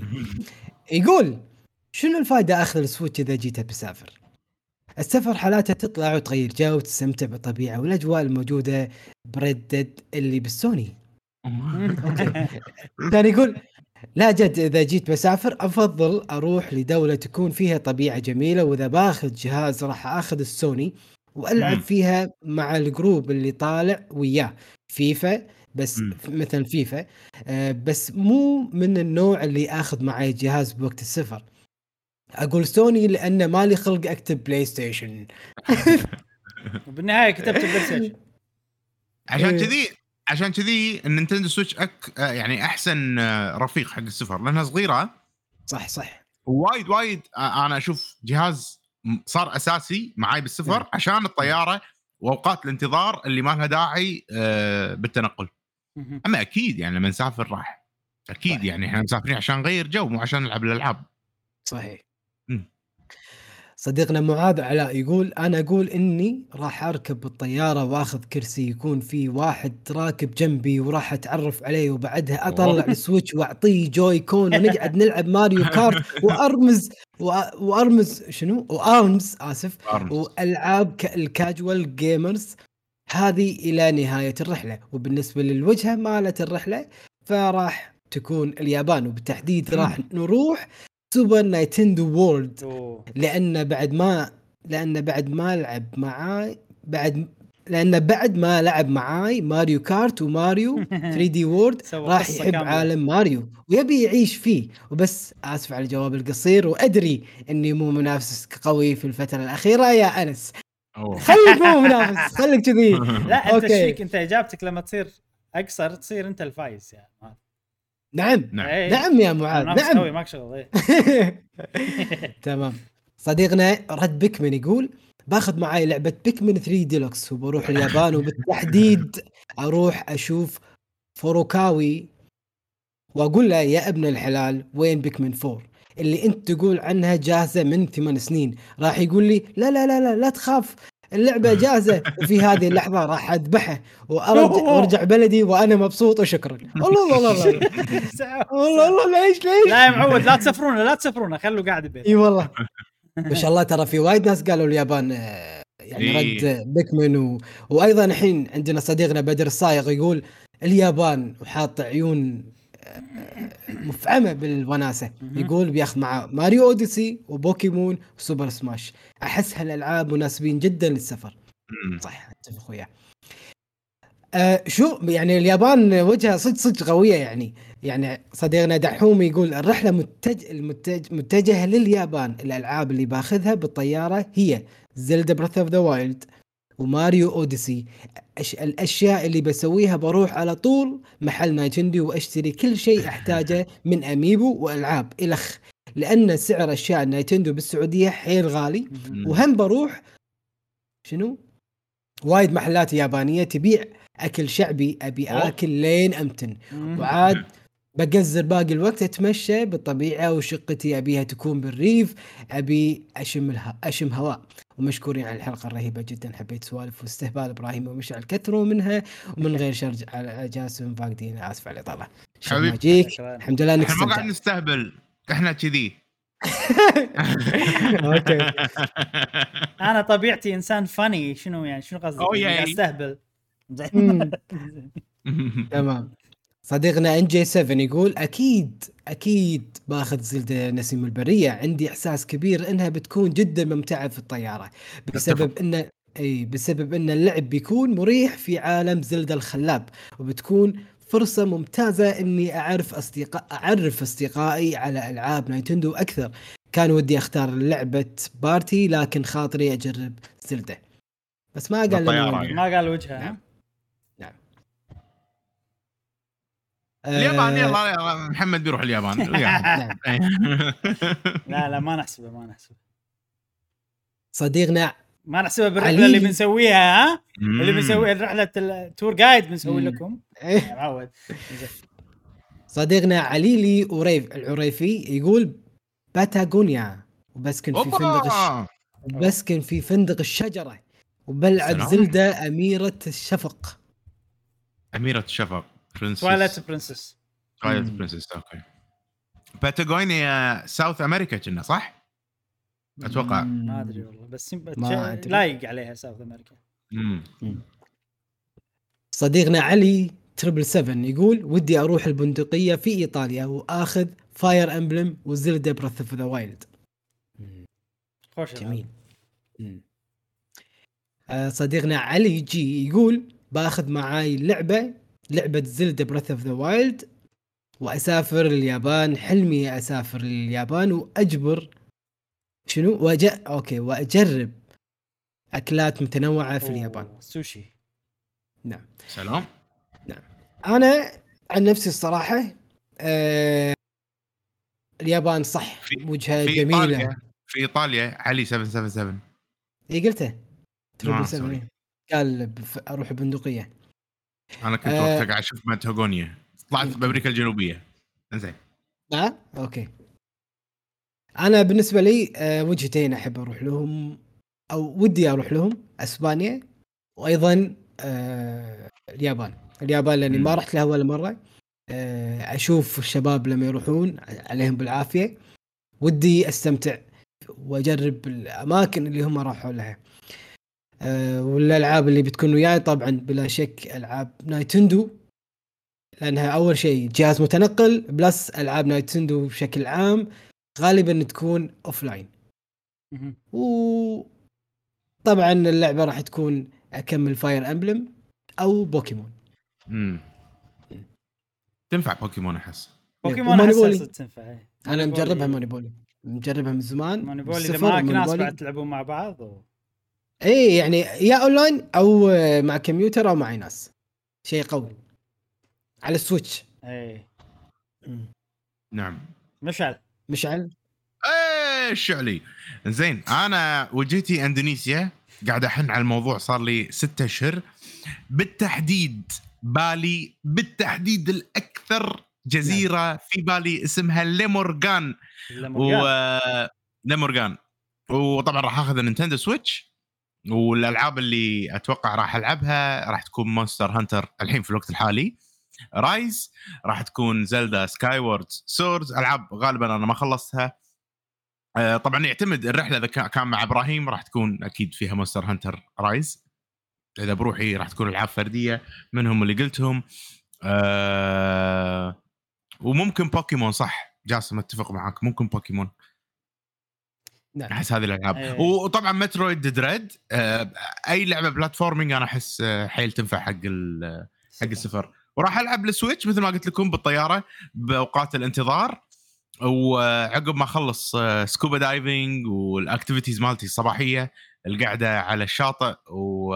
يقول شنو الفائده اخذ السويتش اذا جيت بسافر؟ السفر حالاته تطلع وتغير جو وتستمتع بالطبيعه والاجواء الموجوده بريدد اللي بالسوني. اوكي. ثاني يقول لا جد اذا جيت بسافر افضل اروح لدوله تكون فيها طبيعه جميله، واذا باخذ جهاز راح اخذ السوني والعب مم. فيها مع الجروب اللي طالع وياه فيفا بس مم. مثل فيفا. آه بس مو من النوع اللي اخذ معي جهاز بوقت السفر. اقول سوني لان مالي خلق اكتب بلاي ستيشن. وبالنهايه كتبت بلاي ستيشن. عشان إيه. كذي عشان كذي النينتندو سويتش أك آه، يعني احسن آه، رفيق حق السفر لانها صغيره. صح صح. وايد وايد آه، انا اشوف جهاز م- صار اساسي معاي بالسفر نعم. عشان الطياره واوقات الانتظار اللي ما لها داعي آه، بالتنقل. مهم. اما اكيد يعني لما نسافر راح اكيد صح. يعني احنا مسافرين عشان نغير جو مو عشان نلعب الالعاب. صحيح. مم. صديقنا معاذ علاء يقول انا اقول اني راح اركب بالطياره واخذ كرسي يكون في واحد راكب جنبي وراح اتعرف عليه وبعدها اطلع السويتش واعطيه جوي كون ونقعد نلعب ماريو كارت وارمز وأ- وارمز شنو وارمز اسف أرمز. والعاب ك- الكاجوال جيمرز هذه الى نهايه الرحله. وبالنسبه للوجهه مالت الرحله فراح تكون اليابان، وبالتحديد راح نروح سوبر نايتندو وورلد، أوه. لأن بعد ما لأن بعد ما لعب معاي بعد لأن بعد ما لعب معاي ماريو كارت وماريو ثري دي وورد سوى راح قصة يحب كاملة. عالم ماريو ويبي يعيش فيه. وبس آسف على الجواب القصير وأدري إني مو منافس قوي في الفترة الأخيرة يا أنس. أوه. خليك مو منافس خليك كذي. لا انت أوكي. ايش فيك؟ انت اجابتك لما تصير اقصر تصير انت الفايز يا معاذ. نعم نعم. إيه. نعم يا معاذ منافس نعم. قوي ماك شغل. إيه. تمام. صديقنا رد بيكمن يقول باخذ معاي لعبة بيكمن ثري ديلوكس وبروح اليابان وبالتحديد اروح اشوف فوروكاوي واقول له يا ابن الحلال وين بيكمن فور اللي انت تقول عنها جاهزة من ثمان سنين. راح يقول لي لا لا لا لا لا تخاف اللعبة جاهزة وفي هذه اللحظة راح اذبحها وارجع وارجع بلدي وانا مبسوط وشكرا. الله الله الله الله والله الله ليش ليش لا يا معود لا تسفرونا لا تسفرونا خلوا قاعد البيت. اي والله ما شاء الله ترى في وايد ناس قالوا اليابان آه، يعني إيه. رد بيكمن و... وايضا الحين عندنا صديقنا بدر الصايغ يقول اليابان وحاط عيون آه، مفعمه بالوناسه. يقول بياخذ مع ماريو اوديسي وبوكيمون وسوبر سماش. احس هالالعاب مناسبين جدا للسفر. مم. صح اتفق وياه. آه شو يعني اليابان وجهه صدق صدق قويه يعني. يعني صديقنا دحوم يقول الرحله متج... المتج... متجهه لليابان. الالعاب اللي باخذها بالطياره هي زلدا بريث اوف ذا وايلد وماريو اوديسي. أش... الاشياء اللي بسويها بروح على طول محل نايتندو واشتري كل شيء احتاجه من اميبو والعاب الخ، لان سعر اشياء نايتندو بالسعوديه حيل غالي. وهم بروح شنو وايد محلات يابانيه تبيع اكل شعبي ابي أوه. اكل لين امتن. وعاد بقزر باقي الوقت اتمشى بالطبيعه وشقتي ابيها تكون بالريف ابي اشم الها اشم هواء. ومشكورين على الحلقه الرهيبه جدا. حبيت سوالف واستهبال ابراهيم ومشعل كثروا منها ومن غير شرج على جاسم فاقدين. اسف على الاطاله. حبيب. ماجيك شكراً. الحمد لله انك احنا ما قاعد استمتعت. نستهبل احنا كذي. اوكي انا طبيعتي انسان فاني. شنو يعني شنو قصدك؟ أوه يعني ياي. استهبل. مم. تمام. صديقنا ان جي سبعة يقول اكيد اكيد باخذ زلدة نسيم البريه. عندي احساس كبير انها بتكون جدا ممتعه في الطياره بسبب ان اي بسبب ان اللعب بيكون مريح في عالم زلدة الخلاب، وبتكون فرصه ممتازه اني اعرف اصدقاء اعرف اصدقائي على العاب نايتندو اكثر. كان ودي اختار لعبه بارتي لكن خاطري اجرب زلدة، بس ما قال لنا بالطيارة. وين. ما قال وجهها. نعم. نعم. اليابان، آه، يلا يلا محمد بيروح اليابان وياهم. نعم. لا لا ما نحسبه ما نحسبه صديقنا ما نحسبه بالرحله عليلي. اللي بنسويها ها اللي مم. بنسوي رحله التور جايد بنسوي مم. لكم إيه. يا معود. زين. صديقنا عليلي وريف العريفي يقول باتاغونيا وبسكن في فندق الش... اوبا وبسكن في فندق الشجرة وبلعب سلام. زلدة أميرة الشفق. أميرة الشفق برنسس تواليت برنسس. تواليت مم. برنسس. اوكي. باتاغونيا ساوث امريكا كنا صح؟ اتوقع. ما ادري والله بس يم- ما أدري. لايق عليها ساوث امريكا. امم صديقنا علي تربل سفن يقول ودي أروح البندقية في إيطاليا وآخذ فاير أمبلم وزلدة بريث اوف ذا وايلد. خوش جميل. مم. آه، صديقنا علي جي يقول باخذ معاي لعبة لعبة زلدة بريث اوف ذا وايلد وأسافر اليابان. حلمي أسافر اليابان وأجبر شنو وأج... أوكي وأجرب أكلات متنوعة في اليابان. سوشي. نعم. سلام. أنا عن نفسي الصراحة آه... اليابان صح في- وجهة في جميلة. ايطاليا في ايطاليا علي سبعة سبعة سبعة. إيه قلته تربل آه، سفن. سوري. قال بف... أروح البندقية. انا كنت آه. وقتها قاعد اشوف باتاغونيا، طلعت يمكن. بامريكا الجنوبيه. انزين. آه أوكي. أنا بالنسبة لي آه وجهتين أحب أروح لهم أو ودي أروح لهم أسبانيا وأيضا آه اليابان. اليابان لأني ما مم. رحت لها ولا مرة. آه أشوف الشباب لما يروحون عليهم بالعافية. ودي أستمتع وأجرب الأماكن اللي هم راحوا لها. آه والألعاب اللي بتكون وياي طبعا بلا شك ألعاب نايتندو لأنها أول شيء جهاز متنقل بلس ألعاب نايتندو بشكل عام غالبا تكون أوفلاين. مهم. وطبعا اللعبة راح تكون أكمل فاير أمبلم أو بوكيمون. امم تنفع بوكيمون احس. بوكيمون ومونيبولي. احس تنفع. إيه. أنا مونيبولي- مجربها مونيبولي مجربها من زمان. مونيبولي اذا بالصفر معك ناس مونيبولي. بعد تلعبون مع بعض و... اي يعني يا اونلاين او مع كمبيوتر او مع ناس. شيء قوي على السويتش. ايه نعم. مشعل. مشعل. ايه الشعلي. زين انا وجهتي اندونيسيا، قاعد احن على الموضوع صار لي ستة اشهر، بالتحديد بالي، بالتحديد الاكثر جزيره في بالي اسمها ليمورغان. و ليمورغان وطبعا راح اخذ النينتندو سويتش، والالعاب اللي اتوقع راح العبها راح تكون مونستر هانتر الحين في الوقت الحالي، رايز، راح تكون زلدا سكاي وورد سوردز، العاب غالبا انا ما خلصتها. آه طبعا يعتمد الرحله اذا كان مع ابراهيم راح تكون اكيد فيها مونستر هانتر رايز، اذا بروحي راح تكون العاب فرديه منهم اللي قلتهم. آه وممكن بوكيمون. صح جاسم اتفق معاك، ممكن بوكيمون. نعم. احس هذه الالعاب. أيه. وطبعا مترويد دريد. آه اي لعبه بلاتفورمينج انا احس آه حيل تنفع حق حق السفر. وراح العب السويتش مثل ما قلت لكم بالطياره باوقات الانتظار، وعقب ما اخلص سكوبا دايفنج والاكتيفيتيز مالتي الصباحيه، القعده على الشاطئ و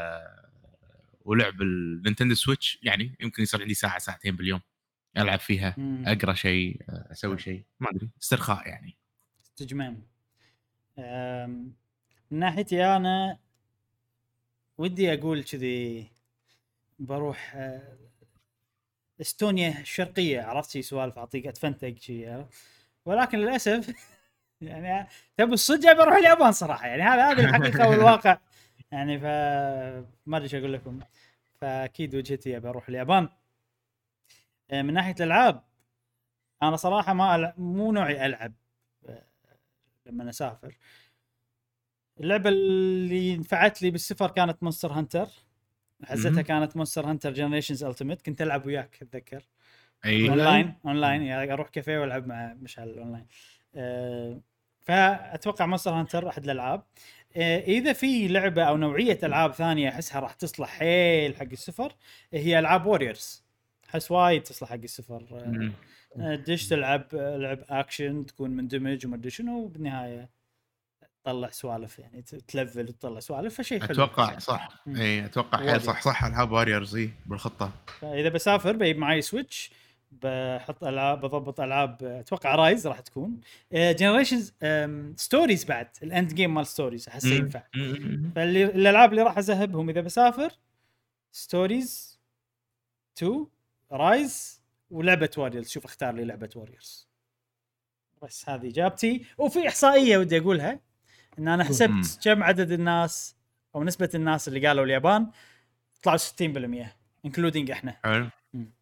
ولعب النينتندو سويتش، يعني يمكن يصير عندي ساعه ساعتين باليوم العب فيها، مم. اقرا شيء، اسوي شيء، ما ادري، استرخاء يعني. استجمام. أم، من ناحيتي انا ودي اقول كذي بروح أه، استونيا الشرقيه، عرفت شي سوالف اعطيك اتفنتج شي، ولكن للاسف يعني تبي الصدق بروح اليابان صراحه، يعني هذا هذه الحقيقه والواقع يعني. ف ما ادري ايش اقول لكم، فاكيد وجهتي ابي اروح اليابان. أه، من ناحيه الالعاب انا صراحه ما ألع... مو نوعي العب أه، لما اسافر. اللعبه اللي نفعت لي بالسفر كانت مونستر هانتر، حزتها كانت مونستر هانتر جنريشنز التيميت، كنت العب وياك اتذكر اي اونلاين اونلاين يعني اروح كافيه والعب مع مشعل اونلاين. أه فاتوقع مونستر هانتر احد الالعاب. أه اذا في لعبه او نوعيه العاب ثانيه احسها راح تصلح حيل حق السفر، هي العاب ووريرز، احس وايد تصلح حق السفر. أه تدش تلعب لعب اكشن تكون مندمج وما ادري شنو وبالنهايه تطلع سوالف يعني تلفل وتطلع سوالف فشيء حلو اتوقع صح اي اتوقع حيل صح صح العاب واريورز بالخطه. فاذا بسافر بجيب معي سويتش بحط العاب بضبط العاب اتوقع رايز راح تكون جنريشنز ستوريز بعد الاند جيم مال ستوريز احس ينفع. فاللي الالعاب اللي راح اذهبهم اذا بسافر ستوريز تو رايز ولعبه واريورز. شوف اختار لي لعبه واريورز بس هذه اجابتي. وفي احصائيه ودي اقولها ان انا حسبت كم عدد الناس او نسبه الناس اللي قالوا اليابان طلعوا ستين بالمية انكلودينج احنا. حلو.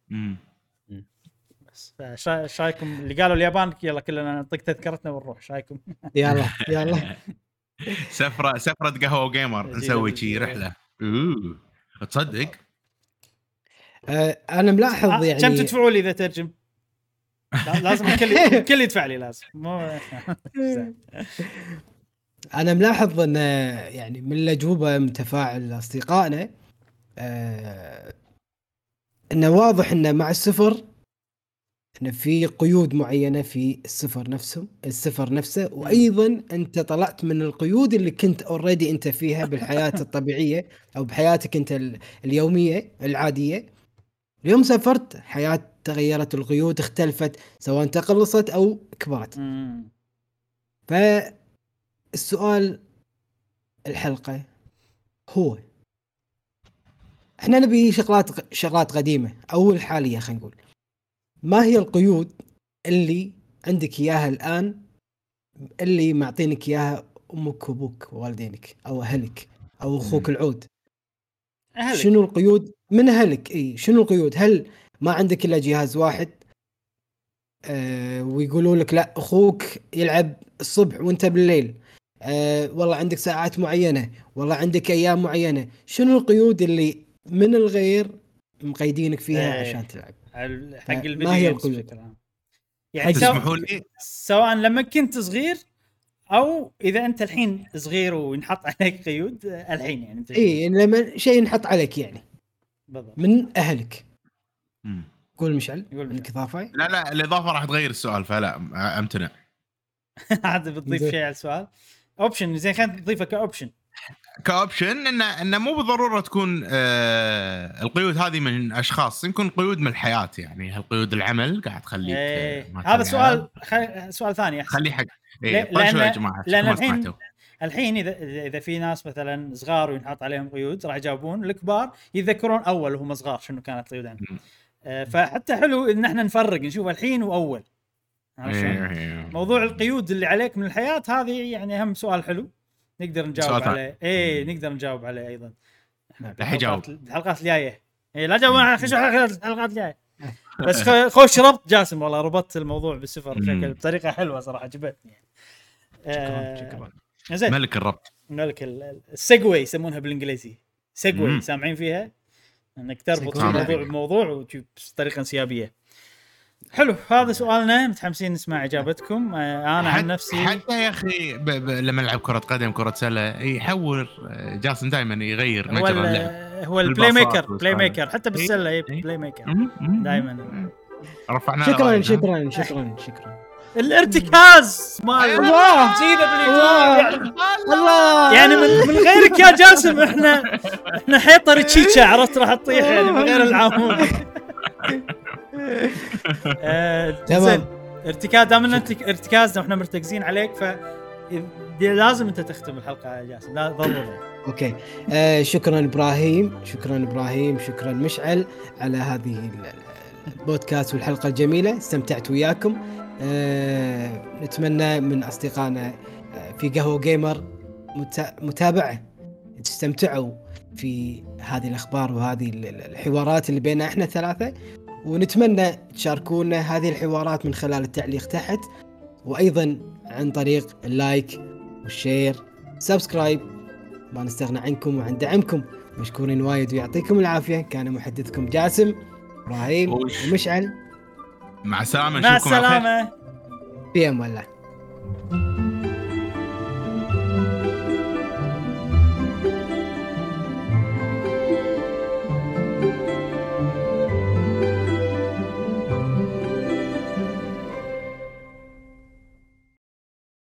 بس ايش رايكم اللي قالوا اليابان؟ يلا كلنا نعطيك تذكرتنا ونروح. ايش رايكم؟ يلا يلا سفره سفره قهوه جيمر نسوي شي رحله. اوه تصدق آه انا ملاحظ يعني كم تدفعوا لي اذا ترجم؟ لازم الكل الكل يدفع لي لازم مو انا ملاحظ ان يعني من الاجوبه متفاعل اصدقائنا آه انه واضح انه مع السفر انه في قيود معينه في السفر نفسه السفر نفسه وايضا انت طلعت من القيود اللي كنت اوريدي انت فيها بالحياه الطبيعيه او بحياتك انت اليوميه العاديه. اليوم سافرت حياه تغيرت القيود اختلفت سواء تقلصت او كبرت. فالسؤال الحلقه هو احنا نبي شغلات شغلات قديمه او الحاليه. خلينا نقول ما هي القيود اللي عندك اياها الان اللي معطينك اياها امك وابوك ووالدينك او اهلك او اخوك العود؟ أهلك. شنو القيود من اهلك؟ اي شنو القيود؟ هل ما عندك الا جهاز واحد أه ويقولوا لك لا اخوك يلعب الصبح وانت بالليل أه والله عندك ساعات معينه والله عندك ايام معينه؟ شنو القيود اللي من الغير مقيدينك فيها ايه. عشان تلعب حق الفيديو ما هي جيمز القيود؟ يعني سواء, سواء لما كنت صغير او اذا انت الحين صغير وينحط عليك قيود الحين يعني انت اي لما شيء ينحط عليك يعني بالضبط من اهلك. امم قول مشعل انك اضافه. لا لا الاضافه راح تغير السؤال فلا امتنع. عاد بتضيف شيء على السؤال اوبشن زين خلينا نضيفه كاوبشن كاوبشن ان ان مو بالضروره تكون آه القيود هذه من اشخاص يمكن قيود من الحياه يعني القيود العمل قاعد تخليك ايه. هذا سؤال خ... سؤال ثاني احسن خليه حق ايه لان يا جماعه لان الحين الحين اذا اذا في ناس مثلا صغار وينحط عليهم قيود راح يجاوبون الكبار يتذكرون اول وهم صغار شنو كانت قيود عنهم. آه فحتى حلو ان احنا نفرق نشوف الحين واول. إيه. موضوع القيود اللي عليك من الحياه هذه يعني اهم سؤال حلو نقدر نجاوب عليه. ايه نقدر نجاوب عليه ايضا راح يجاوب الحلقات الجايه. ايه لا جاوبنا على الحلقات الجايه بس خوش ربط جاسم والله ربطت الموضوع بالسفر بشكل بطريقه حلوه صراحه عجبتني يعني. شكرا شكرا ملك الربط ملك السيجوي يسمونها بالانجليزي سيجوي. سامعين فيها انك تربط الموضوع بموضوع وتجيب بطريقه انسيابيه. حلو هذا سؤالنا متحمسين نسمع اجابتكم. انا عن نفسي حتى يا اخي ب... ب... لما نلعب كره قدم كره سله يحور جاسم دائما يغير مجرى اللعب. هو البلاي ميكر بلاي ميكر حتى بالسله اي بلاي ميكر دائما. رفعنا شكرا شكرا شكرا شكرا. الارتكاز مال الله زينه الله يعني من, من غيرك يا جاسم احنا احنا حيطه تشيتشا عرفت راح تطيح يعني من غير العمود. تمام ارتكاز دام انت ارتكازنا واحنا مرتكزين عليك ف لازم انت تختم الحلقه يا جاسم لا ضروري. اوكي آه شكرا ابراهيم شكرا ابراهيم شكرا مشعل على هذه البودكاست والحلقه الجميله استمتعت وياكم. آه نتمنى من اصدقائنا في قهوه جيمر متابعه تستمتعوا في هذه الاخبار وهذه الحوارات اللي بيننا احنا ثلاثه ونتمنى تشاركونا هذه الحوارات من خلال التعليق تحت وايضا عن طريق اللايك والشير سبسكرايب. ما نستغنى عنكم وعن دعمكم مشكورين وايد ويعطيكم العافيه. كان محدثكم جاسم ابراهيم ومشعل. مع السلامه مع السلامه في امان الله.